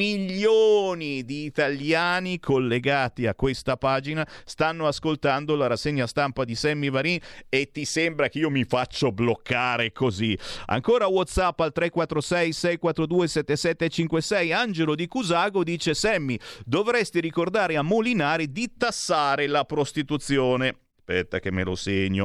B: Milioni di italiani collegati a questa pagina stanno ascoltando la rassegna stampa di Sammy Varin e ti sembra che io mi faccio bloccare così? Ancora WhatsApp al 346 642 7756. Angelo di Cusago dice: Sammy, dovresti ricordare a Molinari di tassare la prostituzione. Aspetta che me lo segno.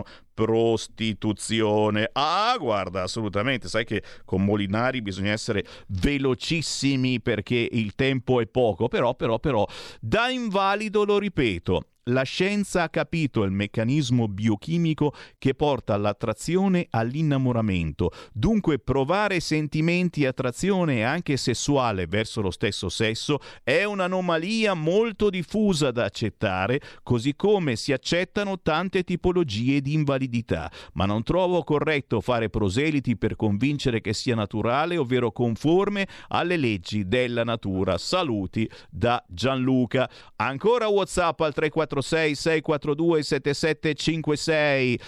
B: Prostituzione. Guarda, assolutamente. Sai che con Molinari bisogna essere velocissimi perché il tempo è poco. Però, da invalido lo ripeto. La scienza ha capito il meccanismo biochimico che porta all'attrazione, all'innamoramento. Dunque provare sentimenti e attrazione anche sessuale verso lo stesso sesso è un'anomalia molto diffusa da accettare, così come si accettano tante tipologie di invalidità. Ma non trovo corretto fare proseliti per convincere che sia naturale, ovvero conforme alle leggi della natura. Saluti da Gianluca. Ancora WhatsApp al 346 642 7756.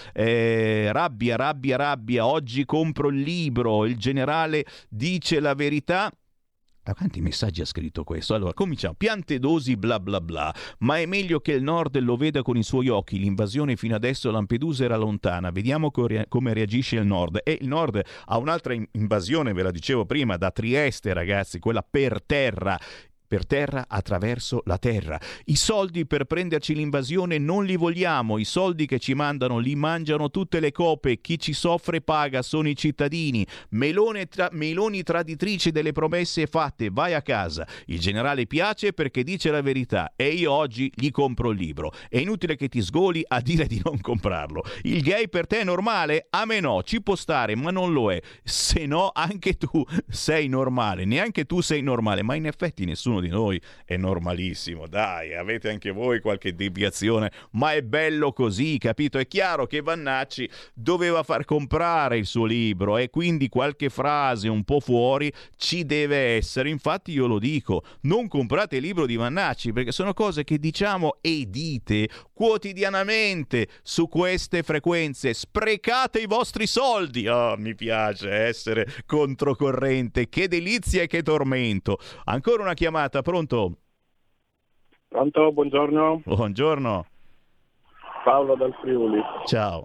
B: Rabbia, oggi compro il libro, il generale dice la verità. Quanti messaggi ha scritto questo? Allora, cominciamo. Piantedosi bla bla bla, ma è meglio che il nord lo veda con i suoi occhi. L'invasione fino adesso a Lampedusa era lontana. Vediamo come reagisce il nord. E il nord ha un'altra invasione, ve la dicevo prima, da Trieste, ragazzi, quella per terra attraverso la terra. I soldi per prenderci l'invasione non li vogliamo, i soldi che ci mandano li mangiano tutte le cope, chi ci soffre paga, sono i cittadini. Meloni traditrici delle promesse fatte, vai a casa. Il generale piace perché dice la verità e io oggi gli compro il libro. È inutile che ti sgoli a dire di non comprarlo. Il gay per te è normale? A me no, ci può stare, ma non lo è. Se no anche tu sei normale, neanche tu sei normale, ma in effetti nessuno ognuno di noi è normalissimo. Dai, avete anche voi qualche deviazione, ma è bello così, capito? È chiaro che Vannacci doveva far comprare il suo libro e quindi qualche frase un po' fuori ci deve essere. Infatti io lo dico, non comprate il libro di Vannacci, perché sono cose che diciamo e dite quotidianamente su queste frequenze. Sprecate i vostri soldi. Oh, mi piace essere controcorrente, che delizia e che tormento. Ancora una chiamata, pronto?
K: Pronto, buongiorno.
B: Buongiorno.
K: Paolo dal Friuli.
B: Ciao.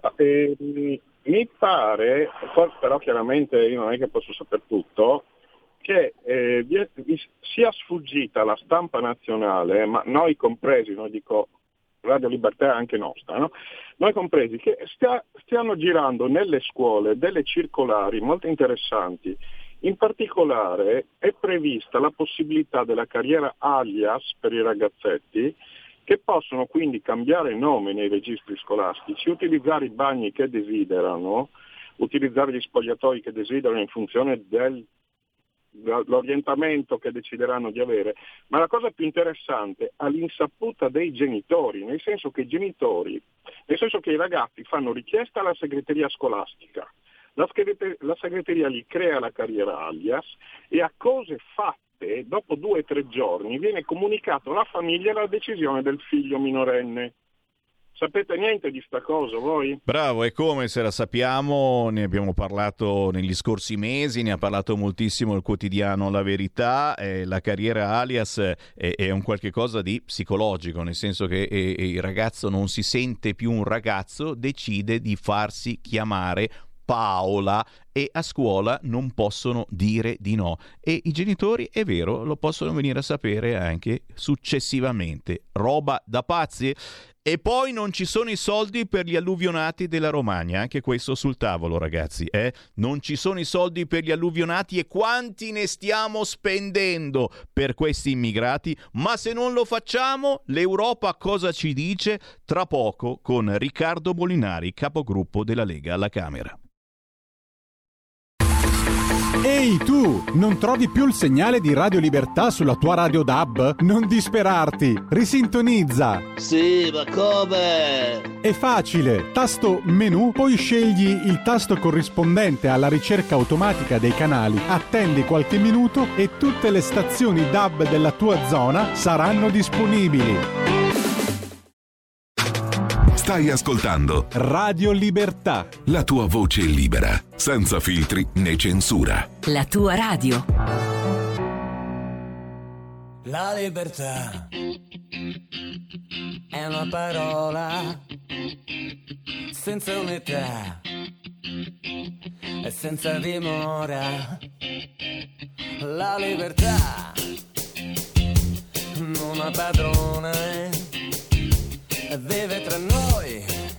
K: Mi pare, però chiaramente io non è che posso sapere tutto, che sia sfuggita alla stampa nazionale, ma noi compresi, non dico Radio Libertà è anche nostra, no? Noi compresi, che stiano girando nelle scuole delle circolari molto interessanti. In particolare è prevista la possibilità della carriera alias per i ragazzetti, che possono quindi cambiare nome nei registri scolastici, utilizzare i bagni che desiderano, utilizzare gli spogliatoi che desiderano in funzione dell'orientamento che decideranno di avere, ma la cosa più interessante all'insaputa dei genitori, nel senso che i ragazzi fanno richiesta alla segreteria scolastica, la segreteria gli crea la carriera alias e a cose fatte dopo 2 o 3 giorni viene comunicato alla famiglia la decisione del figlio minorenne. Sapete niente di sta cosa voi?
B: Bravo, è come se la sappiamo, ne abbiamo parlato negli scorsi mesi, ne ha parlato moltissimo il quotidiano La Verità. La carriera alias è un qualche cosa di psicologico, nel senso che il ragazzo non si sente più un ragazzo, decide di farsi chiamare Paola e a scuola non possono dire di no, e i genitori, è vero, lo possono venire a sapere anche successivamente. Roba da pazzi. E poi non ci sono i soldi per gli alluvionati della Romagna, anche questo sul tavolo, ragazzi, non ci sono i soldi per gli alluvionati, e quanti ne stiamo spendendo per questi immigrati? Ma se non lo facciamo, l'Europa cosa ci dice? Tra poco con Riccardo Molinari, capogruppo della Lega alla Camera.
A: Ehi tu, non trovi più il segnale di Radio Libertà sulla tua radio DAB? Non disperarti, risintonizza!
C: Sì, ma come?
A: È facile, tasto menu, poi scegli il tasto corrispondente alla ricerca automatica dei canali, attendi qualche minuto e tutte le stazioni DAB della tua zona saranno disponibili.
D: Stai ascoltando
A: Radio Libertà,
D: la tua voce libera, senza filtri né censura.
L: La tua radio.
M: La libertà è una parola senza unità e senza dimora. La libertà non ha padrone, vive tra noi,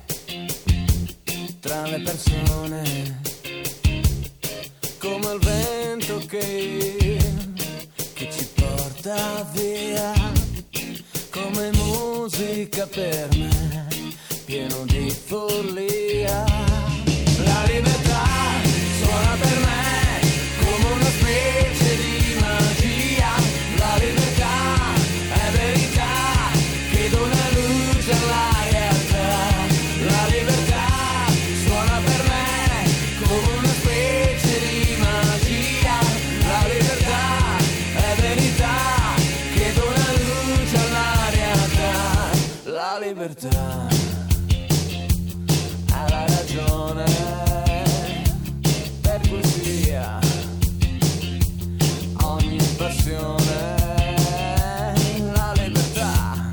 M: tra le persone, come il vento che ci porta via, come musica per me, pieno di follia. La libertà suona per me come una specie di magia. La libertà è verità che dona luce alla realtà. La libertà suona per me come una specie di magia. La libertà è verità che dona luce alla realtà. La libertà ha la ragione per cui sia ogni passione. La libertà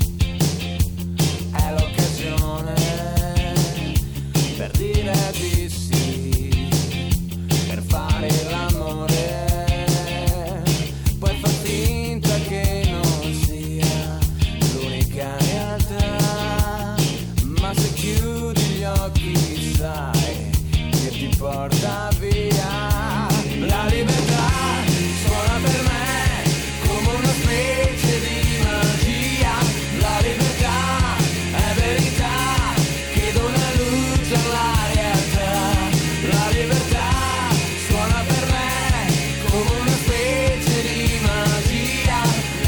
M: è l'occasione per dire di sì, per fare l'amore. Puoi far finta che non sia l'unica realtà, ma se chiudi gli occhi sai che ti porta via. La libertà suona per me come una specie di magia. La libertà è verità che dona luce alla realtà. La libertà suona per me come una specie di magia.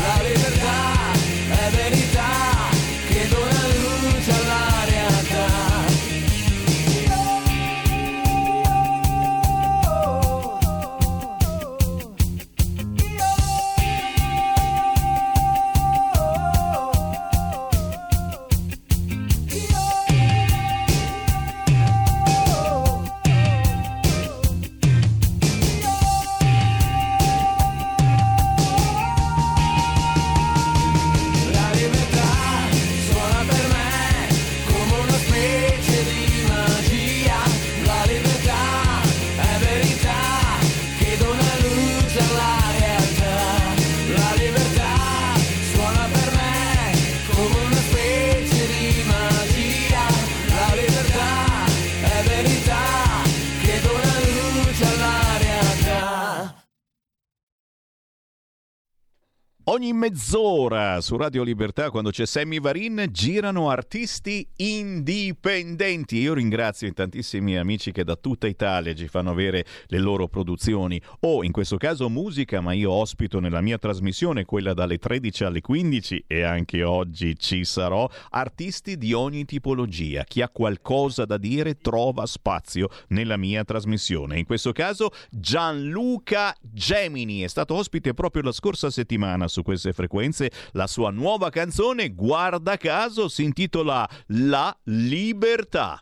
B: Ogni mezz'ora su Radio Libertà, quando c'è Sammy Varin, girano artisti indipendenti. Io ringrazio i tantissimi amici che da tutta Italia ci fanno avere le loro produzioni, o in questo caso musica, ma io ospito nella mia trasmissione, quella dalle 13 alle 15, e anche oggi ci sarò, artisti di ogni tipologia. Chi ha qualcosa da dire trova spazio nella mia trasmissione. In questo caso Gianluca Gemini è stato ospite proprio la scorsa settimana su queste frequenze. La sua nuova canzone, guarda caso, si intitola La Libertà.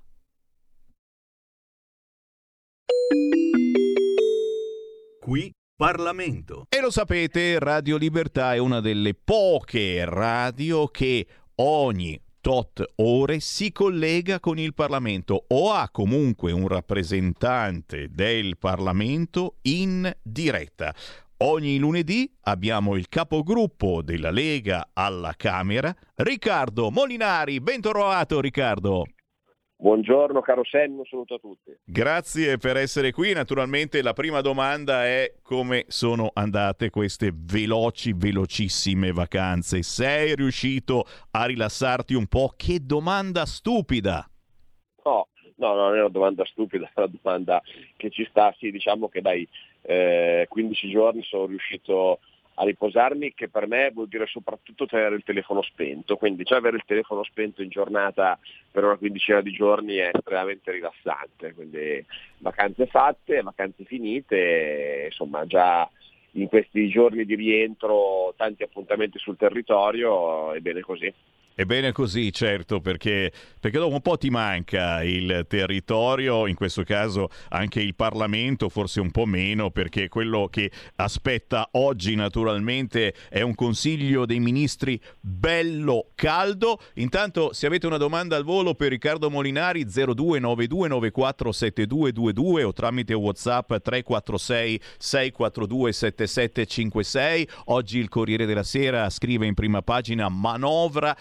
B: Qui Parlamento. E lo sapete, Radio Libertà è una delle poche radio che ogni tot ore si collega con il Parlamento o ha comunque un rappresentante del Parlamento in diretta. Ogni lunedì abbiamo il capogruppo della Lega alla Camera, Riccardo Molinari. Ben trovato, Riccardo.
L: Buongiorno caro Sammy, un saluto a tutti.
B: Grazie per essere qui. Naturalmente la prima domanda è: come sono andate queste velocissime vacanze? Sei riuscito a rilassarti un po'? Che domanda stupida!
L: No, non è una domanda stupida, è una domanda che ci sta. Sì, diciamo che dai 15 giorni sono riuscito a riposarmi, che per me vuol dire soprattutto tenere il telefono spento, quindi già avere il telefono spento in giornata per una quindicina di giorni è estremamente rilassante. Quindi vacanze fatte, vacanze finite, insomma già in questi giorni di rientro tanti appuntamenti sul territorio, e bene così.
B: Ebbene così, certo, perché dopo un po' ti manca il territorio, in questo caso anche il Parlamento, forse un po' meno, perché quello che aspetta oggi naturalmente è un Consiglio dei Ministri bello caldo. Intanto, se avete una domanda al volo per Riccardo Molinari, 0292947222 o tramite WhatsApp 346 642 7756. Oggi il Corriere della Sera scrive in prima pagina: manovra,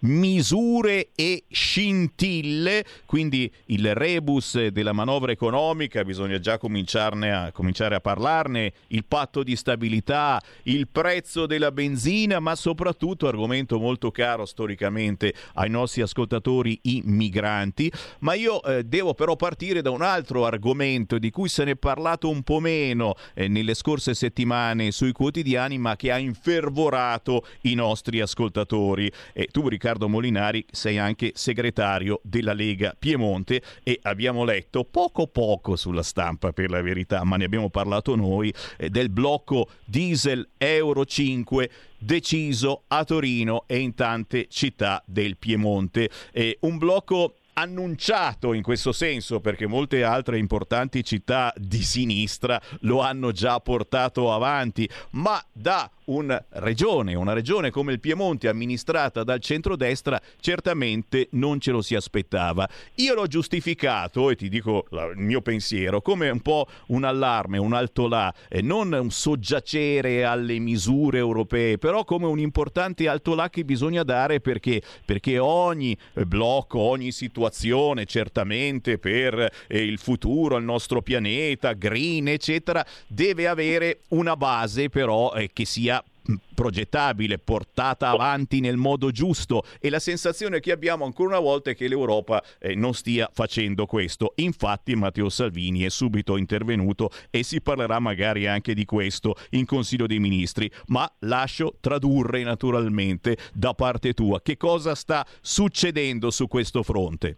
B: misure e scintille, quindi il rebus della manovra economica, bisogna già cominciare a parlarne, il patto di stabilità, il prezzo della benzina, ma soprattutto, argomento molto caro storicamente ai nostri ascoltatori, i migranti. Ma io devo però partire da un altro argomento di cui se ne è parlato un po' meno nelle scorse settimane sui quotidiani, ma che ha infervorato i nostri ascoltatori. E tu, Riccardo Molinari, sei anche segretario della Lega Piemonte e abbiamo letto poco sulla stampa, per la verità, ma ne abbiamo parlato noi, del blocco diesel Euro 5 deciso a Torino e in tante città del Piemonte. Un blocco annunciato in questo senso, perché molte altre importanti città di sinistra lo hanno già portato avanti, ma da una regione come il Piemonte, amministrata dal centrodestra, certamente non ce lo si aspettava. Io l'ho giustificato, e ti dico il mio pensiero, come un po' un allarme, un altolà, non un soggiacere alle misure europee, però come un importante altolà che bisogna dare, perché ogni blocco, ogni situazione, certamente per il futuro, il nostro pianeta, green, eccetera, deve avere una base però che sia progettabile, portata avanti nel modo giusto, e la sensazione che abbiamo ancora una volta è che l'Europa non stia facendo questo. Infatti Matteo Salvini è subito intervenuto e si parlerà magari anche di questo in Consiglio dei Ministri, ma lascio tradurre naturalmente da parte tua che cosa sta succedendo su questo fronte.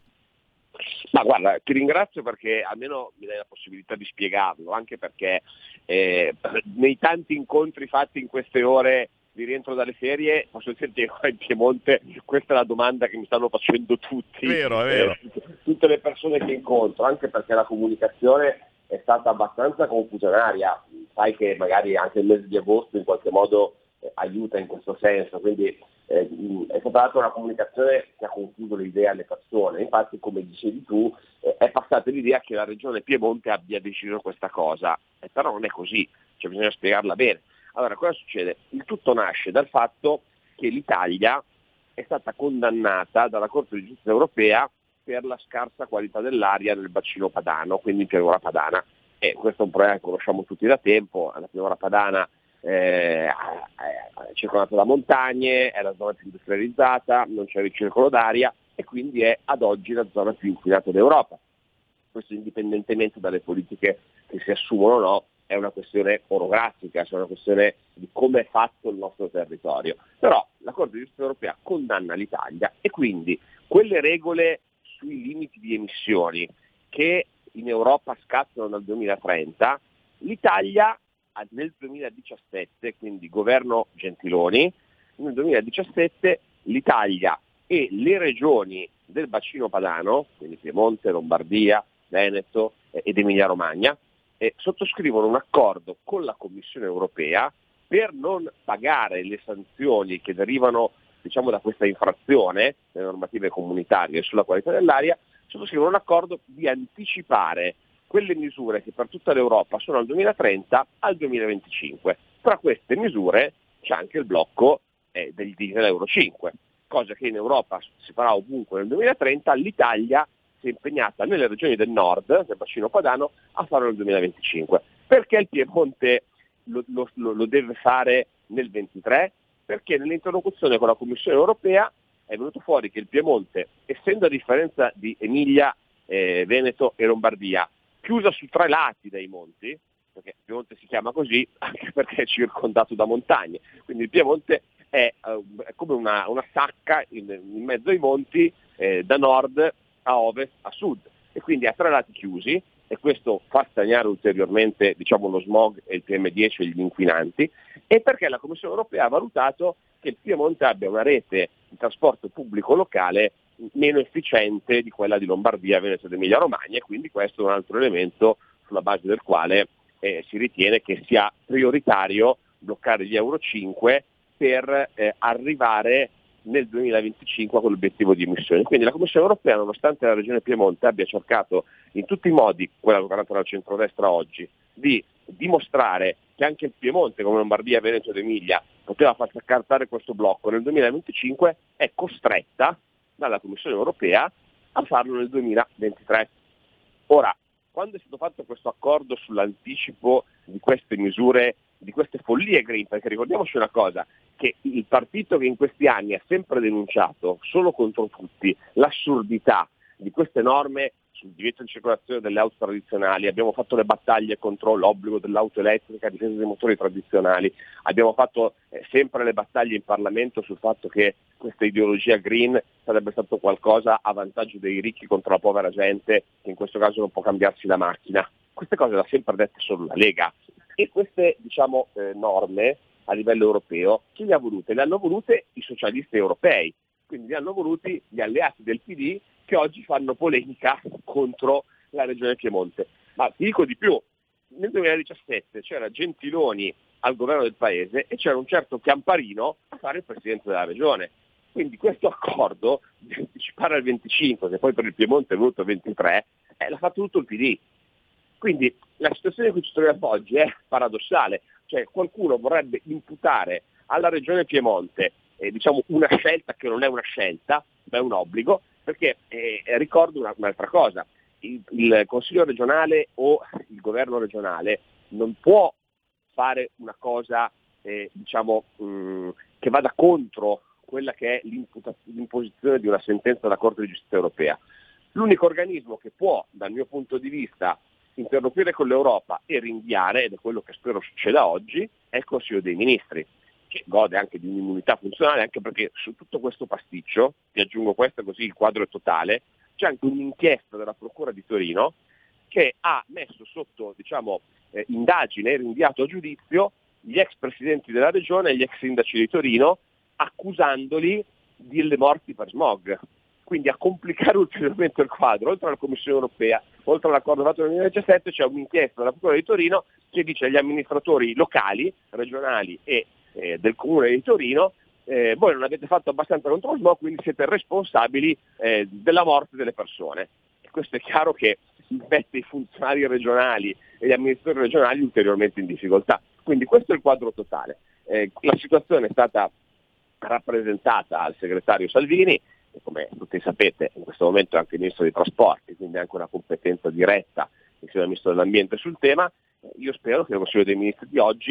L: Ma guarda, ti ringrazio perché almeno mi dai la possibilità di spiegarlo, anche perché nei tanti incontri fatti in queste ore di rientro dalle ferie, posso dirti che qua in Piemonte questa è la domanda che mi stanno facendo tutti,
B: è vero.
L: Tutte le persone che incontro, anche perché la comunicazione è stata abbastanza confusionaria. Sai che magari anche il mese di agosto in qualche modo aiuta in questo senso, quindi è stata data una comunicazione che ha confuso le idee alle persone. Infatti, come dicevi tu, è passata l'idea che la regione Piemonte abbia deciso questa cosa, però non è così, cioè bisogna spiegarla bene. Allora, cosa succede? Il tutto nasce dal fatto che l'Italia è stata condannata dalla Corte di Giustizia europea per la scarsa qualità dell'aria nel bacino padano, quindi in pianura padana. E questo è un problema che conosciamo tutti da tempo. La pianura padana circondata da montagne, è la zona più industrializzata, non c'è ricircolo d'aria e quindi è ad oggi la zona più inquinata d'Europa. Questo indipendentemente dalle politiche che si assumono o no, è una questione orografica, cioè una questione di come è fatto il nostro territorio. Però la Corte di Giustizia europea condanna l'Italia e quindi quelle regole sui limiti di emissioni che in Europa scattano dal 2030, l'Italia nel 2017, quindi governo Gentiloni, nel 2017 l'Italia e le regioni del bacino padano, quindi Piemonte, Lombardia, Veneto ed Emilia Romagna, sottoscrivono un accordo con la Commissione europea per non pagare le sanzioni che derivano, diciamo, da questa infrazione delle normative comunitarie sulla qualità dell'aria, sottoscrivono un accordo di anticipare quelle misure che per tutta l'Europa sono al 2030 al 2025. Tra queste misure c'è anche il blocco del diesel Euro 5, cosa che in Europa si farà ovunque nel 2030, l'Italia si è impegnata nelle regioni del nord, del bacino padano, a farlo nel 2025. Perché il Piemonte lo deve fare nel 23? Perché nell'interlocuzione con la Commissione europea è venuto fuori che il Piemonte, essendo a differenza di Emilia, Veneto e Lombardia, chiusa su 3 lati dai monti, perché il Piemonte si chiama così anche perché è circondato da montagne, quindi il Piemonte è come una sacca in mezzo ai monti, da nord a ovest a sud, e quindi ha 3 lati chiusi, e questo fa stagnare ulteriormente, diciamo, lo smog e il PM10 e gli inquinanti, e perché la Commissione europea ha valutato che il Piemonte abbia una rete di trasporto pubblico locale meno efficiente di quella di Lombardia, Veneto ed Emilia Romagna, e quindi questo è un altro elemento sulla base del quale si ritiene che sia prioritario bloccare gli Euro 5 per arrivare nel 2025 a quell'obiettivo di emissioni. Quindi la Commissione europea, nonostante la regione Piemonte abbia cercato in tutti i modi, quella governata dal centrodestra oggi, di dimostrare che anche il Piemonte, come Lombardia, Veneto ed Emilia, poteva far scartare questo blocco nel 2025, è costretta dalla Commissione europea a farlo nel 2023. Ora, quando è stato fatto questo accordo sull'anticipo di queste misure, di queste follie green, perché ricordiamoci una cosa, che il partito che in questi anni ha sempre denunciato, solo contro tutti, l'assurdità di queste norme sul divieto di circolazione delle auto tradizionali, abbiamo fatto le battaglie contro l'obbligo dell'auto elettrica a difesa dei motori tradizionali, abbiamo fatto sempre le battaglie in Parlamento sul fatto che questa ideologia green sarebbe stato qualcosa a vantaggio dei ricchi contro la povera gente, che in questo caso non può cambiarsi la macchina. Queste cose le ha sempre dette solo la Lega, e queste, diciamo, norme a livello europeo chi le ha volute? Le hanno volute i socialisti europei, quindi li hanno voluti gli alleati del PD, che oggi fanno polemica contro la regione Piemonte. Ma ti dico di più, nel 2017 c'era Gentiloni al governo del paese e c'era un certo Chiamparino a fare il presidente della regione. Quindi questo accordo di anticipare al 25, che poi per il Piemonte è venuto al 23, l'ha fatto tutto il PD. Quindi la situazione in cui ci troviamo oggi è paradossale, cioè qualcuno vorrebbe imputare alla regione Piemonte diciamo una scelta che non è una scelta, ma è un obbligo, perché ricordo un'altra cosa, il Consiglio regionale o il governo regionale non può fare una cosa diciamo che vada contro quella che è l'imposizione di una sentenza della Corte di Giustizia europea. L'unico organismo che può, dal mio punto di vista, interloquire con l'Europa e rinviare, ed è quello che spero succeda oggi, è il Consiglio dei Ministri, che gode anche di un'immunità funzionale, anche perché su tutto questo pasticcio, ti aggiungo questo così il quadro è totale, c'è anche un'inchiesta della Procura di Torino che ha messo sotto, diciamo, indagine e rinviato a giudizio gli ex presidenti della regione e gli ex sindaci di Torino, accusandoli delle morti per smog. Quindi a complicare ulteriormente il quadro, oltre alla Commissione europea, oltre all'accordo fatto nel 2017, c'è un'inchiesta della Procura di Torino che dice agli amministratori locali, regionali e del Comune di Torino, voi non avete fatto abbastanza contro lo smog, quindi siete responsabili della morte delle persone. E questo è chiaro che mette i funzionari regionali e gli amministratori regionali ulteriormente in difficoltà. Quindi questo è il quadro totale. La situazione è stata rappresentata al segretario Salvini, e come tutti sapete in questo momento è anche il ministro dei trasporti, quindi anche una competenza diretta insieme al ministro dell'ambiente sul tema. Io spero che il Consiglio dei Ministri di oggi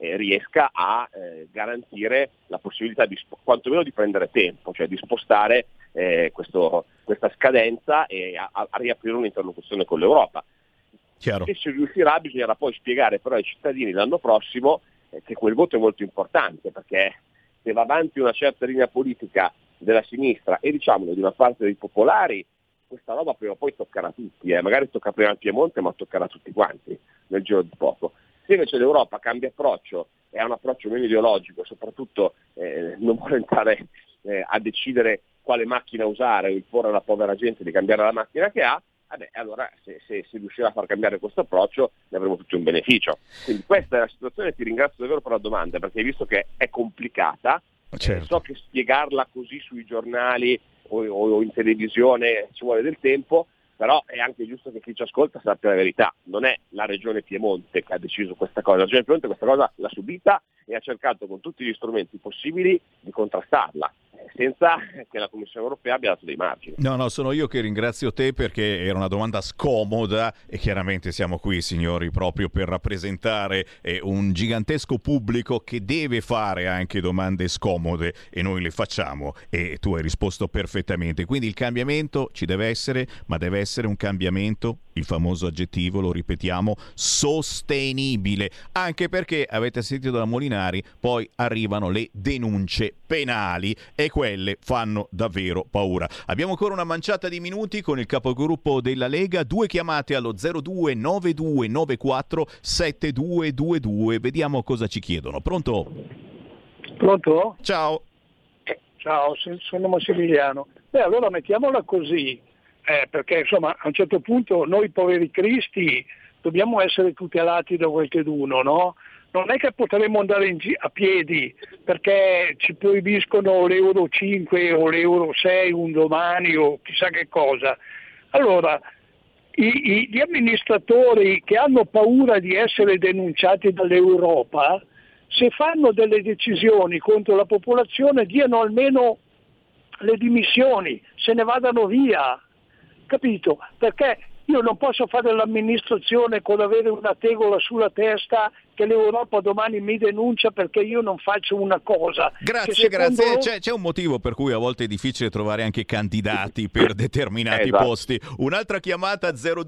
L: riesca a garantire la possibilità quantomeno di prendere tempo, cioè di spostare questa scadenza e a riaprire un'interlocuzione con l'Europa.
B: Chiaro.
L: Se ci riuscirà bisognerà poi spiegare però ai cittadini l'anno prossimo che quel voto è molto importante, perché se va avanti una certa linea politica della sinistra e diciamolo di una parte dei popolari, questa roba prima o poi toccherà a tutti, magari tocca prima al Piemonte ma toccherà a tutti quanti nel giro di poco. Se invece l'Europa cambia approccio e ha un approccio meno ideologico, soprattutto non vuole entrare a decidere quale macchina usare o imporre alla povera gente di cambiare la macchina che ha, allora se si riuscirà a far cambiare questo approccio ne avremo tutti un beneficio. Quindi questa è la situazione, ti ringrazio davvero per la domanda, perché hai visto che è complicata,
B: certo.
L: So che spiegarla così sui giornali o in televisione ci vuole del tempo, però è anche giusto che chi ci ascolta sappia la verità. Non è la regione Piemonte che ha deciso questa cosa, la regione Piemonte questa cosa l'ha subita e ha cercato con tutti gli strumenti possibili di contrastarla, senza che la Commissione europea abbia dato dei margini.
B: No, sono io che ringrazio te, perché era una domanda scomoda e chiaramente siamo qui, signori, proprio per rappresentare un gigantesco pubblico che deve fare anche domande scomode e noi le facciamo e tu hai risposto perfettamente. Quindi il cambiamento ci deve essere, ma deve essere un cambiamento, il famoso aggettivo, lo ripetiamo, sostenibile, anche perché avete sentito da Molinari, poi arrivano le denunce penali e quelle fanno davvero paura. Abbiamo ancora una manciata di minuti con il capogruppo della Lega, 2 chiamate allo 029294 7222, vediamo cosa ci chiedono. Pronto?
N: Pronto?
B: Ciao.
N: Ciao, sono Massimiliano. Allora mettiamola così, perché insomma a un certo punto noi poveri cristi dobbiamo essere tutelati da qualcheduno, no? Non è che potremo andare a piedi perché ci proibiscono l'Euro 5 o l'Euro 6 un domani o chissà che cosa. Allora, gli amministratori che hanno paura di essere denunciati dall'Europa, se fanno delle decisioni contro la popolazione, diano almeno le dimissioni, se ne vadano via, capito? Perché io non posso fare l'amministrazione con avere una tegola sulla testa che l'Europa domani mi denuncia perché io non faccio una cosa.
B: Grazie. C'è un motivo per cui a volte è difficile trovare anche candidati per determinati posti. Un'altra chiamata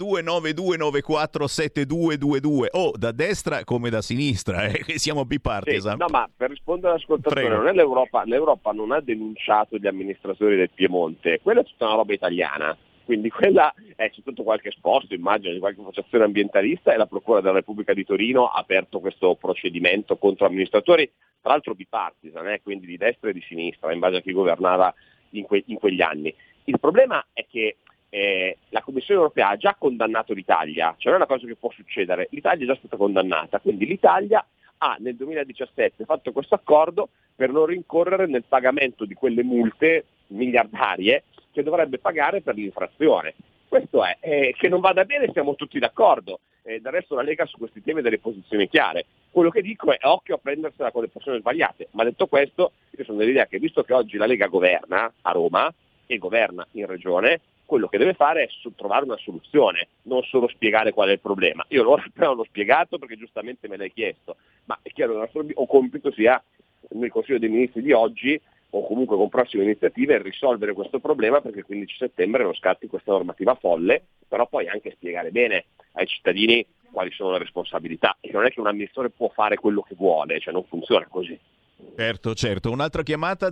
B: 0292947222 da destra come da sinistra, che siamo bipartisan.
L: Sì, no, ma per rispondere all'ascoltatore, non è l'Europa non ha denunciato gli amministratori del Piemonte, quella è tutta una roba italiana. Quindi quella c'è tutto qualche esposto, immagino, di qualche associazione ambientalista, e la Procura della Repubblica di Torino ha aperto questo procedimento contro amministratori, tra l'altro bipartisan, quindi di destra e di sinistra, in base a chi governava in quegli anni. Il problema è che la Commissione europea ha già condannato l'Italia, cioè non è una cosa che può succedere, l'Italia è già stata condannata, quindi l'Italia ha nel 2017 fatto questo accordo per non rincorrere nel pagamento di quelle multe miliardarie che dovrebbe pagare per l'infrazione. Questo è, che non vada bene siamo tutti d'accordo, del resto la Lega su questi temi ha delle posizioni chiare. Quello che dico è occhio a prendersela con le persone sbagliate, ma detto questo io sono dell'idea che visto che oggi la Lega governa a Roma e governa in Regione, quello che deve fare è trovare una soluzione, non solo spiegare qual è il problema. Io l'ho spiegato perché giustamente me l'hai chiesto, ma è chiaro che il nostro compito sia nel Consiglio dei Ministri di oggi o comunque con prossime iniziative risolvere questo problema, perché il 15 settembre non scatti questa normativa folle, però poi anche spiegare bene ai cittadini quali sono le responsabilità, e non è che un amministratore può fare quello che vuole, cioè non funziona così.
B: Certo. Un'altra chiamata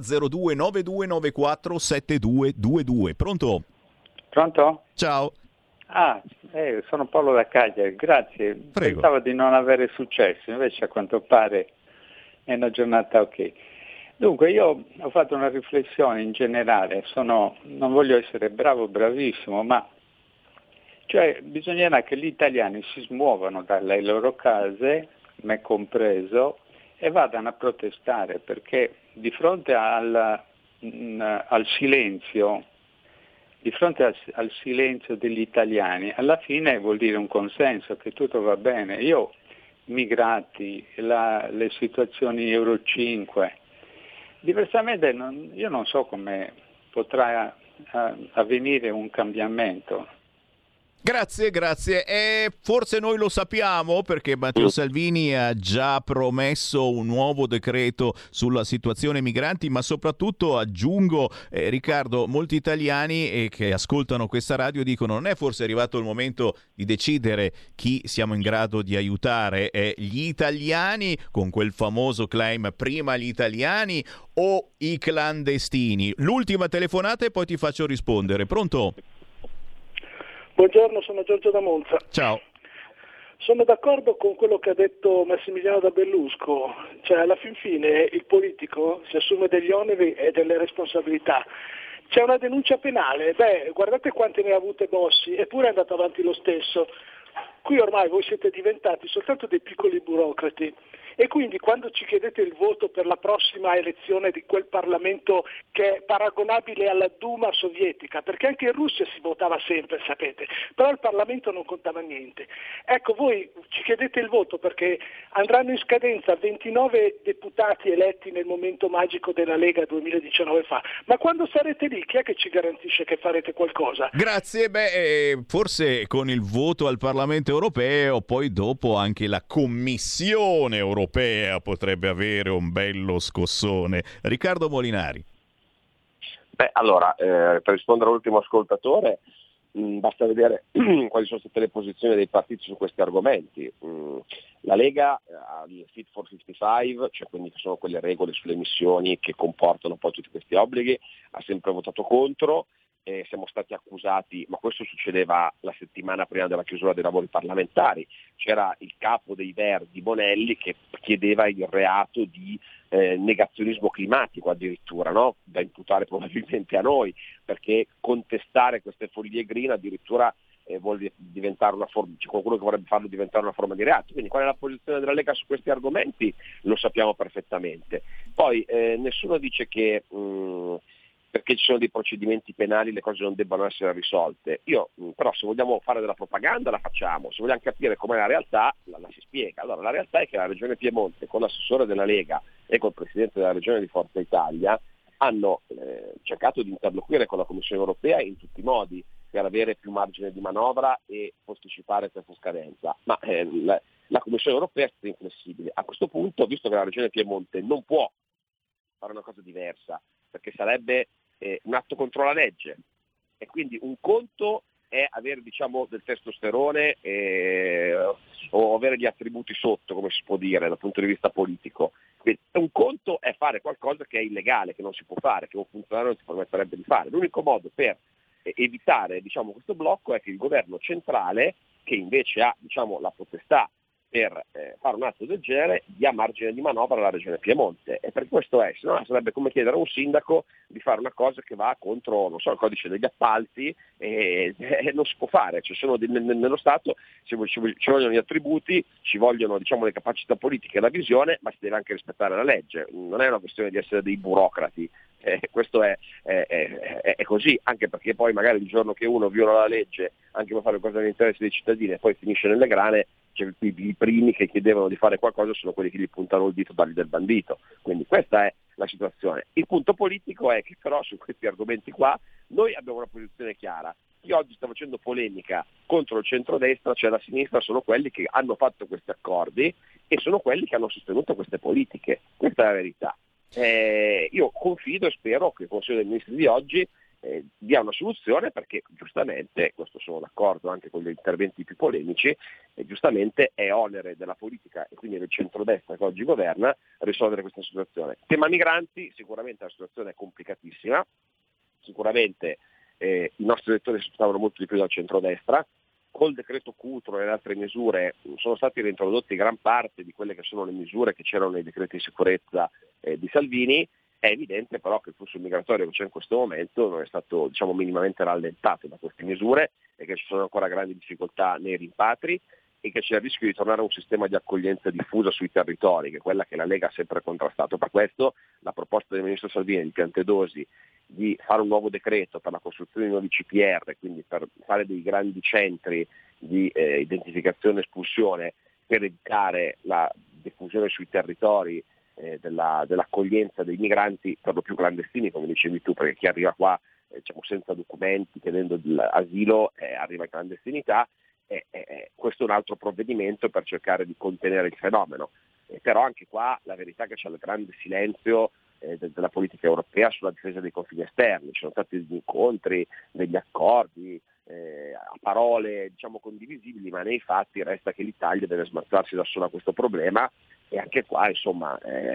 B: 0292947222. Pronto?
O: Pronto?
B: Ciao.
O: Sono Paolo da Cagliari, grazie.
B: Prego.
O: Pensavo di non avere successo, invece a quanto pare è una giornata ok. Dunque io ho fatto una riflessione in generale, non voglio essere bravissimo, ma bisognerà che gli italiani si smuovano dalle loro case, me compreso, e vadano a protestare, perché di fronte al silenzio, al silenzio degli italiani, alla fine vuol dire un consenso, che tutto va bene. Migrati, le situazioni Euro 5, diversamente io non so come potrà avvenire un cambiamento.
B: Grazie. Forse noi lo sappiamo perché Matteo Salvini ha già promesso un nuovo decreto sulla situazione migranti, ma soprattutto aggiungo, Riccardo, molti italiani che ascoltano questa radio dicono: non è forse arrivato il momento di decidere chi siamo in grado di aiutare? Gli italiani, con quel famoso claim prima gli italiani o i clandestini? L'ultima telefonata e poi ti faccio rispondere. Pronto?
N: Buongiorno, sono Giorgio da Monza.
B: Ciao.
N: Sono d'accordo con quello che ha detto Massimiliano da Bellusco, cioè alla fin fine il politico si assume degli oneri e delle responsabilità. C'è una denuncia penale, guardate quante ne ha avute Bossi, eppure è andato avanti lo stesso. Qui ormai voi siete diventati soltanto dei piccoli burocrati e quindi quando ci chiedete il voto per la prossima elezione di quel Parlamento che è paragonabile alla Duma sovietica, perché anche in Russia si votava sempre, sapete, però il Parlamento non contava niente. Ecco, voi ci chiedete il voto perché andranno in scadenza 29 deputati eletti nel momento magico della Lega 2019 fa, ma quando sarete lì chi è che ci garantisce che farete qualcosa?
B: Grazie, forse con il voto al Parlamento europeo, poi dopo anche la Commissione europea potrebbe avere un bello scossone. Riccardo Molinari.
L: Allora, per rispondere all'ultimo ascoltatore, basta vedere quali sono state le posizioni dei partiti su questi argomenti. La Lega ha il Fit for 55, cioè quindi che sono quelle regole sulle emissioni che comportano poi tutti questi obblighi, ha sempre votato contro. Siamo stati accusati, ma questo succedeva la settimana prima della chiusura dei lavori parlamentari, c'era il capo dei Verdi Bonelli che chiedeva il reato di negazionismo climatico addirittura, no? Da imputare probabilmente a noi, perché contestare queste follie green addirittura vuole diventare una forma, c'è qualcuno che vorrebbe farlo diventare una forma di reato. Quindi qual è la posizione della Lega su questi argomenti lo sappiamo perfettamente. Poi nessuno dice che perché ci sono dei procedimenti penali le cose non debbano essere risolte. Però se vogliamo fare della propaganda la facciamo, se vogliamo capire com'è la realtà la si spiega. Allora la realtà è che la Regione Piemonte con l'assessore della Lega e col Presidente della Regione di Forza Italia hanno cercato di interloquire con la Commissione Europea in tutti i modi per avere più margine di manovra e posticipare questa scadenza, ma la Commissione Europea è stata inflessibile. A questo punto, visto che la Regione Piemonte non può fare una cosa diversa, perché sarebbe un atto contro la legge, e quindi un conto è avere del testosterone o avere gli attributi sotto, come si può dire dal punto di vista politico. Quindi, un conto è fare qualcosa che è illegale, che non si può fare, che un funzionario non si permetterebbe di fare. L'unico modo per evitare questo blocco è che il governo centrale, che invece ha la potestà per fare un atto del genere, dia margine di manovra alla Regione Piemonte, e per questo se no sarebbe come chiedere a un sindaco di fare una cosa che va contro, non so, il codice degli appalti, e non si può fare. Nello Stato ci vogliono gli attributi, ci vogliono le capacità politiche e la visione, ma si deve anche rispettare la legge. Non è una questione di essere dei burocrati. Questo è così, anche perché poi magari il giorno che uno viola la legge anche per fare qualcosa nell'interesse dei cittadini e poi finisce nelle grane, i primi che chiedevano di fare qualcosa sono quelli che gli puntano il dito dagli del bandito. Quindi questa è la situazione. Il punto politico è che però su questi argomenti qua noi abbiamo una posizione chiara. Chi oggi sta facendo polemica contro il centrodestra, cioè la sinistra, sono quelli che hanno fatto questi accordi e sono quelli che hanno sostenuto queste politiche. Questa è la verità. Io confido e spero che il Consiglio dei Ministri di oggi dia una soluzione, perché giustamente, questo sono d'accordo anche con gli interventi più polemici, giustamente è onere della politica e quindi del centrodestra che oggi governa risolvere questa situazione. Tema migranti, sicuramente la situazione è complicatissima, sicuramente i nostri elettori si aspettavano molto di più dal centrodestra. Col decreto Cutro e le altre misure sono stati reintrodotti gran parte di quelle che sono le misure che c'erano nei decreti di sicurezza di Salvini. È evidente però che il flusso migratorio che c'è in questo momento non è stato minimamente rallentato da queste misure e che ci sono ancora grandi difficoltà nei rimpatri e che c'è il rischio di tornare a un sistema di accoglienza diffusa sui territori, che è quella che la Lega ha sempre contrastato. Per questo la proposta del Ministro Salvini di Piantedosi di fare un nuovo decreto per la costruzione di nuovi CPR, quindi per fare dei grandi centri di identificazione e espulsione per evitare la diffusione sui territori dell'accoglienza dei migranti, per lo più clandestini, come dicevi tu, perché chi arriva qua diciamo senza documenti, chiedendo asilo, arriva in clandestinità. Questo è un altro provvedimento per cercare di contenere il fenomeno. Però anche qua la verità è che c'è il grande silenzio della politica europea sulla difesa dei confini esterni. Ci sono stati degli incontri, degli accordi, a parole diciamo condivisibili, ma nei fatti resta che l'Italia deve smazzarsi da sola questo problema, e anche qua insomma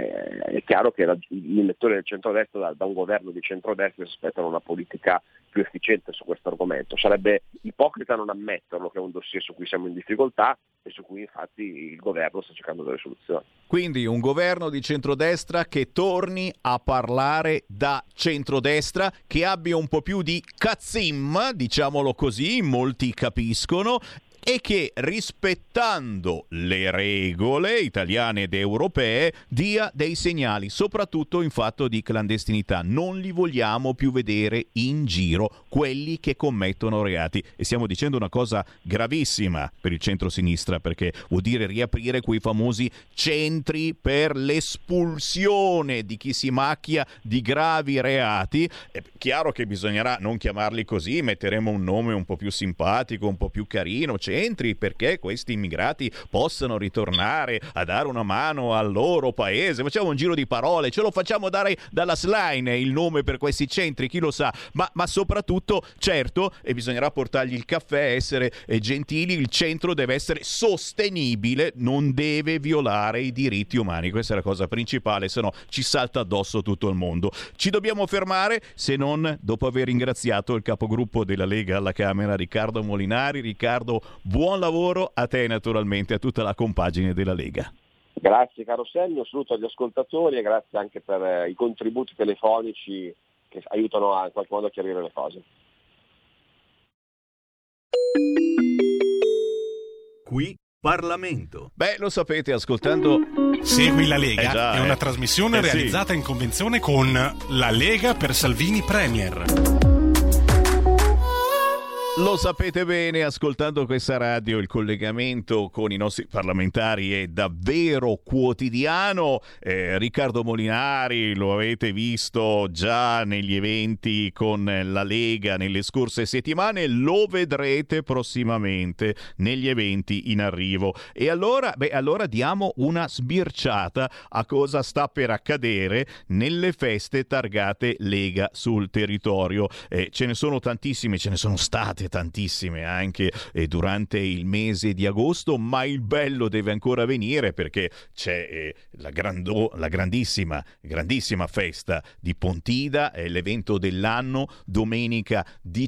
L: è chiaro che gli elettori del centrodestra da un governo di centrodestra si aspettano una politica più efficiente su questo argomento. Sarebbe ipocrita non ammetterlo che è un dossier su cui siamo in difficoltà e su cui infatti il governo sta cercando delle soluzioni.
B: Quindi un governo di centrodestra che torni a parlare da centrodestra, che abbia un po' più di cazzim, diciamolo così, molti capiscono, e che rispettando le regole italiane ed europee dia dei segnali, soprattutto in fatto di clandestinità. Non li vogliamo più vedere in giro, quelli che commettono reati. E stiamo dicendo una cosa gravissima per il centro-sinistra, perché vuol dire riaprire quei famosi centri per l'espulsione di chi si macchia di gravi reati. È chiaro che bisognerà non chiamarli così, metteremo un nome un po' più simpatico, un po' più carino, perché questi immigrati possano ritornare a dare una mano al loro paese. Facciamo un giro di parole, ce lo facciamo dare dalla Schlein il nome per questi centri, chi lo sa, ma soprattutto, certo, e bisognerà portargli il caffè, essere gentili, il centro deve essere sostenibile, non deve violare i diritti umani. Questa è la cosa principale, se no ci salta addosso tutto il mondo. Ci dobbiamo fermare, se non dopo aver ringraziato il capogruppo della Lega alla Camera, Riccardo Molinari. Riccardo, buon lavoro a te, naturalmente, a tutta la compagine della Lega.
L: Grazie caro Semmi, un saluto agli ascoltatori e grazie anche per i contributi telefonici che aiutano in qualche modo a chiarire le cose.
B: Qui Parlamento. Beh, lo sapete, ascoltando
P: Segui la Lega è una trasmissione realizzata in convenzione con la Lega per Salvini Premier.
B: Lo sapete bene, ascoltando questa radio il collegamento con i nostri parlamentari è davvero quotidiano. Riccardo Molinari lo avete visto già negli eventi con la Lega nelle scorse settimane, lo vedrete prossimamente negli eventi in arrivo. E allora diamo una sbirciata a cosa sta per accadere nelle feste targate Lega sul territorio. Ce ne sono tantissime, ce ne sono state tantissime anche durante il mese di agosto, ma il bello deve ancora venire, perché c'è la grandissima festa di Pontida, è l'evento dell'anno, domenica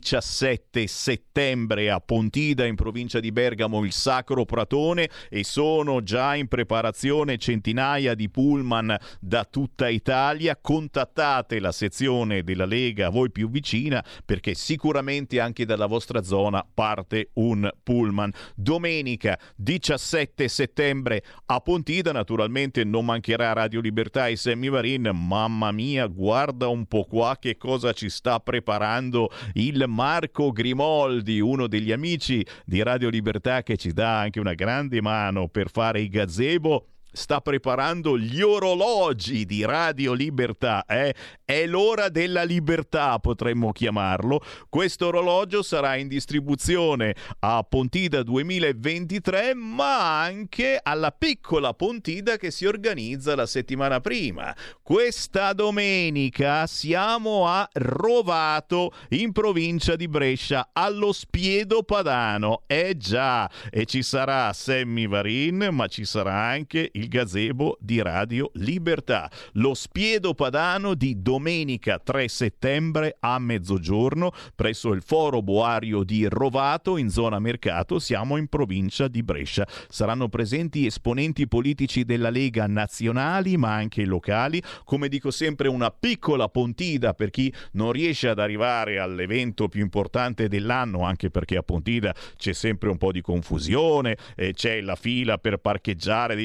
B: 17 settembre a Pontida in provincia di Bergamo, il Sacro Pratone, e sono già in preparazione centinaia di pullman da tutta Italia. Contattate la sezione della Lega a voi più vicina, perché sicuramente anche dalla vostra zona parte un pullman. Domenica 17 settembre a Pontida, naturalmente non mancherà Radio Libertà e Sammy Varin. Mamma mia, guarda un po' qua che cosa ci sta preparando il Marco Grimoldi, uno degli amici di Radio Libertà che ci dà anche una grande mano per fare i gazebo. Sta preparando gli orologi di Radio Libertà, È l'ora della libertà, potremmo chiamarlo. Questo orologio sarà in distribuzione a Pontida 2023, ma anche alla piccola Pontida che si organizza la settimana prima. Questa domenica siamo a Rovato, in provincia di Brescia, allo Spiedo Padano. Già, e ci sarà Sammy Varin, ma ci sarà anche il gazebo di Radio Libertà. Lo Spiedo Padano di domenica 3 settembre a mezzogiorno presso il Foro Boario di Rovato in zona Mercato. Siamo in provincia di Brescia. Saranno presenti esponenti politici della Lega nazionali ma anche locali. Come dico sempre, una piccola Pontida per chi non riesce ad arrivare all'evento più importante dell'anno, anche perché a Pontida c'è sempre un po' di confusione, c'è la fila per parcheggiare, devi parcheggiare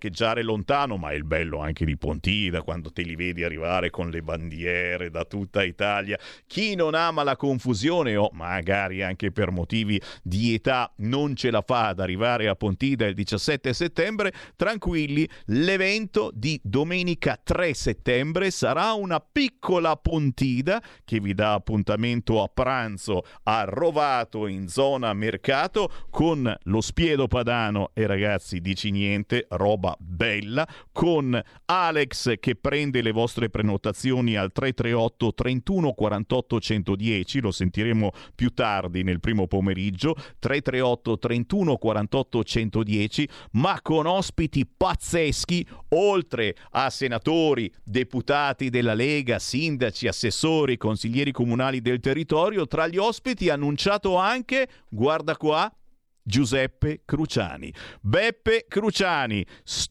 B: parcheggiare lontano, ma è il bello anche di Pontida, quando te li vedi arrivare con le bandiere da tutta Italia. Chi non ama la confusione o magari anche per motivi di età non ce la fa ad arrivare a Pontida il 17 settembre, tranquilli, l'evento di domenica 3 settembre sarà una piccola Pontida che vi dà appuntamento a pranzo a Rovato in zona mercato con lo spiedo padano e ragazzi dici niente, roba bella, con Alex che prende le vostre prenotazioni al 338 31 48 110, lo sentiremo più tardi nel primo pomeriggio, 338 31 48 110, ma con ospiti pazzeschi, oltre a senatori, deputati della Lega, sindaci, assessori, consiglieri comunali del territorio. Tra gli ospiti annunciato anche, guarda qua, Giuseppe Cruciani. Beppe Cruciani,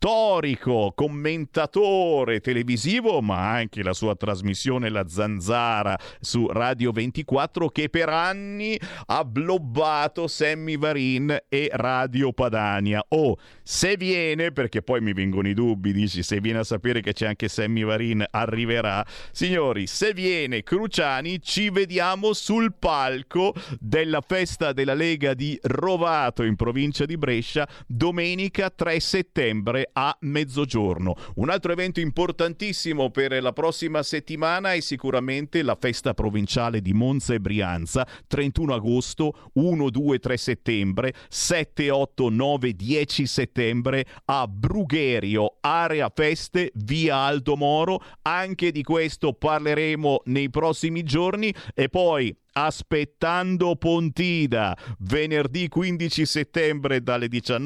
B: storico commentatore televisivo, ma anche la sua trasmissione La Zanzara su Radio 24 che per anni ha blobbato Sammy Varin e Radio Padania. Se viene, perché poi mi vengono i dubbi, dici se viene a sapere che c'è anche Sammy Varin arriverà. Signori, se viene Cruciani ci vediamo sul palco della festa della Lega di Rovato in provincia di Brescia domenica 3 settembre a mezzogiorno. Un altro evento importantissimo per la prossima settimana è sicuramente la festa provinciale di Monza e Brianza, 31 agosto, 1, 2, 3 settembre, 7, 8, 9, 10 settembre a Brugherio, area feste, via Aldo Moro. Anche di questo parleremo nei prossimi giorni. E poi Aspettando Pontida, venerdì 15 settembre dalle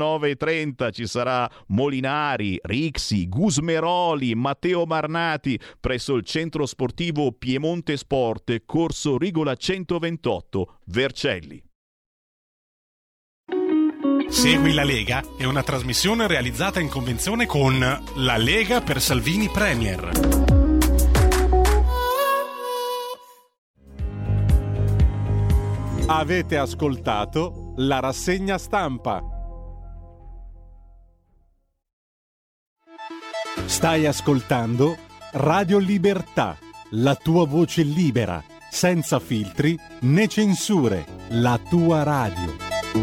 B: 19.30 ci sarà Molinari, Rixi, Gusmeroli, Matteo Marnati presso il centro sportivo Piemonte Sport, corso Rigola 128, Vercelli.
P: Segui la Lega è una trasmissione realizzata in convenzione con La Lega per Salvini Premier.
A: Avete ascoltato la rassegna stampa. Stai ascoltando Radio Libertà, la tua voce libera, senza filtri né censure, la tua radio.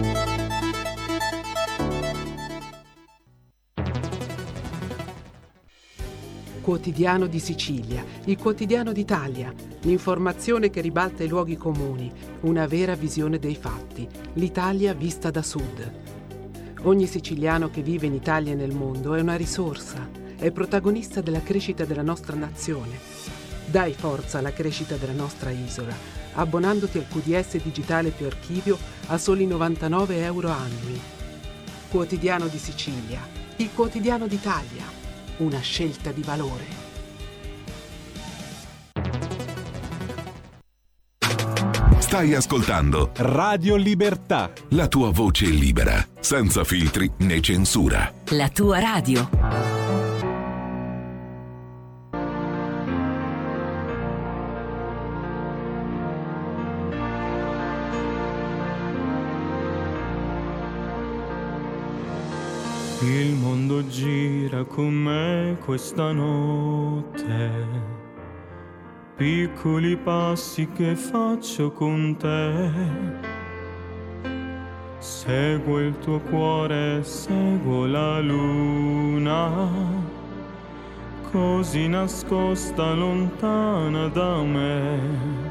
Q: Quotidiano di Sicilia, il quotidiano d'Italia, l'informazione che ribalta i luoghi comuni, una vera visione dei fatti, l'Italia vista da sud. Ogni siciliano che vive in Italia e nel mondo è una risorsa, è protagonista della crescita della nostra nazione. Dai forza alla crescita della nostra isola, abbonandoti al QDS digitale più archivio a soli 99 euro annui. Quotidiano di Sicilia, il quotidiano d'Italia. Una scelta di valore.
D: Stai ascoltando
A: Radio Libertà,
D: la tua voce libera, senza filtri né censura.
R: La tua radio.
S: Il mondo gira con me questa notte, piccoli passi che faccio con te. Seguo il tuo cuore, seguo la luna, così nascosta lontana da me.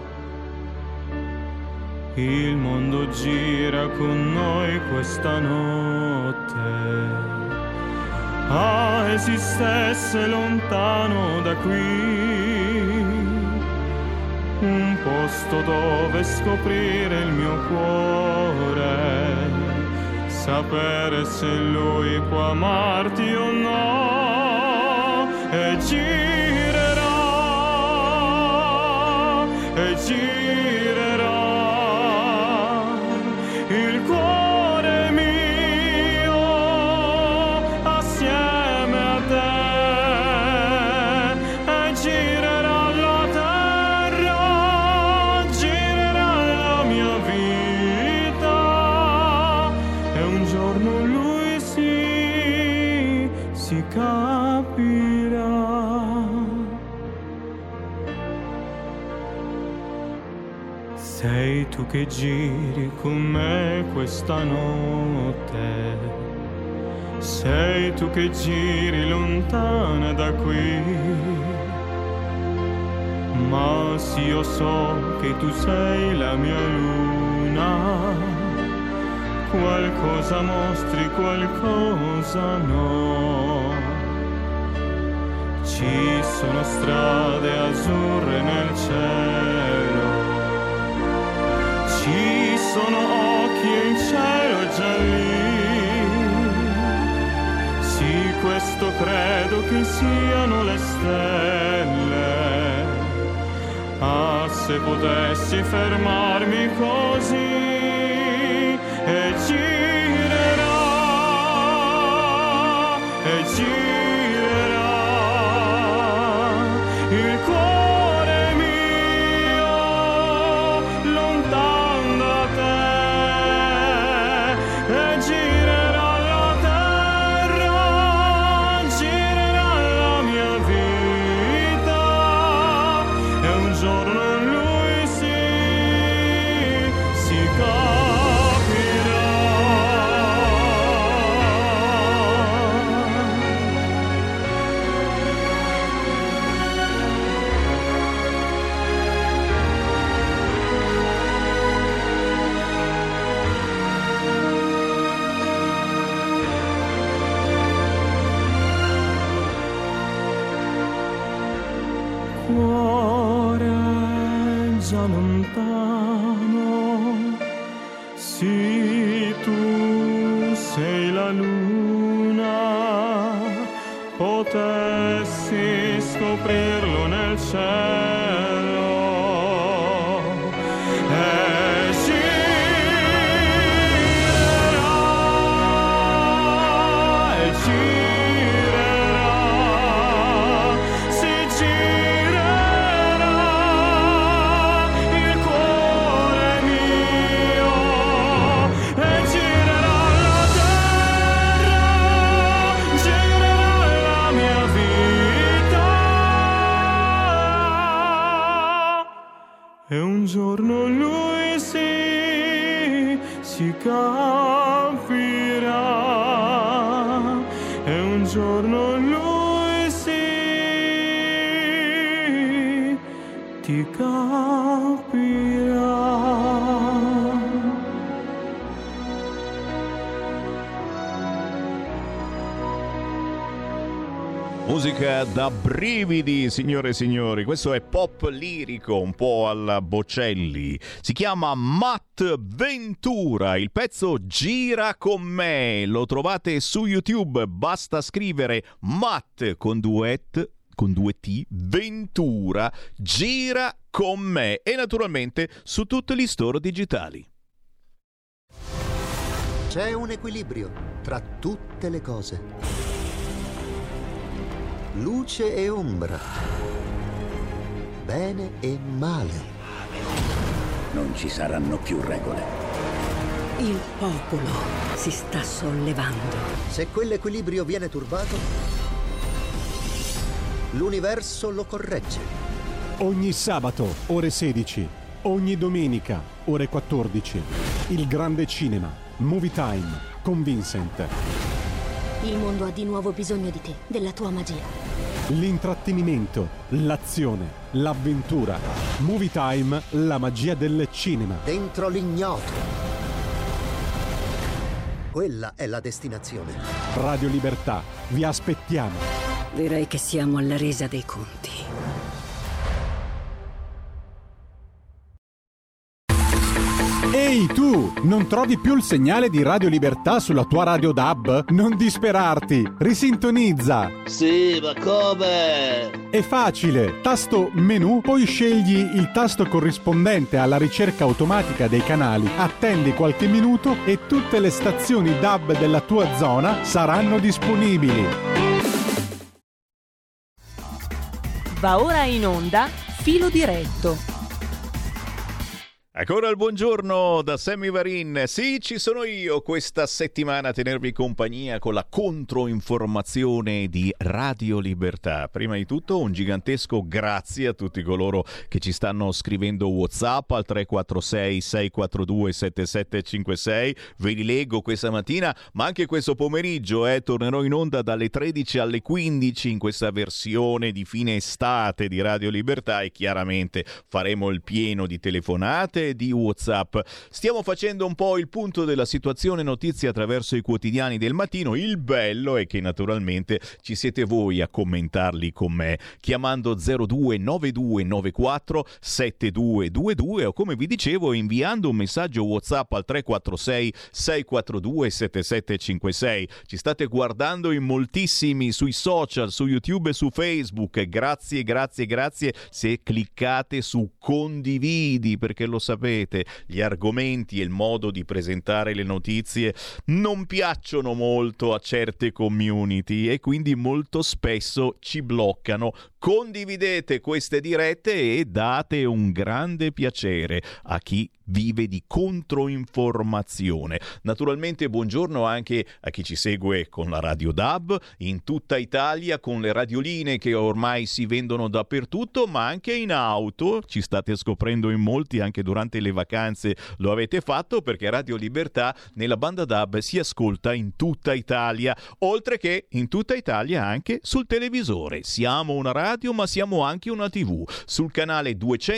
S: Il mondo gira con noi questa notte. Ah, esistesse lontano da qui un posto dove scoprire il mio cuore, sapere se lui può amarti o no, e girerà, e girerà il cuore mio assieme a te, e girerà la terra, girerà la mia vita, e un giorno lui si si capirà. Sei tu che giri con me questa notte, sei tu che giri lontana da qui, ma sì io so che tu sei la mia luna, qualcosa mostri, qualcosa no. Ci sono strade azzurre nel cielo, ci sono occhi e il cielo è già lì. Sì, questo credo che siano le stelle. Ah, se potessi fermarmi così e girerà, e girerà il cuore mio lontano da te, e girerà la terra, girerà la mia vita, e un giorno lui si capirà. Cuore già lontano, sì tu sei la luna, potessi scoprirlo nel cielo. E girerà, e girerà, si girerà il cuore mio, e girerà la terra, girerà la mia vita, e un giorno lui si capirà, e un giorno lui ti capirà.
B: Musica da brividi, signore e signori. Questo è pop lirico, un po' alla Bocelli. Si chiama Matt Ventura. Il pezzo Gira con me. Lo trovate su YouTube. Basta scrivere Matt con due T, Ventura, Gira con me. E naturalmente su tutti gli store digitali.
R: C'è un equilibrio tra tutte le cose. Luce e ombra, bene e male.
T: Non ci saranno più regole.
U: Il popolo si sta sollevando.
R: Se quell'equilibrio viene turbato, l'universo lo corregge.
A: Ogni sabato, ore 16. Ogni domenica, ore 14. Il grande cinema. Movie Time con Vincent.
V: Il mondo ha di nuovo bisogno di te, della tua magia.
A: L'intrattenimento, l'azione, l'avventura. Movie Time, la magia del cinema.
R: Dentro l'ignoto. Quella è la destinazione.
A: Radio Libertà, vi aspettiamo.
U: Direi che siamo alla resa dei conti.
A: Ehi tu, non trovi più il segnale di Radio Libertà sulla tua radio DAB? Non disperarti, risintonizza.
C: Sì, ma come?
A: È facile, tasto menu, poi scegli il tasto corrispondente alla ricerca automatica dei canali, attendi qualche minuto e tutte le stazioni DAB della tua zona saranno disponibili.
W: Va ora in onda Filo Diretto.
B: Ancora il buongiorno da Sammy Varin. Sì, ci sono io questa settimana a tenervi compagnia con la controinformazione di Radio Libertà. Prima di tutto un gigantesco grazie a tutti coloro che ci stanno scrivendo WhatsApp al 346 642 7756. Ve li leggo questa mattina, ma anche questo pomeriggio. Tornerò in onda dalle 13 alle 15 in questa versione di fine estate di Radio Libertà e chiaramente faremo il pieno di telefonate di WhatsApp. Stiamo facendo un po' il punto della situazione notizie attraverso i quotidiani del mattino. Il bello è che naturalmente ci siete voi a commentarli con me chiamando 029294 7222 o, come vi dicevo, inviando un messaggio WhatsApp al 346 642 7756. Ci state guardando in moltissimi sui social, su YouTube e su Facebook. Grazie se cliccate su condividi, perché lo sapete, gli argomenti e il modo di presentare le notizie non piacciono molto a certe community e quindi molto spesso ci bloccano. Condividete queste dirette e date un grande piacere a chi vive di controinformazione. Naturalmente buongiorno anche a chi ci segue con la Radio DAB in tutta Italia, con le radioline che ormai si vendono dappertutto, ma anche in auto. Ci state scoprendo in molti, anche durante le vacanze lo avete fatto, perché Radio Libertà nella banda DAB si ascolta in tutta Italia, oltre che in tutta Italia anche sul televisore. Siamo una radio, ma siamo anche una TV. Sul canale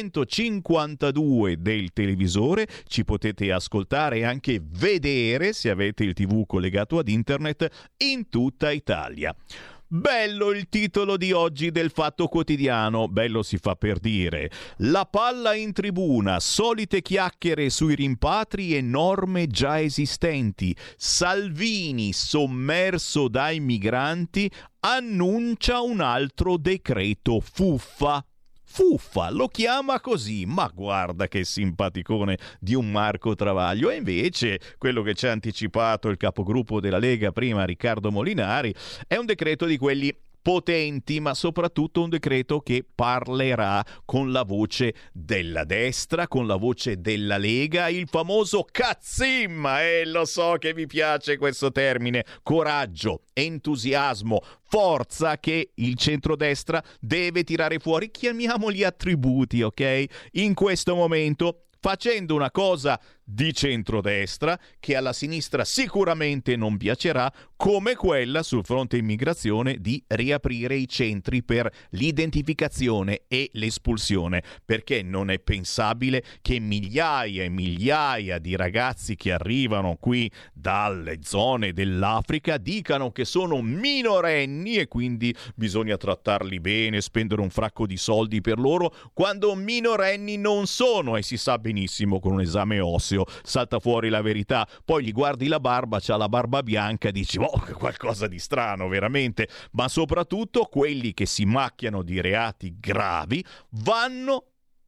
B: 252 del televisore ci potete ascoltare e anche vedere, se avete il TV collegato ad internet, in tutta Italia. Bello il titolo di oggi del Fatto Quotidiano, bello si fa per dire. La palla in tribuna, solite chiacchiere sui rimpatri e norme già esistenti. Salvini, sommerso dai migranti, annuncia un altro decreto fuffa. Fuffa, lo chiama così, ma guarda che simpaticone di un Marco Travaglio. E invece quello che ci ha anticipato il capogruppo della Lega prima, Riccardo Molinari, è un decreto di quelli potenti, ma soprattutto un decreto che parlerà con la voce della destra, con la voce della Lega, il famoso cazzimma. E lo so che vi piace questo termine. Coraggio, entusiasmo, forza che il centrodestra deve tirare fuori. Chiamiamoli attributi, ok? In questo momento, facendo una cosa di centrodestra che alla sinistra sicuramente non piacerà, come quella sul fronte immigrazione di riaprire i centri per l'identificazione e l'espulsione, perché non è pensabile che migliaia e migliaia di ragazzi che arrivano qui dalle zone dell'Africa dicano che sono minorenni e quindi bisogna trattarli bene, spendere un fracco di soldi per loro, quando minorenni non sono. E si sa benissimo, con un esame osseo salta fuori la verità. Poi gli guardi la barba, c'ha la barba bianca, dici qualcosa di strano veramente. Ma soprattutto quelli che si macchiano di reati gravi vanno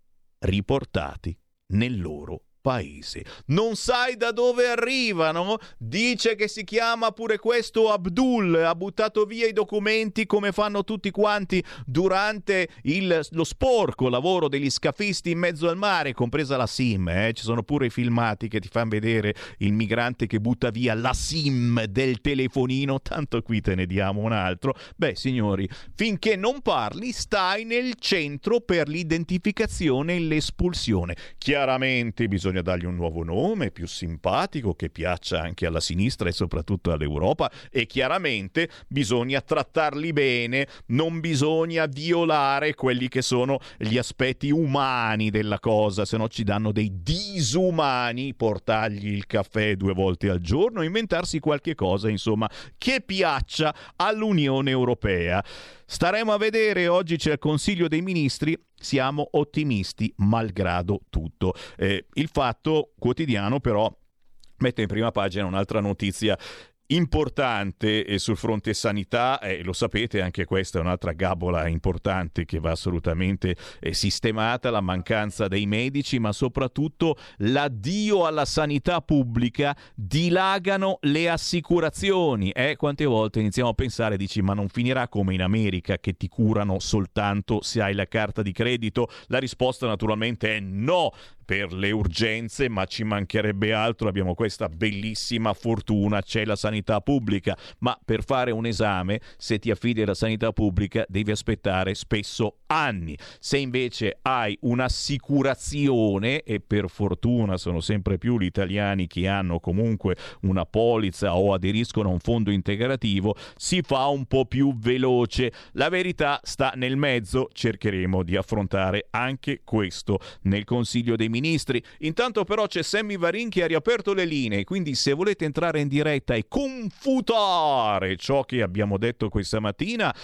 B: riportati nel loro paese. Non sai da dove arrivano? Dice che si chiama pure questo Abdul, ha buttato via i documenti come fanno tutti quanti durante lo sporco lavoro degli scafisti in mezzo al mare, compresa la SIM. Ci sono pure i filmati che ti fanno vedere il migrante che butta via la SIM del telefonino. Tanto qui te ne diamo un altro. Beh, signori, finché non parli stai nel centro per l'identificazione e l'espulsione. Chiaramente bisogna dargli un nuovo nome più simpatico che piaccia anche alla sinistra e soprattutto all'Europa, e chiaramente bisogna trattarli bene, non bisogna violare quelli che sono gli aspetti umani della cosa, se no ci danno dei disumani. Portargli il caffè 2 volte al giorno, inventarsi qualche cosa insomma che piaccia all'Unione Europea. Staremo a vedere. Oggi c'è il Consiglio dei Ministri, siamo ottimisti malgrado tutto. Il Fatto Quotidiano però mette in prima pagina un'altra notizia importante sul fronte sanità, lo sapete, anche questa è un'altra gabola importante che va assolutamente sistemata, la mancanza dei medici, ma soprattutto l'addio alla sanità pubblica. Dilagano le assicurazioni. Quante volte iniziamo a pensare, dici, ma non finirà come in America che ti curano soltanto se hai la carta di credito? La risposta naturalmente è no. per le urgenze, ma ci mancherebbe altro, abbiamo questa bellissima fortuna, c'è la sanità pubblica, ma per fare un esame, se ti affidi alla sanità pubblica, devi aspettare spesso anni. Se invece hai un'assicurazione, e per fortuna sono sempre più gli italiani che hanno comunque una polizza o aderiscono a un fondo integrativo, si fa un po' più veloce. La verità sta nel mezzo, cercheremo di affrontare anche questo nel Consiglio dei Ministri. Intanto però c'è Sammy Varin che ha riaperto le linee, quindi se volete entrare in diretta e confutare ciò che abbiamo detto questa mattina,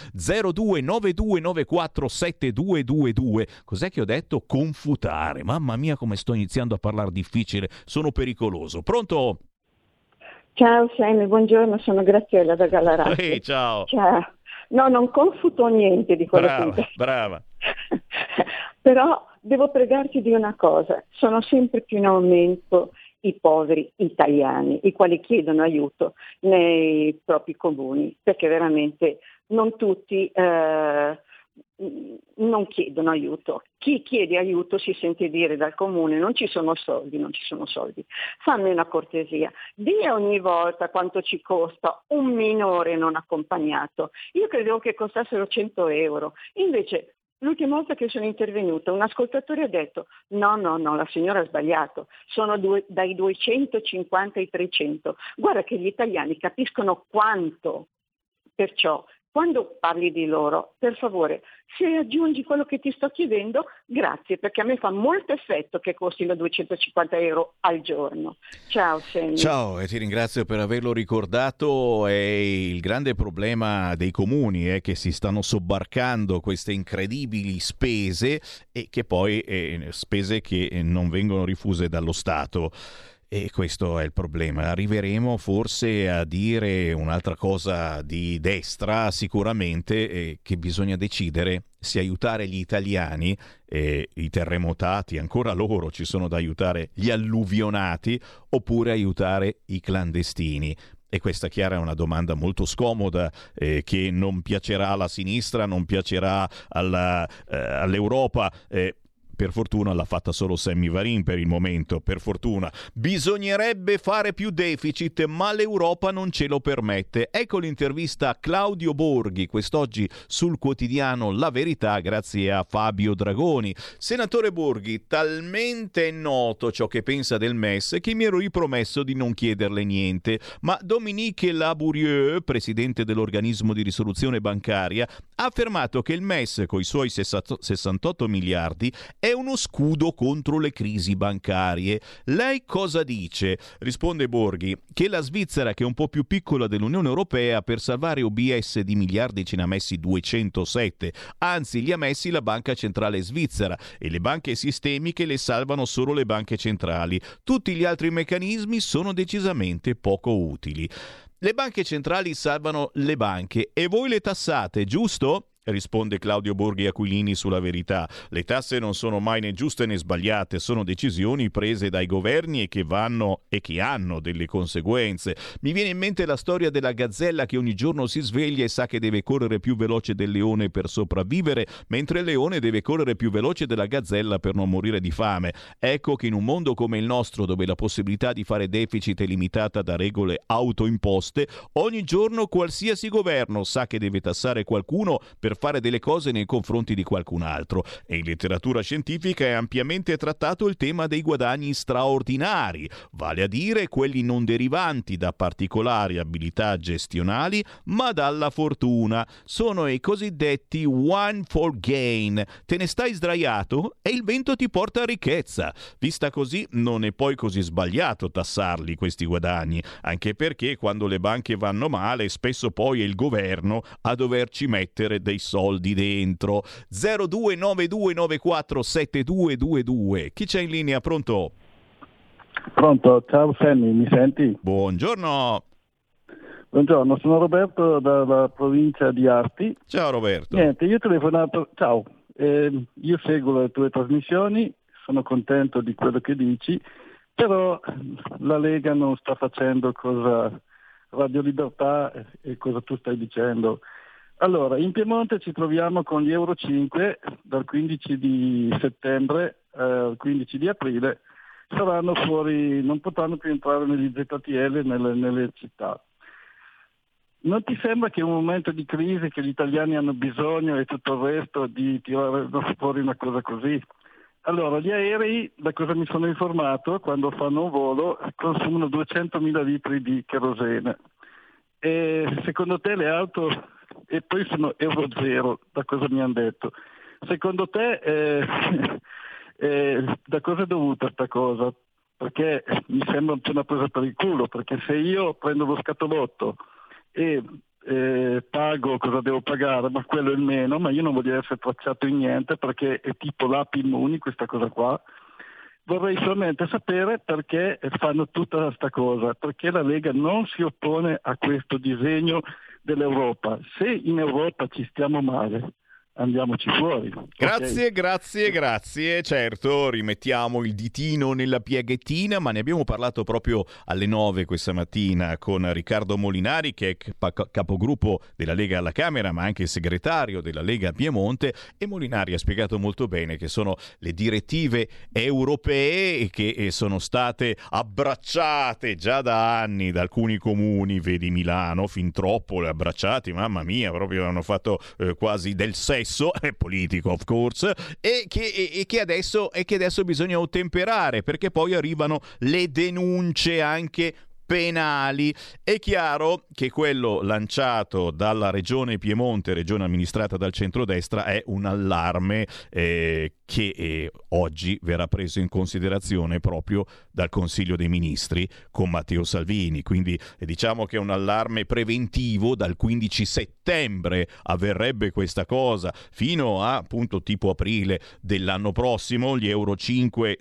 B: 0292947222. Cos'è che ho detto? Confutare. Mamma mia come sto iniziando a parlare difficile, sono pericoloso. Pronto?
I: Ciao Sammy, buongiorno, sono Graziella da Gallarate.
B: Ciao.
I: Ciao. No, non confuto niente di quello che
B: Brava.
I: Però devo pregarti di una cosa, sono sempre più in aumento i poveri italiani, i quali chiedono aiuto nei propri comuni, perché veramente non tutti non chiedono aiuto. Chi chiede aiuto si sente dire dal comune non ci sono soldi. Fammi una cortesia, di ogni volta quanto ci costa un minore non accompagnato. Io credevo che costassero 100 euro, invece l'ultima volta che sono intervenuta un ascoltatore ha detto no, la signora ha sbagliato, sono dai 250 ai 300. Guarda che gli italiani capiscono quanto, perciò quando parli di loro, per favore, se aggiungi quello che ti sto chiedendo, grazie, perché a me fa molto effetto che costino 250 euro al giorno. Ciao Sammy.
B: Ciao, e ti ringrazio per averlo ricordato. È il grande problema dei comuni che si stanno sobbarcando queste incredibili spese e che poi spese che non vengono rifuse dallo Stato. E questo è il problema. Arriveremo forse a dire un'altra cosa di destra, sicuramente, che bisogna decidere se aiutare gli italiani, i terremotati, ancora loro ci sono da aiutare, gli alluvionati, oppure aiutare i clandestini. E questa, Chiara, è una domanda molto scomoda che non piacerà alla sinistra, non piacerà all'Europa. Per fortuna l'ha fatta solo Sammy Varin per il momento, per fortuna. Bisognerebbe fare più deficit, ma l'Europa non ce lo permette. Ecco l'intervista a Claudio Borghi, quest'oggi sul quotidiano La Verità, grazie a Fabio Dragoni. Senatore Borghi, talmente è noto ciò che pensa del MES che mi ero ripromesso di non chiederle niente, ma Dominique Labourieux, presidente dell'organismo di risoluzione bancaria, ha affermato che il MES, coi suoi 68 miliardi, è uno scudo contro le crisi bancarie. Lei cosa dice? Risponde Borghi che la Svizzera, che è un po' più piccola dell'Unione Europea, per salvare OBS di miliardi ce ne ha messi 207, anzi li ha messi la Banca Centrale Svizzera, e le banche sistemiche le salvano solo le banche centrali. Tutti gli altri meccanismi sono decisamente poco utili. Le banche centrali salvano le banche e voi le tassate, giusto? Risponde Claudio Borghi Aquilini sulla Verità. Le tasse non sono mai né giuste né sbagliate, sono decisioni prese dai governi e che vanno e che hanno delle conseguenze. Mi viene in mente la storia della gazzella che ogni giorno si sveglia e sa che deve correre più veloce del leone per sopravvivere, mentre il leone deve correre più veloce della gazzella per non morire di fame. Ecco che in un mondo come il nostro, dove la possibilità di fare deficit è limitata da regole autoimposte, ogni giorno qualsiasi governo sa che deve tassare qualcuno per fare delle cose nei confronti di qualcun altro. E in letteratura scientifica è ampiamente trattato il tema dei guadagni straordinari, vale a dire quelli non derivanti da particolari abilità gestionali, ma dalla fortuna. Sono i cosiddetti one for gain. Te ne stai sdraiato e il vento ti porta a ricchezza. Vista così, non è poi così sbagliato tassarli questi guadagni, anche perché quando le banche vanno male, spesso poi è il governo a doverci mettere dei soldi dentro. 0292947222. Chi c'è in linea? Pronto?
F: Pronto, ciao Sammy, mi senti?
B: Buongiorno.
F: Buongiorno, sono Roberto dalla provincia di Asti.
B: Ciao Roberto.
F: Niente, io ho telefonato, ciao, io seguo le tue trasmissioni, sono contento di quello che dici, però la Lega non sta facendo cosa Radio Libertà e cosa tu stai dicendo. Allora, in Piemonte ci troviamo con gli Euro 5 dal 15 di settembre il 15 di aprile, saranno fuori, non potranno più entrare negli ZTL nelle città. Non ti sembra che è un momento di crisi, che gli italiani hanno bisogno e tutto il resto di tirare fuori una cosa così? Allora, gli aerei, da cosa mi sono informato, quando fanno un volo consumano 200.000 litri di kerosene. E secondo te le auto, e poi sono Euro 0, da cosa mi hanno detto, secondo te da cosa è dovuta sta cosa? Perché mi sembra una presa per il culo, perché se io prendo lo scatolotto e pago cosa devo pagare, ma quello è il meno, ma io non voglio essere tracciato in niente perché è tipo l'api immuni questa cosa qua. Vorrei solamente sapere perché fanno tutta questa cosa, perché la Lega non si oppone a questo disegno dell'Europa. Se in Europa ci stiamo male, andiamoci fuori.
B: Grazie,
F: okay?
B: grazie. Certo, rimettiamo il ditino nella pieghettina, ma ne abbiamo parlato proprio alle 9 questa mattina con Riccardo Molinari, che è capogruppo della Lega alla Camera, ma anche segretario della Lega Piemonte, e Molinari ha spiegato molto bene che sono le direttive europee che sono state abbracciate già da anni da alcuni comuni, vedi Milano, fin troppo le abbracciati, mamma mia, proprio hanno fatto quasi del sesso, è politico of course, e che adesso bisogna ottemperare, perché poi arrivano le denunce anche penali. È chiaro che quello lanciato dalla Regione Piemonte, regione amministrata dal centrodestra, è un allarme che oggi verrà preso in considerazione proprio dal Consiglio dei Ministri con Matteo Salvini. Quindi diciamo che è un allarme preventivo. Dal 15 settembre avverrebbe questa cosa fino a appunto tipo aprile dell'anno prossimo. Gli Euro 5,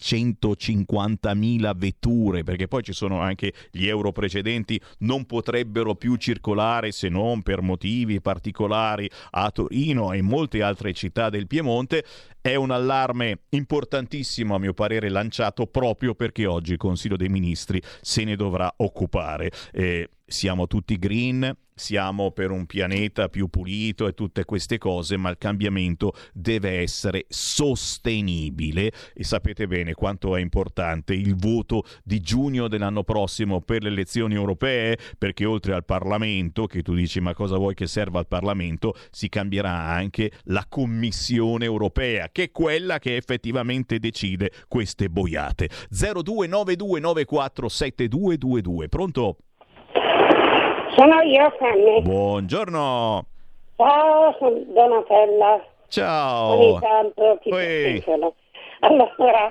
B: 650.000 vetture, perché poi ci sono anche gli euro precedenti, non potrebbero più circolare se non per motivi particolari a Torino e in molte altre città del Piemonte. È un allarme importantissimo, a mio parere, lanciato proprio perché oggi il Consiglio dei Ministri se ne dovrà occupare. Siamo tutti green, siamo per un pianeta più pulito e tutte queste cose, ma il cambiamento deve essere sostenibile, e sapete bene quanto è importante il voto di giugno dell'anno prossimo per le elezioni europee, perché oltre al Parlamento, che tu dici ma cosa vuoi che serva al Parlamento, si cambierà anche la Commissione europea, che è quella che effettivamente decide queste boiate. 0292947222. Pronto?
E: Sono io, Sammy.
B: Buongiorno.
E: Ciao, sono Donatella.
B: Ciao.
E: Ogni tanto ti telefono. Allora,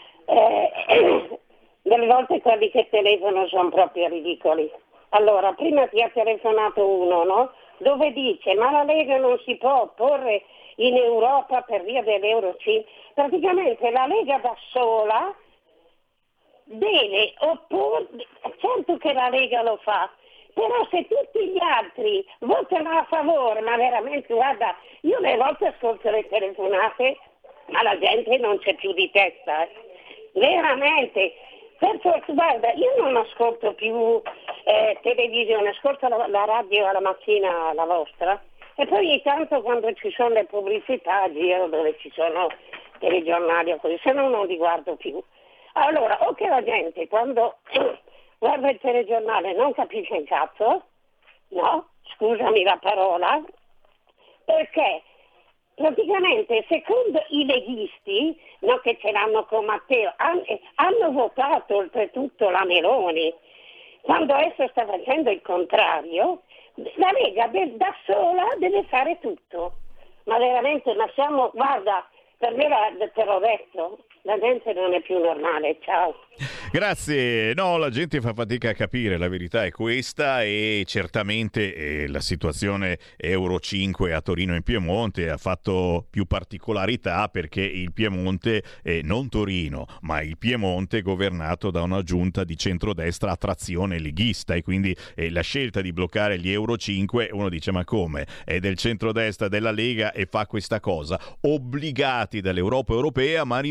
E: delle volte quelli che telefonano sono proprio ridicoli. Allora, prima ti ha telefonato uno, no? Dove dice, ma la Lega non si può opporre in Europa per via dell'Euro 5. Praticamente la Lega da sola deve opporre, certo che la Lega lo fa, però se tutti gli altri votano a favore, ma veramente, guarda, io le volte ascolto le telefonate, ma la gente non c'è più di testa, veramente. Perché, guarda, io non ascolto più televisione, ascolto la radio alla mattina, la vostra, e poi ogni tanto quando ci sono le pubblicità giro dove ci sono telegiornali o così, se no non li guardo più. Allora, o che la gente quando guarda il telegiornale non capisce un cazzo, no? Scusami la parola, perché praticamente secondo i leghisti, no, che ce l'hanno con Matteo, hanno votato oltretutto la Meloni, quando adesso sta facendo il contrario. La Lega da sola deve fare tutto, ma veramente, ma siamo, guarda, per me te l'ho detto, la gente non è più normale. Ciao.
B: Grazie. No, la gente fa fatica a capire, la verità è questa, e certamente la situazione Euro 5 a Torino in Piemonte ha fatto più particolarità, perché il Piemonte, non Torino, ma il Piemonte è governato da una giunta di centrodestra a trazione leghista, e quindi la scelta di bloccare gli Euro 5, uno dice ma come? È del centrodestra, della Lega, e fa questa cosa, obbligati dall'Europa europea, ma ribadisco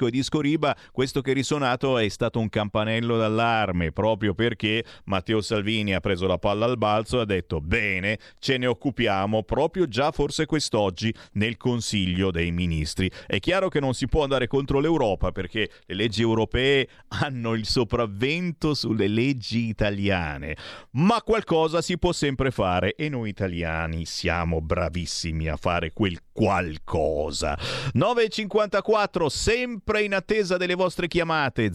B: Disco e Disco Riba, questo che è risuonato è stato un campanello d'allarme, proprio perché Matteo Salvini ha preso la palla al balzo e ha detto bene, ce ne occupiamo proprio già forse quest'oggi nel Consiglio dei Ministri. È chiaro che non si può andare contro l'Europa perché le leggi europee hanno il sopravvento sulle leggi italiane, ma qualcosa si può sempre fare e noi italiani siamo bravissimi a fare quel qualcosa. 9.54, sempre in attesa delle vostre chiamate.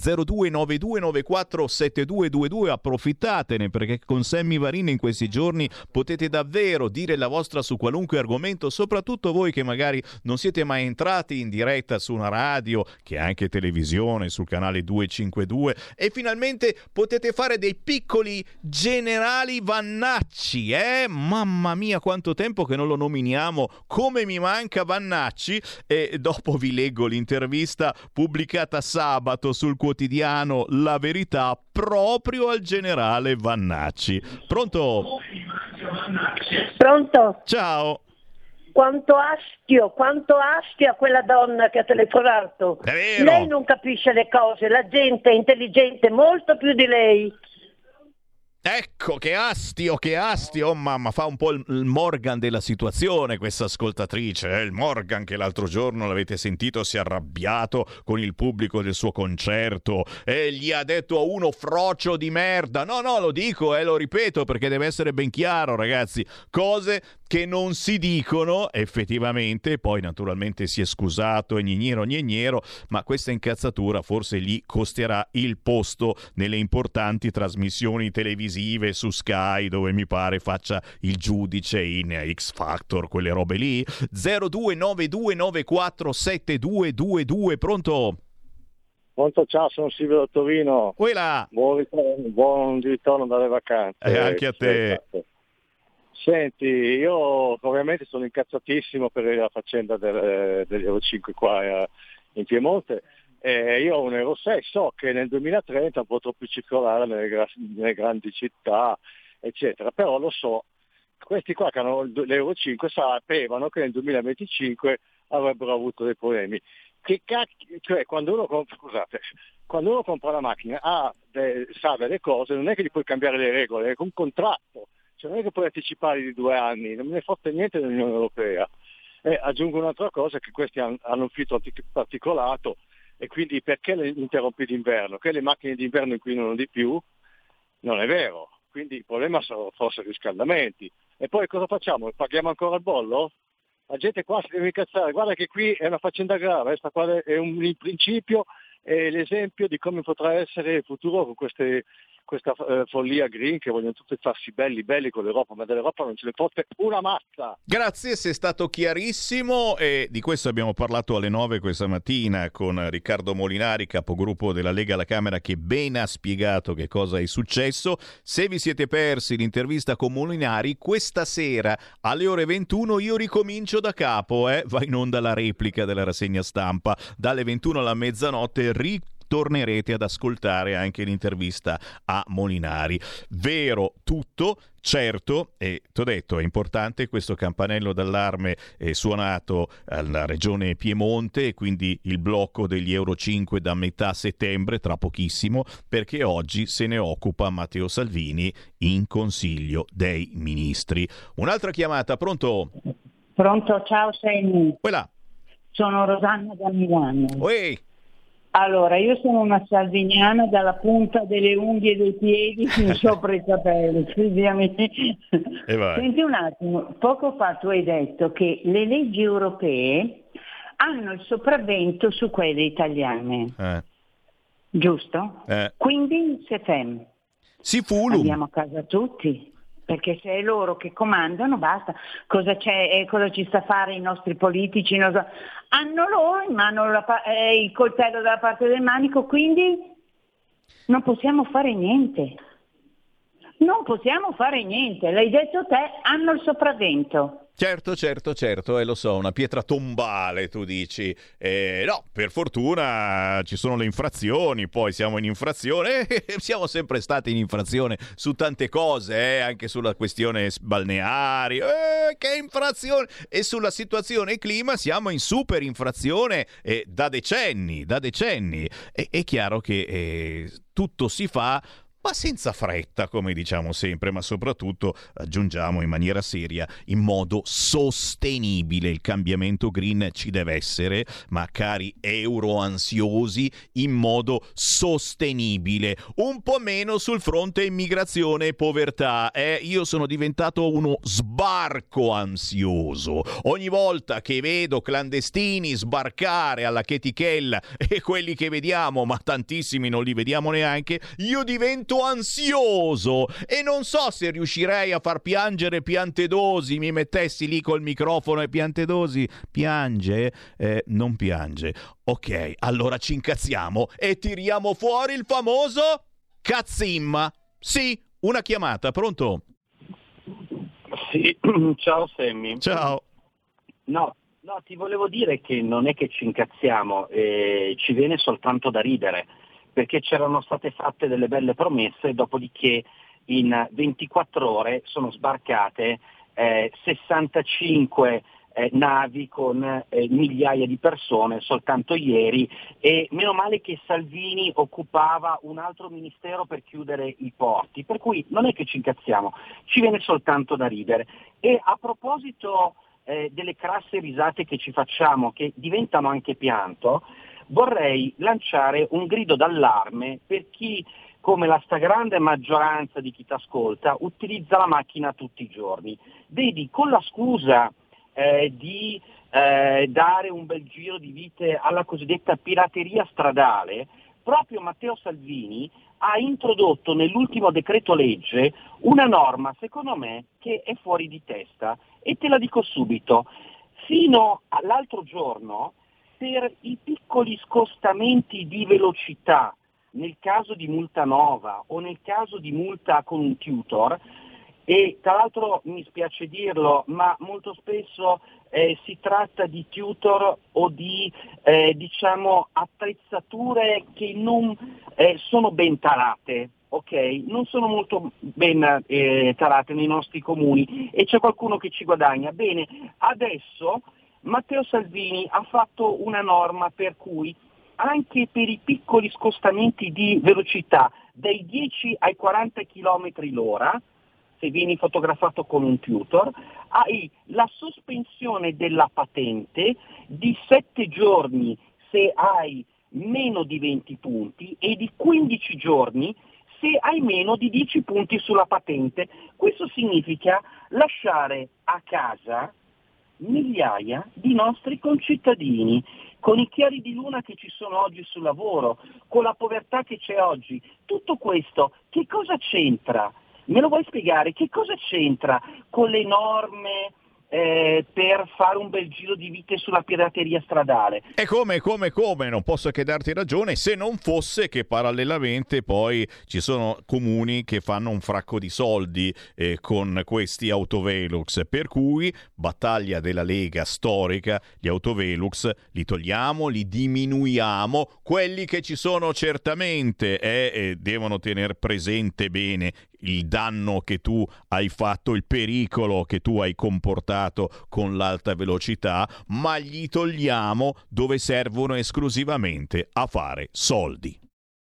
B: 0292947222. Approfittatene, perché con Sammy Varin in questi giorni potete davvero dire la vostra su qualunque argomento, soprattutto voi che magari non siete mai entrati in diretta su una radio, che è anche televisione, sul canale 252, e finalmente potete fare dei piccoli generali Vannacci, Mamma mia, quanto tempo che non lo nominiamo, come mi manca Vannacci. E dopo vi leggo l'intervista pubblicata sabato sul quotidiano La Verità proprio al generale Vannacci. Pronto?
E: Pronto?
B: Ciao.
E: Quanto astio a quella donna che ha telefonato.
B: È vero.
E: Lei non capisce le cose, la gente è intelligente molto più di lei.
B: Ecco, che astio, oh mamma, fa un po' il Morgan della situazione questa ascoltatrice, il Morgan che l'altro giorno, l'avete sentito, si è arrabbiato con il pubblico del suo concerto e gli ha detto a uno frocio di merda. No, lo dico e lo ripeto perché deve essere ben chiaro, ragazzi, cose che non si dicono effettivamente. Poi naturalmente si è scusato e gneniero, ma questa incazzatura forse gli costerà il posto nelle importanti trasmissioni televisive su Sky, dove mi pare faccia il giudice in X Factor, quelle robe lì. 0292947222. Pronto?
G: Pronto, ciao, sono Silvio da Torino. Buon ritorno dalle vacanze.
B: Anche a te.
G: Senti, io ovviamente sono incazzatissimo per la faccenda degli Euro 5 qua in Piemonte. Io ho un Euro 6, so che nel 2030 potrò più circolare nelle grandi città, eccetera, però lo so, questi qua che hanno l'Euro 5 sapevano che nel 2025 avrebbero avuto dei problemi. Cioè, quando uno compra la macchina sa delle cose, non è che gli puoi cambiare le regole, è un contratto, cioè non è che puoi anticipare di 2 anni, non me ne fotte niente dell'Unione Europea. Aggiungo un'altra cosa, che questi hanno un filtro particolato, e quindi perché le interrompi d'inverno? Che le macchine d'inverno inquinano di più? Non è vero, quindi il problema sono forse i riscaldamenti. E poi cosa facciamo? Paghiamo ancora il bollo? La gente qua si deve incazzare, guarda che qui è una faccenda grave, questa qua è il principio e l'esempio di come potrà essere il futuro con questa follia green che vogliono tutti farsi belli con l'Europa, ma dell'Europa non ce ne fotte una mazza.
B: Grazie, sei stato chiarissimo e di questo abbiamo parlato alle 9 questa mattina con Riccardo Molinari, capogruppo della Lega alla Camera, che ben ha spiegato che cosa è successo. Se vi siete persi l'intervista con Molinari, questa sera alle ore 21 io ricomincio da capo, va in onda la replica della rassegna stampa dalle 21 alla mezzanotte. Tornerete ad ascoltare anche l'intervista a Molinari. Vero tutto, certo, e ti ho detto, è importante questo campanello d'allarme suonato alla regione Piemonte, e quindi il blocco degli Euro 5 da metà settembre, tra pochissimo, perché oggi se ne occupa Matteo Salvini in Consiglio dei Ministri. Un'altra chiamata, pronto?
H: Pronto, ciao Sammy.
B: Quella.
H: Sono Rosanna da Milano.
B: Uè.
H: Allora, io sono una salviniana dalla punta delle unghie dei piedi fin sopra i capelli, scusami. Senti un attimo, poco fa tu hai detto che le leggi europee hanno il sopravvento su quelle italiane, giusto? Quindi se fem.
B: Si fulum.
H: Andiamo a casa tutti. Perché se è loro che comandano, basta. Cosa c'è? Cosa ci sta a fare i nostri politici? Hanno loro in mano il coltello dalla parte del manico, quindi non possiamo fare niente. Non possiamo fare niente. L'hai detto te, hanno il sopravvento.
B: Certo, lo so, una pietra tombale, tu dici. No, per fortuna ci sono le infrazioni, poi siamo in infrazione, siamo sempre stati in infrazione su tante cose, anche sulla questione balneari, che infrazione! E sulla situazione clima siamo in super infrazione da decenni. È chiaro che tutto si fa, ma senza fretta, come diciamo sempre, ma soprattutto, aggiungiamo in maniera seria, in modo sostenibile. Il cambiamento green ci deve essere, ma cari euroansiosi, in modo sostenibile. Un po' meno sul fronte immigrazione e povertà. Io sono diventato uno sbarco ansioso. Ogni volta che vedo clandestini sbarcare alla chetichella, e quelli che vediamo, ma tantissimi non li vediamo neanche, io divento ansioso e non so se riuscirei a far piangere Piantedosi. Mi mettessi lì col microfono e Piantedosi piange? Non piange. Ok, allora ci incazziamo e tiriamo fuori il famoso cazzimma. Sì, una chiamata, pronto?
J: Sì, ciao Sammy.
B: Ciao.
J: No, ti volevo dire che non è che ci incazziamo, ci viene soltanto da ridere, perché c'erano state fatte delle belle promesse, dopodiché in 24 ore sono sbarcate 65 navi con migliaia di persone soltanto ieri, e meno male che Salvini occupava un altro ministero per chiudere i porti, per cui non è che ci incazziamo, ci viene soltanto da ridere. E a proposito delle crasse risate che ci facciamo, che diventano anche pianto, vorrei lanciare un grido d'allarme per chi, come la stragrande maggioranza di chi ti ascolta, utilizza la macchina tutti i giorni. Vedi, con la scusa di dare un bel giro di vite alla cosiddetta pirateria stradale, proprio Matteo Salvini ha introdotto nell'ultimo decreto legge una norma, secondo me, che è fuori di testa, e te la dico subito. Fino all'altro giorno, per i piccoli scostamenti di velocità, nel caso di multa nova o nel caso di multa con un tutor, e tra l'altro mi spiace dirlo, ma molto spesso si tratta di tutor o di attrezzature che non sono ben tarate, ok? Non sono molto ben tarate nei nostri comuni e c'è qualcuno che ci guadagna. Bene, adesso Matteo Salvini ha fatto una norma per cui anche per i piccoli scostamenti di velocità dai 10 ai 40 km l'ora, se vieni fotografato con un tutor, hai la sospensione della patente di 7 giorni se hai meno di 20 punti e di 15 giorni se hai meno di 10 punti sulla patente. Questo significa lasciare a casa migliaia di nostri concittadini, con i chiari di luna che ci sono oggi sul lavoro, con la povertà che c'è oggi. Tutto questo che cosa c'entra? Me lo vuoi spiegare? Che cosa c'entra con le norme per fare un bel giro di vite sulla pirateria stradale?
B: E come, non posso che darti ragione, se non fosse che parallelamente poi ci sono comuni che fanno un fracco di soldi con questi autovelux, per cui battaglia della Lega storica, gli autovelux li togliamo, li diminuiamo, quelli che ci sono certamente devono tener presente bene il danno che tu hai fatto, il pericolo che tu hai comportato con l'alta velocità, ma gli togliamo dove servono esclusivamente a fare soldi.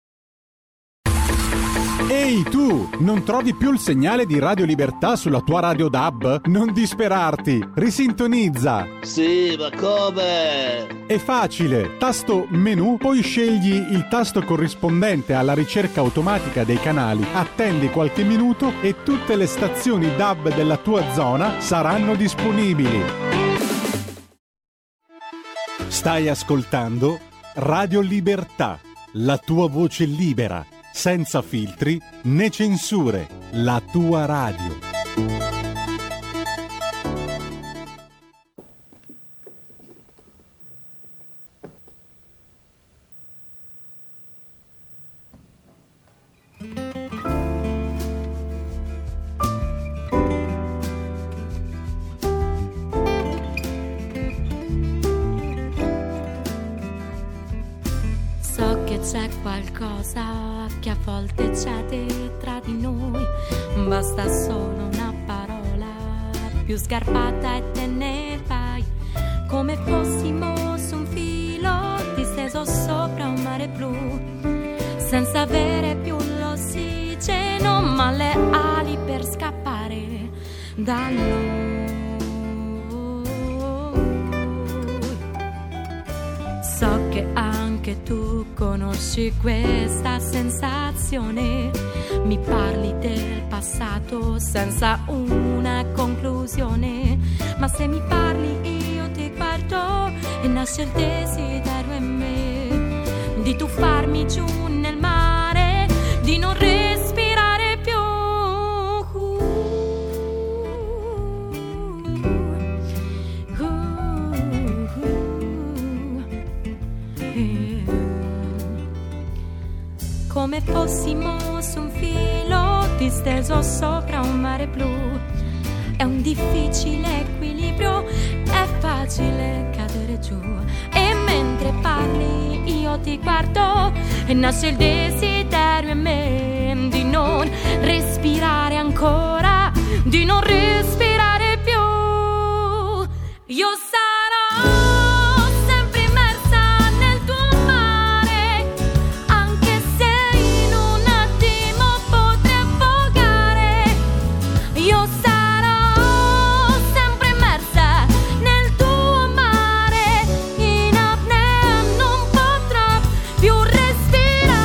A: Ehi tu, non trovi più il segnale di Radio Libertà sulla tua radio DAB? Non disperarti, risintonizza!
C: Sì, ma come?
A: È facile, tasto menu, poi scegli il tasto corrispondente alla ricerca automatica dei canali, attendi qualche minuto e tutte le stazioni DAB della tua zona saranno disponibili. Stai ascoltando Radio Libertà, la tua voce libera, senza filtri né censure, la tua radio.
K: c'è qualcosa che a volte cede tra di noi, basta solo una parola più sgarpata e te ne vai, come fossimo su un filo disteso sopra un mare blu, senza avere più l'ossigeno ma le ali per scappare da lui. So che anche tu conosci questa sensazione, mi parli del passato senza una conclusione, ma se mi parli io ti guardo e nasce il desiderio in me di tuffarmi giù nel mare, di non respirare più. Come fossimo su un filo disteso sopra un mare blu, è un difficile equilibrio, è facile cadere giù, e mentre parli io ti guardo e nasce il desiderio in me di non respirare ancora, di non respirare più. Io sarò sempre immersa nel tuo mare, anche se in un attimo potrei affogare. Io sarò sempre immersa nel tuo mare, in apnea non potrò più respirare.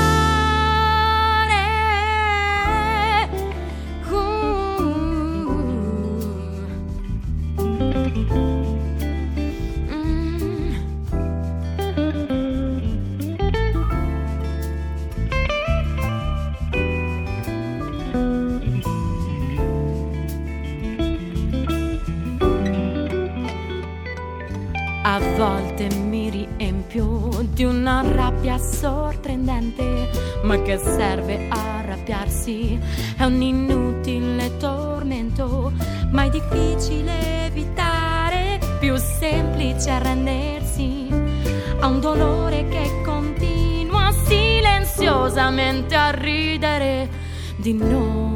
K: A volte mi riempio di una rabbia sorprendente, ma che serve a arrabbiarsi, è un inutile tormento, ma è difficile evitare, più semplice arrendersi a un dolore che continua silenziosamente a ridere di noi.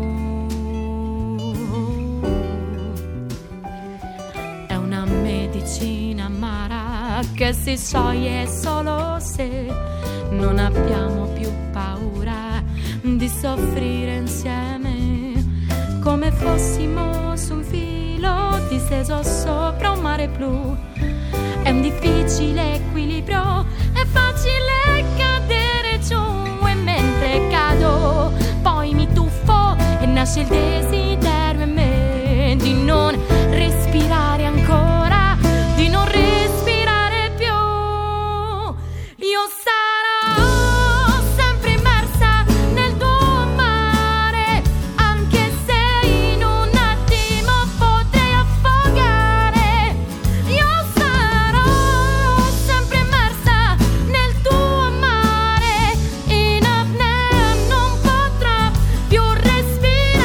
K: È una medicina amara che si scioglie solo se non abbiamo più paura di soffrire insieme, come fossimo su un filo disteso sopra un mare blu. È un difficile equilibrio, è facile cadere giù, e mentre cado poi mi tuffo e nasce il desiderio in me di non respirare ancora, di non respirare più. Io sarò sempre immersa nel tuo mare, anche se in un attimo potrei affogare. Io sarò sempre immersa nel tuo mare, in apnea non potrò più respirare.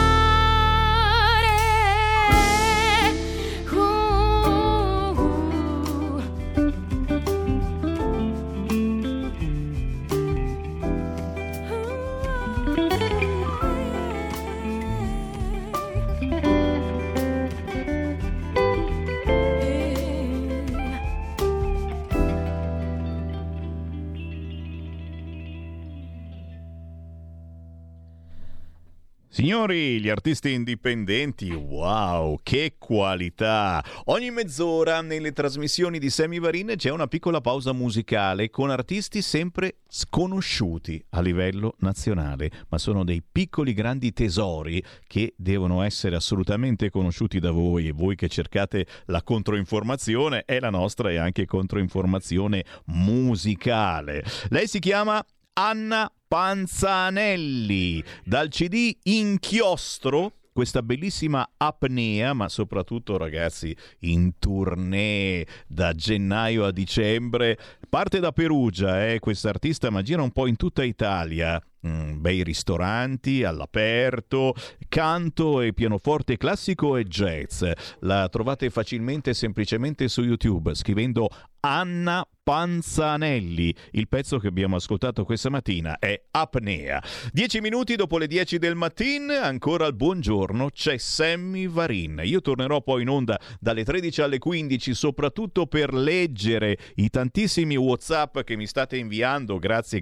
B: Signori, gli artisti indipendenti, wow, che qualità! Ogni mezz'ora nelle trasmissioni di Sammy Varin c'è una piccola pausa musicale con artisti sempre sconosciuti a livello nazionale, ma sono dei piccoli grandi tesori che devono essere assolutamente conosciuti da voi, e voi che cercate la controinformazione, e la nostra è anche controinformazione musicale. Lei si chiama Anna Panzanelli, dal CD Inchiostro, questa bellissima apnea, ma soprattutto, ragazzi, in tournée da gennaio a dicembre. Parte da Perugia, questa artista, ma gira un po' in tutta Italia. bei ristoranti all'aperto, canto e pianoforte classico e jazz. La trovate facilmente e semplicemente su YouTube scrivendo Anna Panzanelli. Il pezzo che abbiamo ascoltato questa mattina è Apnea. 10 minuti dopo le 10 del mattino, ancora al buongiorno, c'è Sammy Varin. Io tornerò poi in onda dalle 13 alle 15, soprattutto per leggere i tantissimi WhatsApp che mi state inviando. Grazie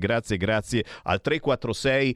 B: al 346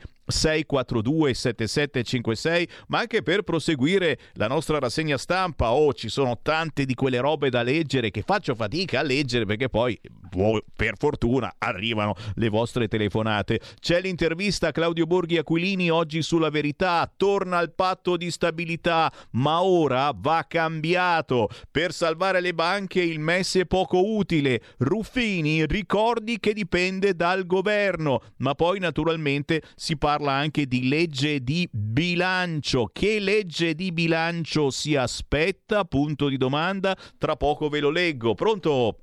B: 642 7756, ma anche per proseguire la nostra rassegna stampa. Ci sono tante di quelle robe da leggere che faccio fatica a leggere perché poi per fortuna arrivano le vostre telefonate. C'è l'intervista a Claudio Borghi Aquilini oggi sulla Verità, torna al patto di stabilità, ma ora va cambiato. Per salvare le banche il MES è poco utile. Ruffini ricordi che dipende dal governo, ma poi naturalmente si parla anche di legge di bilancio. Che legge di bilancio si aspetta? Punto di domanda. Tra poco ve lo leggo. Pronto?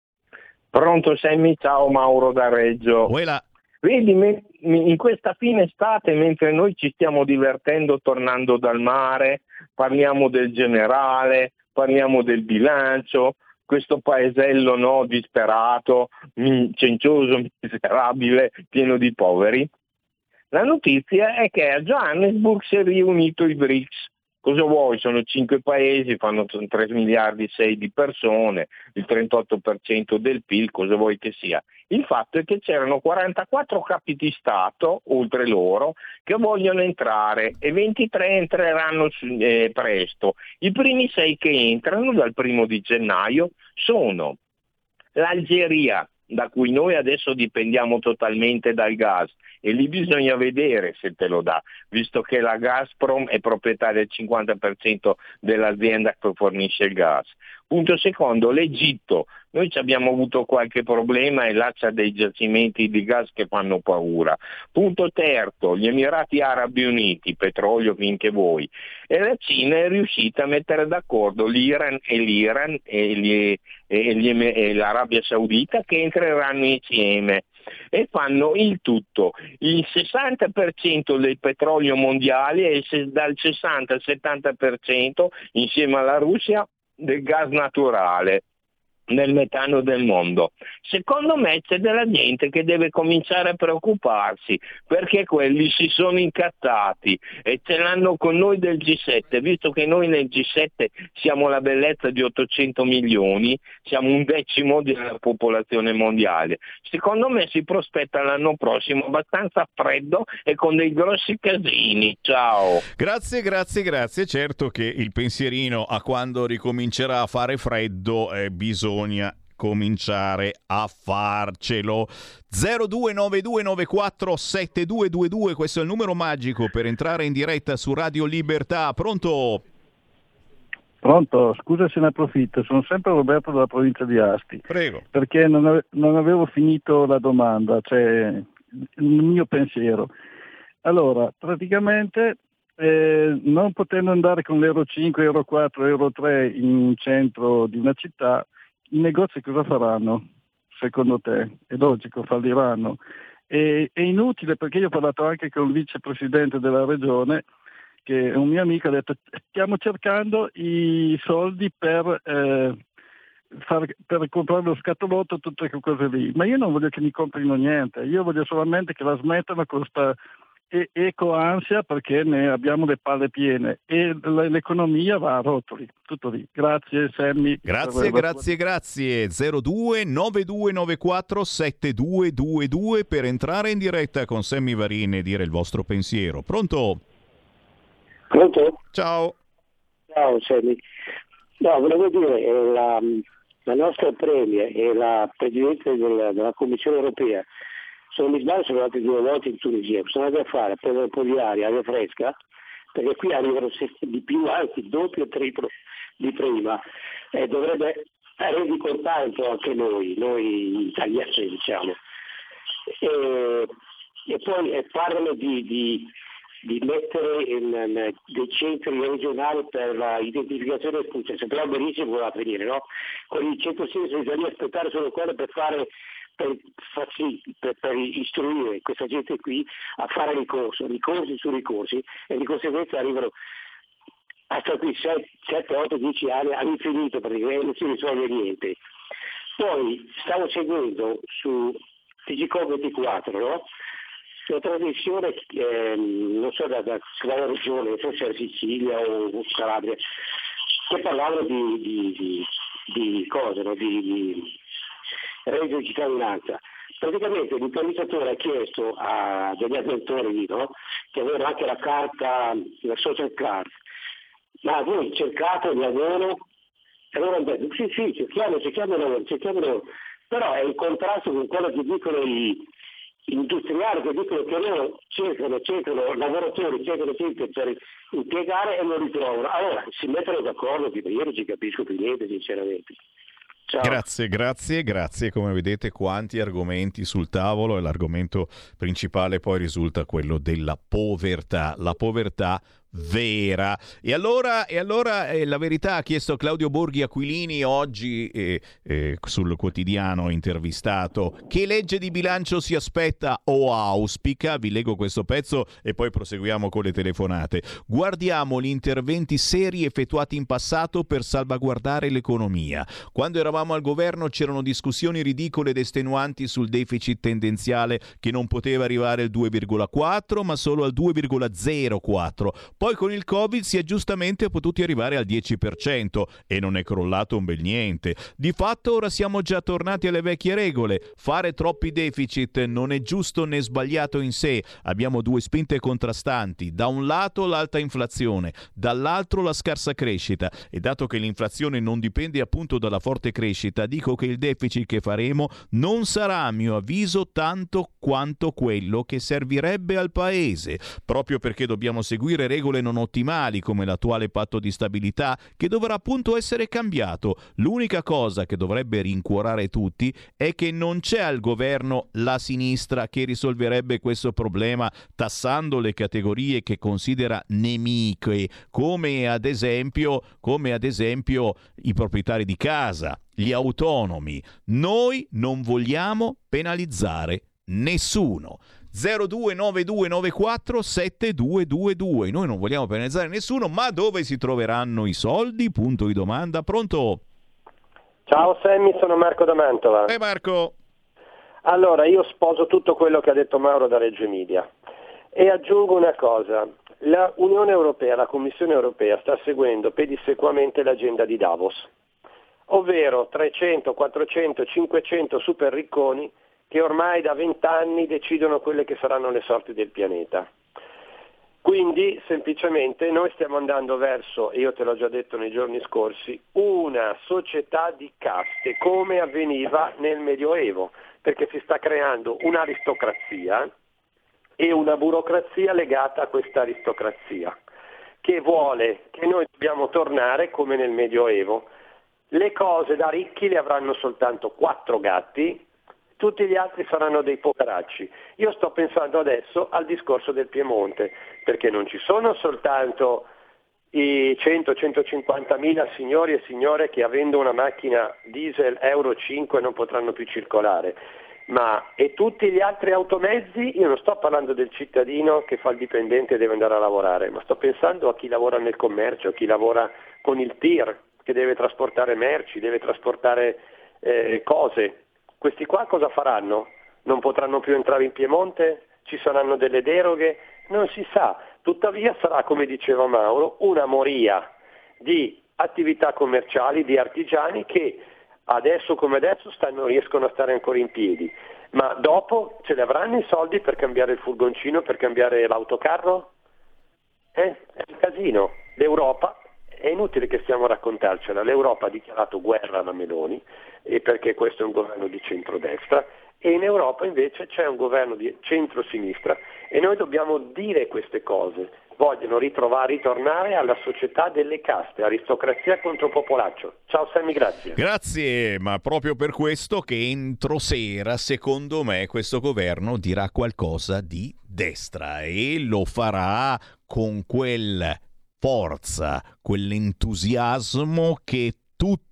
M: Pronto Sammy, ciao, Mauro da Reggio.
B: Uela.
M: Vedi, in questa fine estate, mentre noi ci stiamo divertendo tornando dal mare, parliamo del generale, parliamo del bilancio, questo paesello disperato, cencioso, miserabile, pieno di poveri. La notizia è che a Johannesburg si è riunito i BRICS. Cosa vuoi? Sono 5 paesi, fanno 3 miliardi e 6 di persone, il 38% del PIL, cosa vuoi che sia? Il fatto è che c'erano 44 capi di Stato, oltre loro, che vogliono entrare e 23 entreranno presto. I primi 6 che entrano dal 1 di gennaio sono l'Algeria, da cui noi adesso dipendiamo totalmente dal gas, e lì bisogna vedere se te lo dà, visto che la Gazprom è proprietaria del 50% dell'azienda che fornisce il gas. Punto secondo, l'Egitto. Noi ci abbiamo avuto qualche problema e là c'è dei giacimenti di gas che fanno paura. Punto terzo, gli Emirati Arabi Uniti, petrolio finché vuoi. E la Cina è riuscita a mettere d'accordo l'Iran e l'Arabia Saudita che entreranno insieme e fanno il tutto. Il 60% del petrolio mondiale è dal 60 al 70% insieme alla Russia del gas naturale, nel metano del mondo. Secondo me c'è della gente che deve cominciare a preoccuparsi perché quelli si sono incazzati e ce l'hanno con noi del G7, visto che noi nel G7 siamo la bellezza di 800 milioni, siamo 1/10 della popolazione mondiale. Secondo me si prospetta l'anno prossimo abbastanza freddo e con dei grossi casini. Ciao.
B: Grazie. Certo che il pensierino a quando ricomincerà a fare freddo bisogna cominciare a farcelo. 0292947222, questo è il numero magico per entrare in diretta su Radio Libertà. Pronto?
F: Pronto, scusa se ne approfitto, sono sempre Roberto dalla provincia di Asti.
B: Prego.
F: Perché non avevo finito la domanda, cioè il mio pensiero. Allora, praticamente non potendo andare con l'Euro 5, Euro 4, Euro 3 in centro di una città, i negozi cosa faranno? Secondo te? È logico, falliranno. È inutile, perché io ho parlato anche con il vicepresidente della regione, che è un mio amico, ha detto stiamo cercando i soldi per comprare lo scatolotto, tutte quelle cose lì, ma io non voglio che mi comprino niente, io voglio solamente che la smettano con questa eco-ansia, perché ne abbiamo le palle piene e l'economia va a rotoli, tutto lì. Grazie Sammy.
B: Grazie. 0292947222 per entrare in diretta con Sammy Varin e dire il vostro pensiero. Pronto? Ciao
O: Sammy. No, volevo dire, la nostra Premier e la Presidente della Commissione Europea sono andati 2 volte in Tunisia, sono andati a fare per un po' di aria fresca, perché qui arrivano di più, anzi doppio e triplo di prima, e dovrebbe rendicontare un po' anche noi italiani, diciamo. E poi parlano di mettere dei centri regionali per l'identificazione e espulsione, però benissimo voleva finire, no? Con il centro-sinistra bisogna aspettare solo quello per per istruire questa gente qui a fare ricorsi su ricorsi, e di conseguenza arrivano hasta qui 7, 8, 10 anni all'infinito, perché non si risolve niente. Poi stavo seguendo su TGCOM24, no? Una trasmissione, non so da quale regione, forse la Sicilia o Calabria, che parlavano di cose, no? Di reddito di cittadinanza. Praticamente l'imprenditore ha chiesto a degli avventori lì, no? Che avevano anche la carta, la social card, ma voi cercate il lavoro? E loro hanno detto sì, cerchiamo lavoro, però è in contrasto con quello che dicono gli industriali, che dicono che loro cercano lavoratori, cercano gente per impiegare e non li trovano. Allora si mettono d'accordo, io non ci capisco più niente sinceramente. Ciao.
B: Grazie. Come vedete, quanti argomenti sul tavolo, e l'argomento principale poi risulta quello della povertà. La povertà vera. E allora la verità ha chiesto Claudio Borghi Aquilini oggi sul quotidiano intervistato: che legge di bilancio si aspetta o auspica? Vi leggo questo pezzo e poi proseguiamo con le telefonate. Guardiamo gli interventi seri effettuati in passato per salvaguardare l'economia. Quando eravamo al governo c'erano discussioni ridicole ed estenuanti sul deficit tendenziale, che non poteva arrivare al 2,4 ma solo al 2,04. Poi con il Covid si è giustamente potuti arrivare al 10% e non è crollato un bel niente. Di fatto ora siamo già tornati alle vecchie regole. Fare troppi deficit non è giusto né sbagliato in sé. Abbiamo due spinte contrastanti: da un lato l'alta inflazione, dall'altro la scarsa crescita, e dato che l'inflazione non dipende appunto dalla forte crescita, dico che il deficit che faremo non sarà, a mio avviso, tanto quanto quello che servirebbe al paese, proprio perché dobbiamo seguire regole non ottimali come l'attuale patto di stabilità, che dovrà appunto essere cambiato. L'unica cosa che dovrebbe rincuorare tutti è che non c'è al governo la sinistra che risolverebbe questo problema tassando le categorie che considera nemiche, come ad esempio i proprietari di casa, gli autonomi. Noi non vogliamo penalizzare nessuno. 0292947222. Noi non vogliamo penalizzare nessuno, ma dove si troveranno i soldi? Punto di domanda. Pronto?
L: Ciao Sammy, sono Marco da Mantova.
B: Marco.
L: Allora, io sposo tutto quello che ha detto Mauro da Reggio Emilia e aggiungo una cosa. La Unione Europea, la Commissione Europea sta seguendo pedissequamente l'agenda di Davos, ovvero 300, 400, 500 super ricconi che ormai da 20 anni decidono quelle che saranno le sorti del pianeta. Quindi semplicemente noi stiamo andando verso, e io te l'ho già detto nei giorni scorsi, una società di caste come avveniva nel Medioevo, perché si sta creando un'aristocrazia e una burocrazia legata a questa aristocrazia, che vuole che noi dobbiamo tornare come nel Medioevo. Le cose da ricchi le avranno soltanto 4 gatti, tutti gli altri saranno dei poveracci. Io sto pensando adesso al discorso del Piemonte, perché non ci sono soltanto i 100-150 mila signori e signore che avendo una macchina diesel Euro 5 non potranno più circolare, ma e tutti gli altri automezzi. Io non sto parlando del cittadino che fa il dipendente e deve andare a lavorare, ma sto pensando a chi lavora nel commercio, a chi lavora con il tir, che deve trasportare merci, deve trasportare cose. Questi qua cosa faranno? Non potranno più entrare in Piemonte? Ci saranno delle deroghe? Non si sa. Tuttavia sarà, come diceva Mauro, una moria di attività commerciali, di artigiani che adesso come adesso riescono a stare ancora in piedi. Ma dopo ce li avranno i soldi per cambiare il furgoncino, per cambiare l'autocarro? È un casino. L'Europa, è inutile che stiamo a raccontarcela, l'Europa ha dichiarato guerra alla Meloni, e perché questo è un governo di centrodestra, e in Europa invece c'è un governo di centrosinistra, e noi dobbiamo dire queste cose. Vogliono ritornare alla società delle caste, aristocrazia contro popolaccio. Ciao Sammy, grazie.
B: Grazie, ma proprio per questo che entro sera, secondo me, questo governo dirà qualcosa di destra, e lo farà con quel forza, quell'entusiasmo che tutti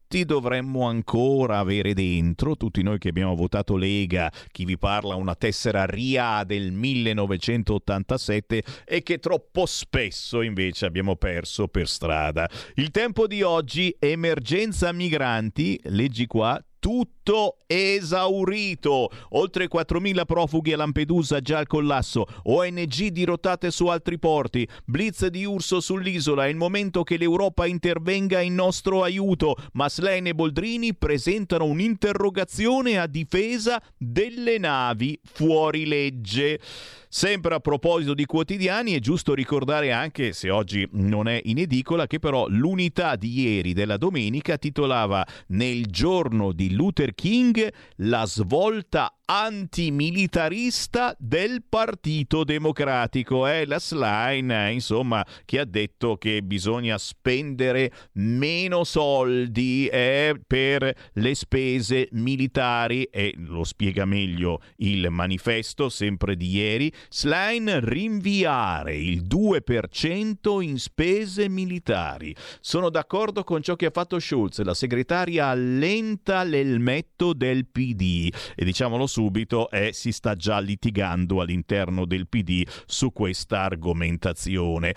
B: tutti dovremmo ancora avere dentro, tutti noi che abbiamo votato Lega, chi vi parla una tessera RIA del 1987 e che troppo spesso invece abbiamo perso per strada. Il tempo di oggi, emergenza migranti, leggi qua, tutto esaurito, oltre 4.000 profughi a Lampedusa già al collasso, ONG dirottate su altri porti, blitz di urso sull'isola, è il momento che l'Europa intervenga in nostro aiuto, ma Schlein e Boldrini presentano un'interrogazione a difesa delle navi fuori legge. Sempre a proposito di quotidiani, è giusto ricordare anche, se oggi non è in edicola, che però l'Unità di ieri della domenica titolava "Nel giorno di Luther King, la svolta antimilitarista del Partito Democratico". È la Schlein, insomma, che ha detto che bisogna spendere meno soldi per le spese militari, e lo spiega meglio il manifesto sempre di ieri. Schlein, rinviare il 2% in spese militari. Sono d'accordo con ciò che ha fatto Schulz, la segretaria allenta l'elmetto del PD, e diciamolo subito, si sta già litigando all'interno del PD su questa argomentazione.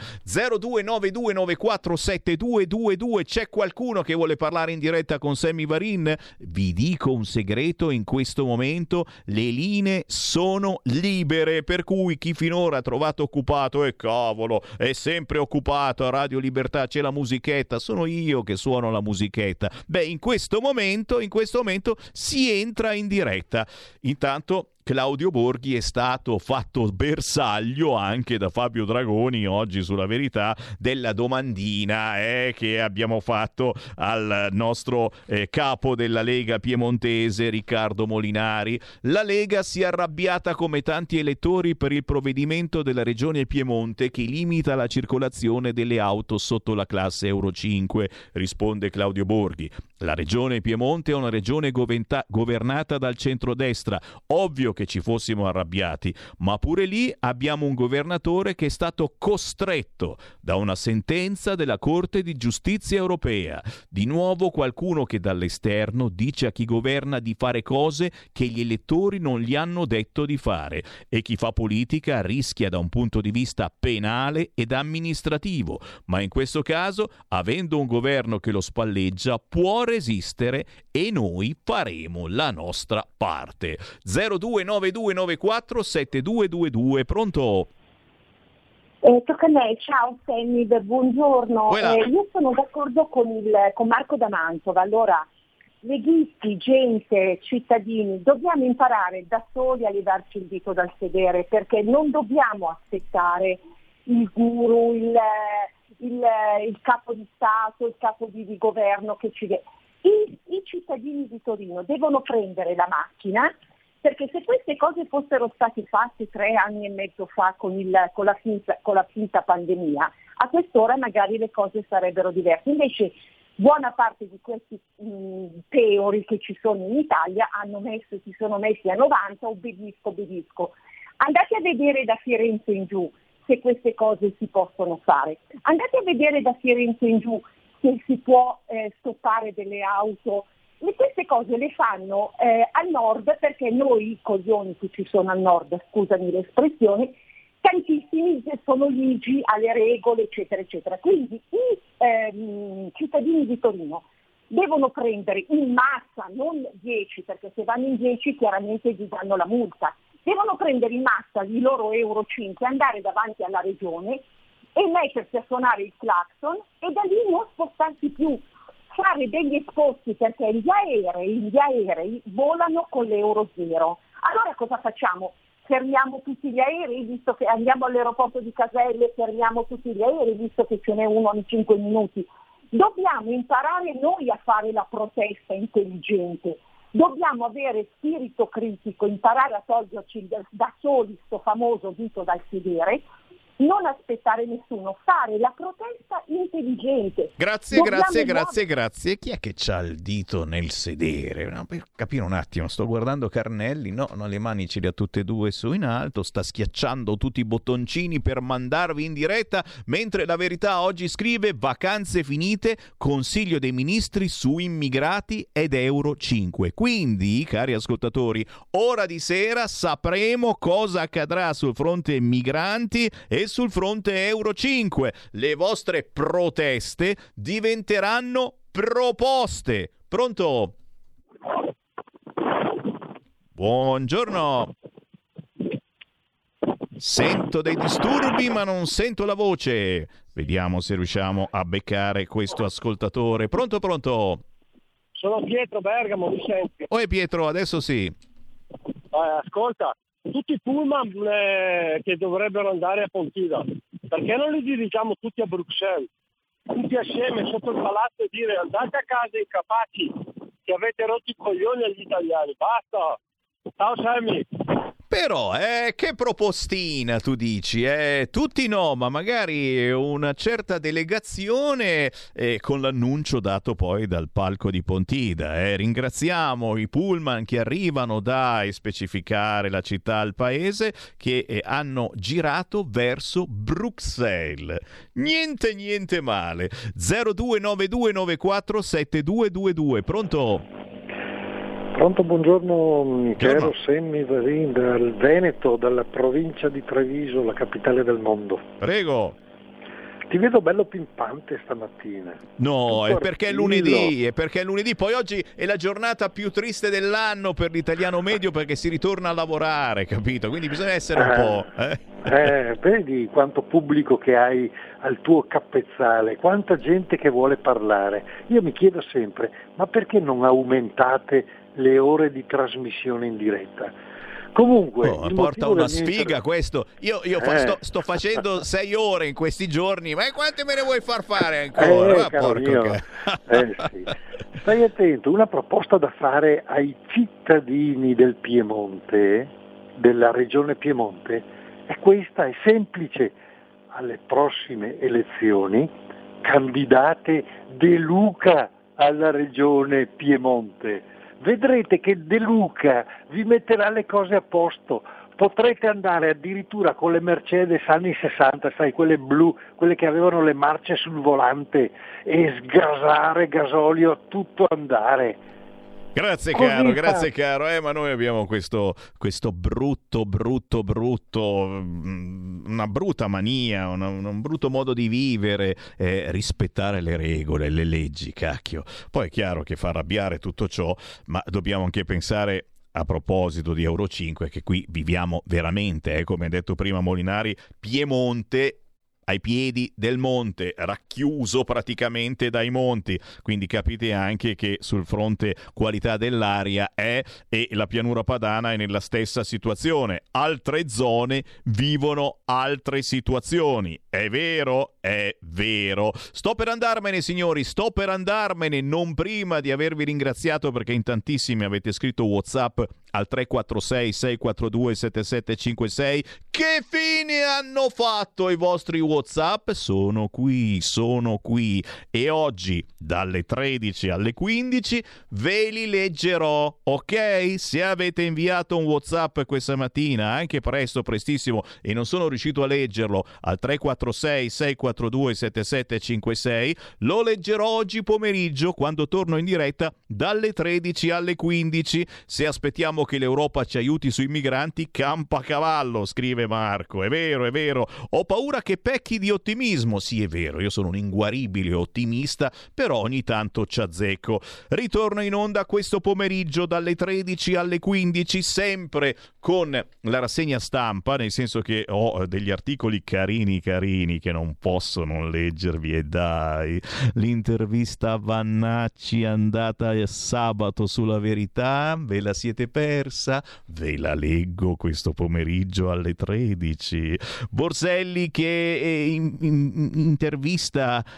B: 0292947222, c'è qualcuno che vuole parlare in diretta con Sammy Varin? Vi dico un segreto, in questo momento le linee sono libere, per cui chi finora ha trovato occupato, cavolo, è sempre occupato a Radio Libertà, c'è la musichetta, sono io che suono la musichetta. Beh, in questo momento si entra in diretta. Intanto Claudio Borghi è stato fatto bersaglio anche da Fabio Dragoni oggi sulla Verità della domandina che abbiamo fatto al nostro capo della Lega piemontese Riccardo Molinari. La Lega si è arrabbiata come tanti elettori per il provvedimento della Regione Piemonte che limita la circolazione delle auto sotto la classe Euro 5, risponde Claudio Borghi. La Regione Piemonte è una regione governata dal centrodestra. Ovvio che ci fossimo arrabbiati, ma pure lì abbiamo un governatore che è stato costretto da una sentenza della Corte di Giustizia Europea. Di nuovo qualcuno che dall'esterno dice a chi governa di fare cose che gli elettori non gli hanno detto di fare, e chi fa politica rischia da un punto di vista penale ed amministrativo, ma in questo caso, avendo un governo che lo spalleggia, può resistere e noi faremo la nostra parte. 0292947222. Pronto?
N: Tocca a me. Ciao Sammy, buongiorno. Io sono d'accordo con Marco da Mantova. Allora, leghisti, gente, cittadini, dobbiamo imparare da soli a levarci il dito dal sedere, perché non dobbiamo aspettare il guru, il capo di Stato, il capo di governo che ci viene. I cittadini di Torino devono prendere la macchina, perché se queste cose fossero state fatte 3 anni e mezzo fa con la finta pandemia, a quest'ora magari le cose sarebbero diverse. Invece buona parte di questi teori che ci sono in Italia si sono messi a 90, obbedisco. Andate a vedere da Firenze in giù se queste cose si possono fare. Andate a vedere da Firenze in giù se si può stoppare delle auto. Queste cose le fanno al nord, perché noi coglioni che ci sono al nord, scusami l'espressione, tantissimi sono ligi alle regole, eccetera, eccetera. Quindi i cittadini di Torino devono prendere in massa, non 10, perché se vanno in 10 chiaramente gli danno la multa, devono prendere in massa i loro Euro 5, andare davanti alla regione e mettersi a suonare il clacson e da lì non spostarsi più, fare degli esposti, perché gli aerei volano con l'Euro 0. Allora cosa facciamo? Fermiamo tutti gli aerei, visto che andiamo all'aeroporto di Caselle, fermiamo tutti gli aerei, visto che ce n'è uno ogni 5 minuti. Dobbiamo imparare noi a fare la protesta intelligente, dobbiamo avere spirito critico, imparare a toglierci da soli sto famoso dito dal sedere non aspettare nessuno, fare la protesta intelligente.
B: Grazie. Chi è che c'ha il dito nel sedere? No, per capire un attimo, sto guardando Carnelli, no, le mani ce le ha tutte e due su in alto, sta schiacciando tutti i bottoncini per mandarvi in diretta, mentre La Verità oggi scrive: vacanze finite, Consiglio dei Ministri su immigrati ed Euro 5. Quindi, cari ascoltatori, ora di sera sapremo cosa accadrà sul fronte migranti e sul fronte Euro 5. Le vostre proteste diventeranno proposte. Pronto? Buongiorno. Sento dei disturbi ma non sento la voce. Vediamo se riusciamo a beccare questo ascoltatore. Pronto?
P: Sono Pietro Bergamo, mi senti?
B: Pietro, adesso sì.
P: Ascolta, tutti i pullman che dovrebbero andare a Pontida, perché non li dirigiamo tutti a Bruxelles, tutti assieme sotto il palazzo, e dire: andate a casa incapaci che avete rotto i coglioni agli italiani, basta. Ciao Sammy.
B: Però, che propostina tu dici? Tutti no, ma magari una certa delegazione con l'annuncio dato poi dal palco di Pontida. Ringraziamo i pullman che arrivano da specificare la città al paese, che hanno girato verso Bruxelles. Niente male. 0292947222.
Q: Pronto, buongiorno, caro Sammy Varin, dal Veneto, dalla provincia di Treviso, la capitale del mondo.
B: Prego.
Q: Ti vedo bello pimpante stamattina.
B: No, è perché è lunedì, poi oggi è la giornata più triste dell'anno per l'italiano medio, perché si ritorna a lavorare, capito? Quindi bisogna essere un po'...
Q: Vedi quanto pubblico che hai al tuo capezzale, quanta gente che vuole parlare. Io mi chiedo sempre, ma perché non aumentate le ore di trasmissione in diretta? Comunque
B: porta una sfiga questo. Io sto facendo 6 ore in questi giorni, ma quante me ne vuoi far fare ancora?
Q: Sì. Stai attento, una proposta da fare ai cittadini del Piemonte, della regione Piemonte, è questa, è semplice: alle prossime elezioni candidate De Luca alla regione Piemonte. Vedrete che De Luca vi metterà le cose a posto. Potrete andare addirittura con le Mercedes anni 60, sai, quelle blu, quelle che avevano le marce sul volante, e sgasare gasolio a tutto andare.
B: Grazie caro, ma noi abbiamo questo brutto, una brutta mania, un brutto modo di vivere, rispettare le regole, le leggi, cacchio. Poi è chiaro che fa arrabbiare tutto ciò, ma dobbiamo anche pensare, a proposito di Euro 5, che qui viviamo veramente, come ha detto prima Molinari, Piemonte ai piedi del monte, racchiuso praticamente dai monti, quindi capite anche che sul fronte qualità dell'aria e la pianura padana è nella stessa situazione. Altre zone vivono altre situazioni. È vero? È vero. Sto per andarmene, signori, non prima di avervi ringraziato, perché in tantissimi avete scritto WhatsApp al 346 642 7756. Che fine hanno fatto i vostri WhatsApp? Sono qui e oggi dalle 13 alle 15 ve li leggerò, ok? Se avete inviato un WhatsApp questa mattina, anche prestissimo, e non sono riuscito a leggerlo al 346 642 7756, lo leggerò oggi pomeriggio quando torno in diretta dalle 13 alle 15. Se aspettiamo che l'Europa ci aiuti sui migranti, campa a cavallo, scrive Marco. È vero, ho paura che pecchi di ottimismo. Sì, è vero, io sono un inguaribile ottimista, però ogni tanto ci azzecco. Ritorno in onda questo pomeriggio dalle 13 alle 15, sempre con la rassegna stampa, nel senso che ho degli articoli carini che non posso non leggervi, e dai, l'intervista a Vannacci andata sabato sulla Verità, ve la siete persa? Ve la leggo questo pomeriggio alle 13. Borselli che intervista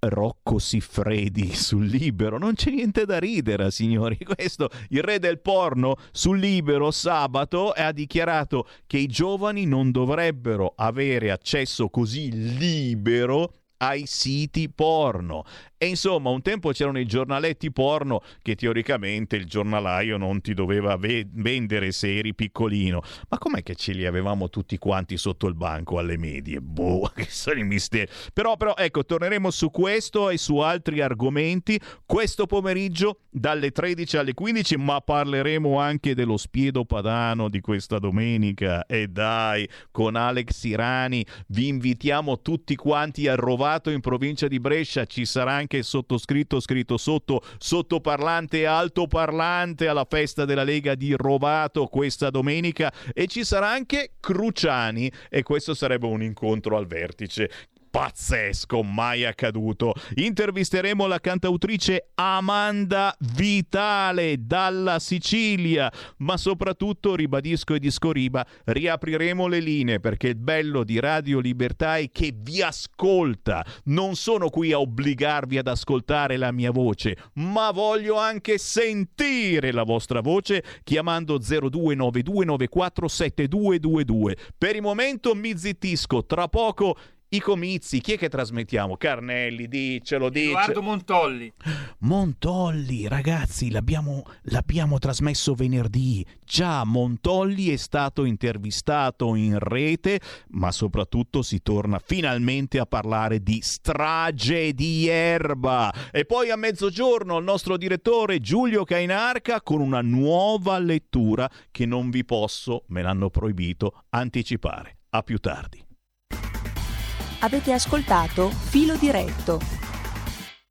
B: Rocco Siffredi sul Libero. Non c'è niente da ridere, signori. Questo, il re del porno, sul Libero sabato ha dichiarato che i giovani non dovrebbero avere accesso così libero ai siti porno. E insomma, un tempo c'erano i giornaletti porno che teoricamente il giornalaio non ti doveva vendere se eri piccolino. Ma com'è che ce li avevamo tutti quanti sotto il banco alle medie? Boh, che sono i misteri. Però ecco, torneremo su questo e su altri argomenti questo pomeriggio dalle 13 alle 15, ma parleremo anche dello spiedo padano di questa domenica. E dai, con Alex Irani vi invitiamo tutti quanti a Rovato in provincia di Brescia. Ci sarà anche sottoscritto, scritto sottoparlante e altoparlante alla festa della Lega di Rovato questa domenica, e ci sarà anche Cruciani, e questo sarebbe un incontro al vertice pazzesco, mai accaduto. Intervisteremo la cantautrice Amanda Vitale dalla Sicilia, ma soprattutto, ribadisco e discoriba, riapriremo le linee, perché il bello di Radio Libertà è che vi ascolta. Non sono qui a obbligarvi ad ascoltare la mia voce, ma voglio anche sentire la vostra voce chiamando 0292947222. Per il momento mi zittisco, tra poco i comizi. Chi è che trasmettiamo? Carnelli, diccelo.
D: Edoardo
B: Montolli, ragazzi, l'abbiamo trasmesso venerdì. Già, Montolli è stato intervistato in rete, ma soprattutto si torna finalmente a parlare di Strage di Erba. E poi a mezzogiorno il nostro direttore Giulio Cainarca con una nuova lettura che non vi posso, me l'hanno proibito, anticipare. A più tardi.
S: Avete ascoltato Filo Diretto,